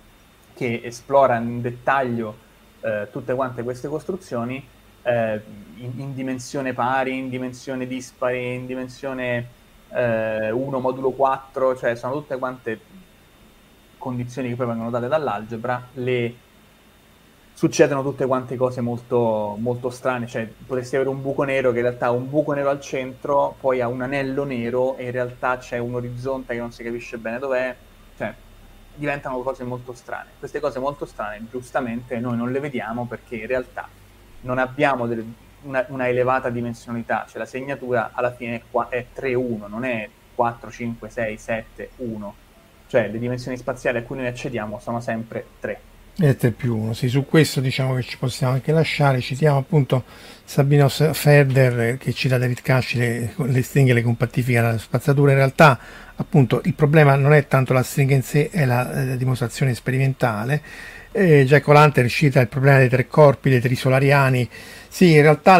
che esplora in dettaglio Uh, tutte quante queste costruzioni uh, in, in dimensione pari, in dimensione dispari, in dimensione uh, uno modulo quattro, cioè sono tutte quante condizioni che poi vengono date dall'algebra. Le succedono tutte quante cose molto, molto strane, cioè potresti avere un buco nero che in realtà ha un buco nero al centro, poi ha un anello nero e in realtà c'è un orizzonte che non si capisce bene dov'è, cioè diventano cose molto strane. Queste cose molto strane, giustamente, noi non le vediamo perché in realtà non abbiamo delle, una, una elevata dimensionalità, cioè la segnatura alla fine è, qua, è tre uno, non è quattro, cinque, sei, sette, uno, cioè le dimensioni spaziali a cui noi accediamo sono sempre tre. E tre più uno, sì, su questo diciamo che ci possiamo anche lasciare. Citiamo appunto Sabino Ferder che cita David Casci, le, le stringhe le compattifica la spazzatura. In realtà appunto il problema non è tanto la stringa in sé, è la, la dimostrazione sperimentale. eh, Jack O'Lantern cita il problema dei tre corpi, dei trisolariani. Sì, in realtà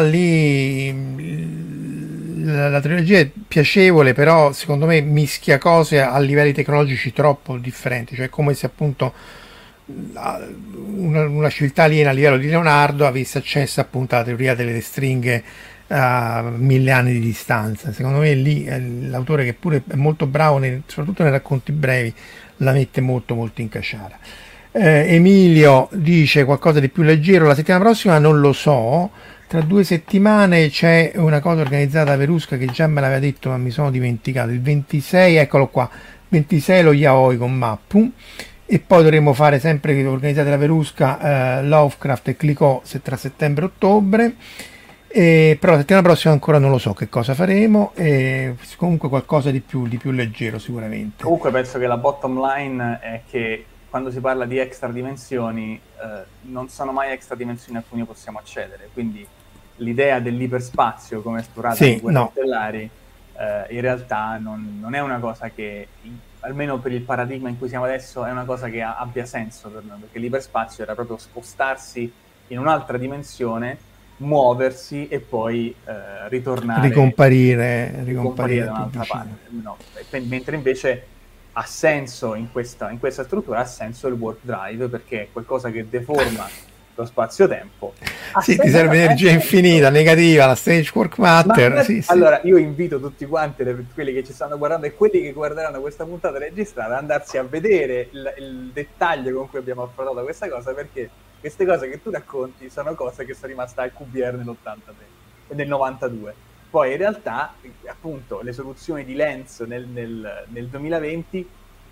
lì la, la trilogia è piacevole, però secondo me mischia cose a livelli tecnologici troppo differenti, cioè come se appunto Una, una civiltà aliena a livello di Leonardo avesse accesso appunto alla teoria delle stringhe a mille anni di distanza. Secondo me lì eh, l'autore, che pure è molto bravo nei, soprattutto nei racconti brevi, la mette molto molto in casciara. eh, Emilio dice qualcosa di più leggero la settimana prossima, non lo so, tra due settimane c'è una cosa organizzata da Verusca che già me l'aveva detto ma mi sono dimenticato, il ventisei, eccolo qua, ventisei lo yaoi con Mappu. E poi dovremo fare, sempre organizzate la Verusca, eh, Lovecraft e Clicquot tra settembre e ottobre. E, però la settimana prossima ancora non lo so che cosa faremo. E comunque qualcosa di più, di più leggero sicuramente. Comunque penso che la bottom line è che quando si parla di extra dimensioni eh, non sono mai extra dimensioni a cui noi possiamo accedere. Quindi l'idea dell'iperspazio come esplorata sì, in Guerre no. Stellari eh, in realtà non, non è una cosa che, almeno per il paradigma in cui siamo adesso, è una cosa che ha, abbia senso per noi, perché l'iperspazio era proprio spostarsi in un'altra dimensione, muoversi e poi eh, ritornare, ricomparire, ricomparire da un'altra parte. No, mentre invece ha senso in questa, in questa struttura, ha senso il warp drive, perché è qualcosa che deforma lo spazio-tempo. Sì, ti serve energia infinita, negativa, la stage quark matter. Ma, sì, allora, sì. io invito tutti quanti, le, quelli che ci stanno guardando e quelli che guarderanno questa puntata registrata, ad andarsi a vedere il, il dettaglio con cui abbiamo affrontato questa cosa, perché queste cose che tu racconti sono cose che sono rimaste al Q B R nell'ottantatré e nel novantadue. poi in realtà appunto le soluzioni di Lenz nel, nel, nel duemilaventi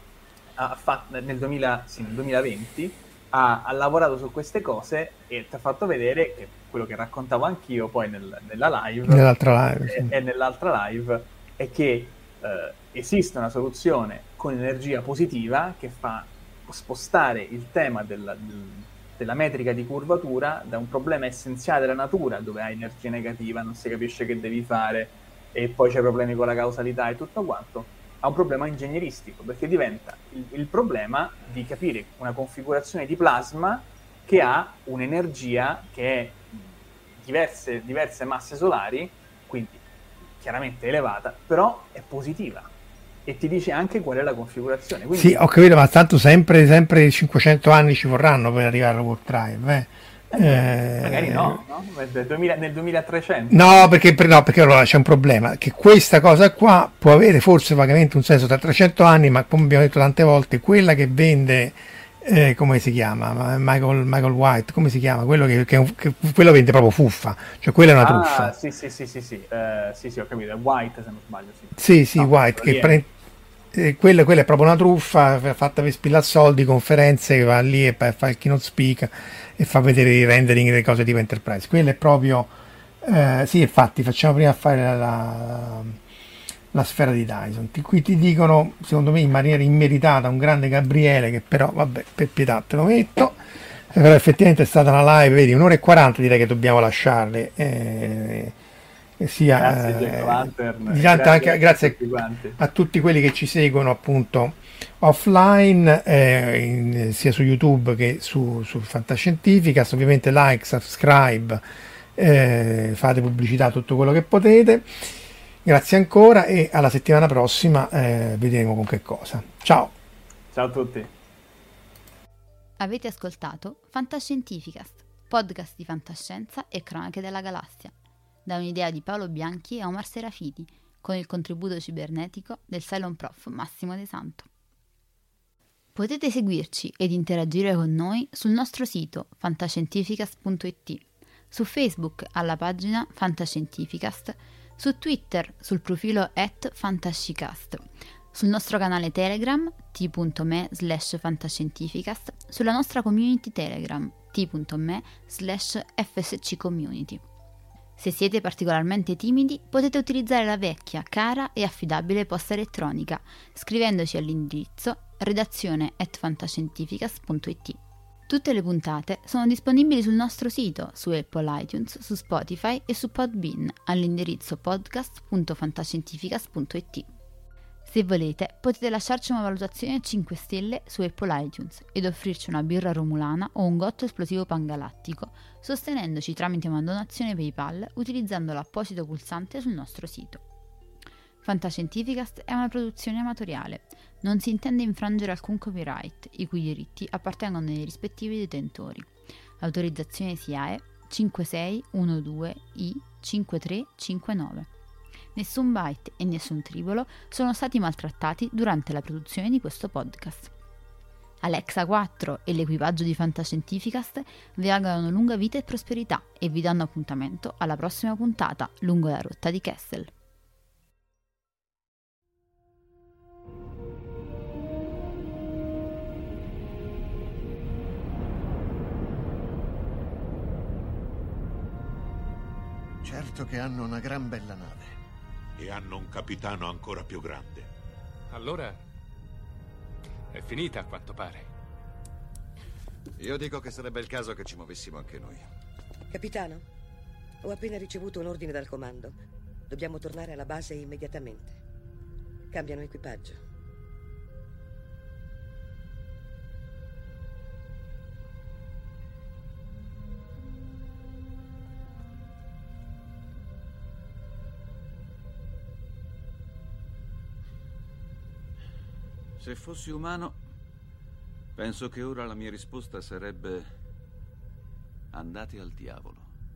ha fatto, nel, duemila, sì, nel duemilaventi ha, ha lavorato su queste cose e ti ha fatto vedere che quello che raccontavo anch'io poi nel, nella live, nell'altra live, e, sì. e nell'altra live è che eh, esiste una soluzione con energia positiva che fa spostare il tema della, del, della metrica di curvatura da un problema essenziale della natura, dove hai energia negativa, non si capisce che devi fare e poi c'è problemi con la causalità e tutto quanto, a un problema ingegneristico, perché diventa il, il problema di capire una configurazione di plasma che ha un'energia che è diverse, diverse masse solari, quindi chiaramente elevata, però è positiva e ti dice anche qual è la configurazione. Quindi... Sì, ho capito, ma tanto sempre, sempre cinquecento anni ci vorranno per arrivare al warp drive. Eh. Eh, magari no, no? Nel, duemila, nel duemilatrecento. No, perché, no, perché allora c'è un problema, che questa cosa qua può avere forse vagamente un senso tra trecento anni, ma come abbiamo detto tante volte, quella che vende... Eh, come si chiama? Michael, Michael White, come si chiama? Quello che, che, che quello vende proprio fuffa, cioè quella è una ah, truffa. Sì, sì, sì, sì, sì. Uh, sì, sì, ho capito, è White se non sbaglio. Sì, sì, sì no, White, che pre- eh, quella, quella è proprio una truffa fatta per spillare soldi, conferenze, che va lì e fa il keynote speaker e fa vedere i rendering delle cose tipo Enterprise. Quella è proprio, eh, sì, infatti, facciamo prima fare la... la la sfera di Dyson. Qui ti dicono, secondo me in maniera immeritata, un grande Gabriele, che però vabbè, per pietà te lo metto, però effettivamente è stata una live, vedi, un'ora e quaranta, direi che dobbiamo lasciarle, eh, sia grazie, eh, Lantern, di grazie, anche, grazie a tutti, a tutti quelli che ci seguono appunto offline, eh, in, sia su YouTube che su, su Fantascientificast. Ovviamente like, subscribe, eh, fate pubblicità, tutto quello che potete. Grazie ancora e alla settimana prossima, eh, vedremo con che cosa. Ciao! Ciao a tutti! Avete ascoltato Fantascientificast, podcast di fantascienza e cronache della galassia, da un'idea di Paolo Bianchi e Omar Serafiti, con il contributo cibernetico del Cylon Prof Massimo De Santo. Potete seguirci ed interagire con noi sul nostro sito fantascientificast punto it, su Facebook alla pagina Fantascientificast, su Twitter sul profilo at fantascicast, sul nostro canale Telegram t.me slash fantascientificast, sulla nostra community Telegram t.me slash fsccommunity. Se siete particolarmente timidi, potete utilizzare la vecchia, cara e affidabile posta elettronica, scrivendoci all'indirizzo redazione at fantascientificast punto it. Tutte le puntate sono disponibili sul nostro sito, su Apple iTunes, su Spotify e su Podbean all'indirizzo podcast punto fantascientificast punto it. Se volete, potete lasciarci una valutazione a cinque stelle su Apple iTunes ed offrirci una birra romulana o un gotto esplosivo pangalattico, sostenendoci tramite una donazione PayPal utilizzando l'apposito pulsante sul nostro sito. Fantascientificast è una produzione amatoriale. Non si intende infrangere alcun copyright, i cui diritti appartengono ai rispettivi detentori. Autorizzazione S I A E cinque sei uno due I cinque tre cinque nove. Nessun byte e nessun tribolo sono stati maltrattati durante la produzione di questo podcast. Alexa quattro e l'equipaggio di Fantascientificast vi augurano lunga vita e prosperità e vi danno appuntamento alla prossima puntata lungo la rotta di Kessel. Certo che hanno una gran bella nave. E hanno un capitano ancora più grande. Allora è finita a quanto pare. Io dico che sarebbe il caso che ci muovessimo anche noi. Capitano, ho appena ricevuto un ordine dal comando. Dobbiamo tornare alla base immediatamente. Cambiano equipaggio. Se fossi umano, penso che ora la mia risposta sarebbe: andate al diavolo.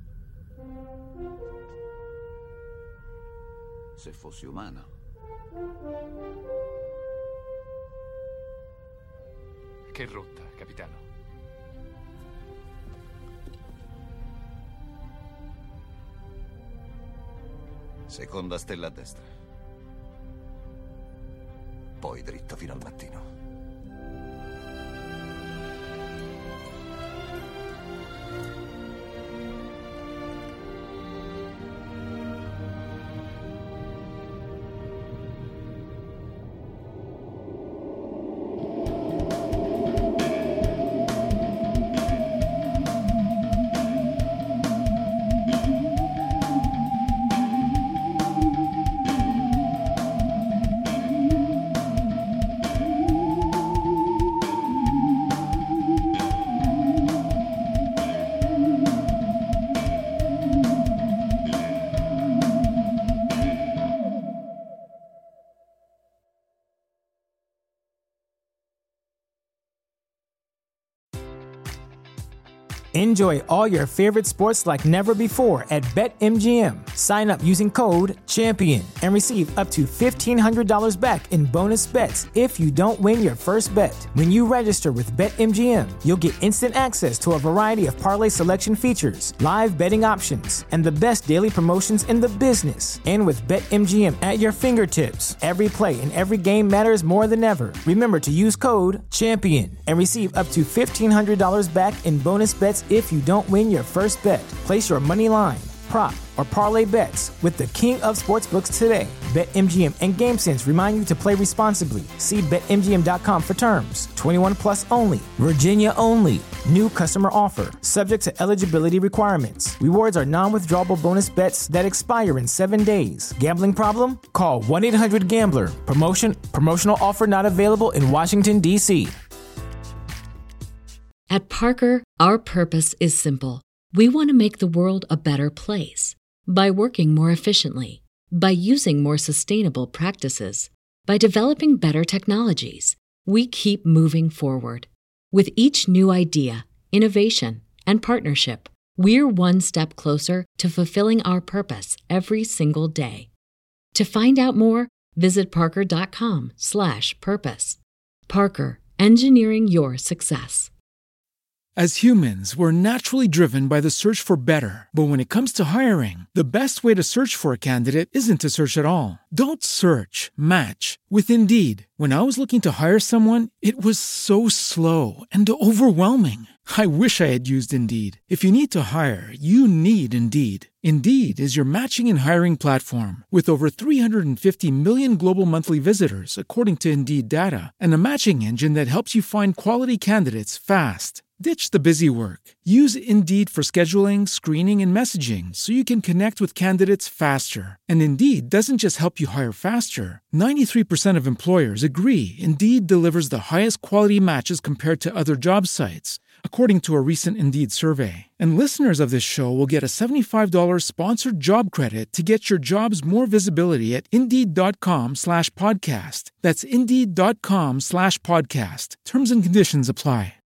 Se fossi umano. Che rotta, capitano? Seconda stella a destra. Poi dritto fino al mattino. Enjoy all your favorite sports like never before at BetMGM. Sign up using code CHAMPION and receive up to fifteen hundred dollars back in bonus bets if you don't win your first bet. When you register with BetMGM, you'll get instant access to a variety of parlay selection features, live betting options, and the best daily promotions in the business. And with BetMGM at your fingertips, every play and every game matters more than ever. Remember to use code CHAMPION and receive up to fifteen hundred dollars back in bonus bets if you don't win your first bet. Place your money line, prop, or parlay bets with the king of sportsbooks today. BetMGM and GameSense remind you to play responsibly. See Bet M G M dot com for terms. twenty-one plus only. Virginia only. New customer offer. Subject to eligibility requirements. Rewards are non-withdrawable bonus bets that expire in seven days. Gambling problem? Call one eight hundred gambler. Promotion. Promotional offer not available in Washington, D C At Parker, our purpose is simple. We want to make the world a better place by working more efficiently, by using more sustainable practices, by developing better technologies. We keep moving forward. With each new idea, innovation, and partnership, we're one step closer to fulfilling our purpose every single day. To find out more, visit parker.com slash purpose. Parker, engineering your success. As humans, we're naturally driven by the search for better. But when it comes to hiring, the best way to search for a candidate isn't to search at all. Don't search, match with Indeed. When I was looking to hire someone, it was so slow and overwhelming. I wish I had used Indeed. If you need to hire, you need Indeed. Indeed is your matching and hiring platform with over three hundred fifty million global monthly visitors, according to Indeed data, and a matching engine that helps you find quality candidates fast. Ditch the busy work. Use Indeed for scheduling, screening, and messaging so you can connect with candidates faster. And Indeed doesn't just help you hire faster. ninety-three percent of employers agree Indeed delivers the highest quality matches compared to other job sites, according to a recent Indeed survey. And listeners of this show will get a seventy-five dollars sponsored job credit to get your jobs more visibility at Indeed.com slash podcast. That's Indeed.com slash podcast. Terms and conditions apply.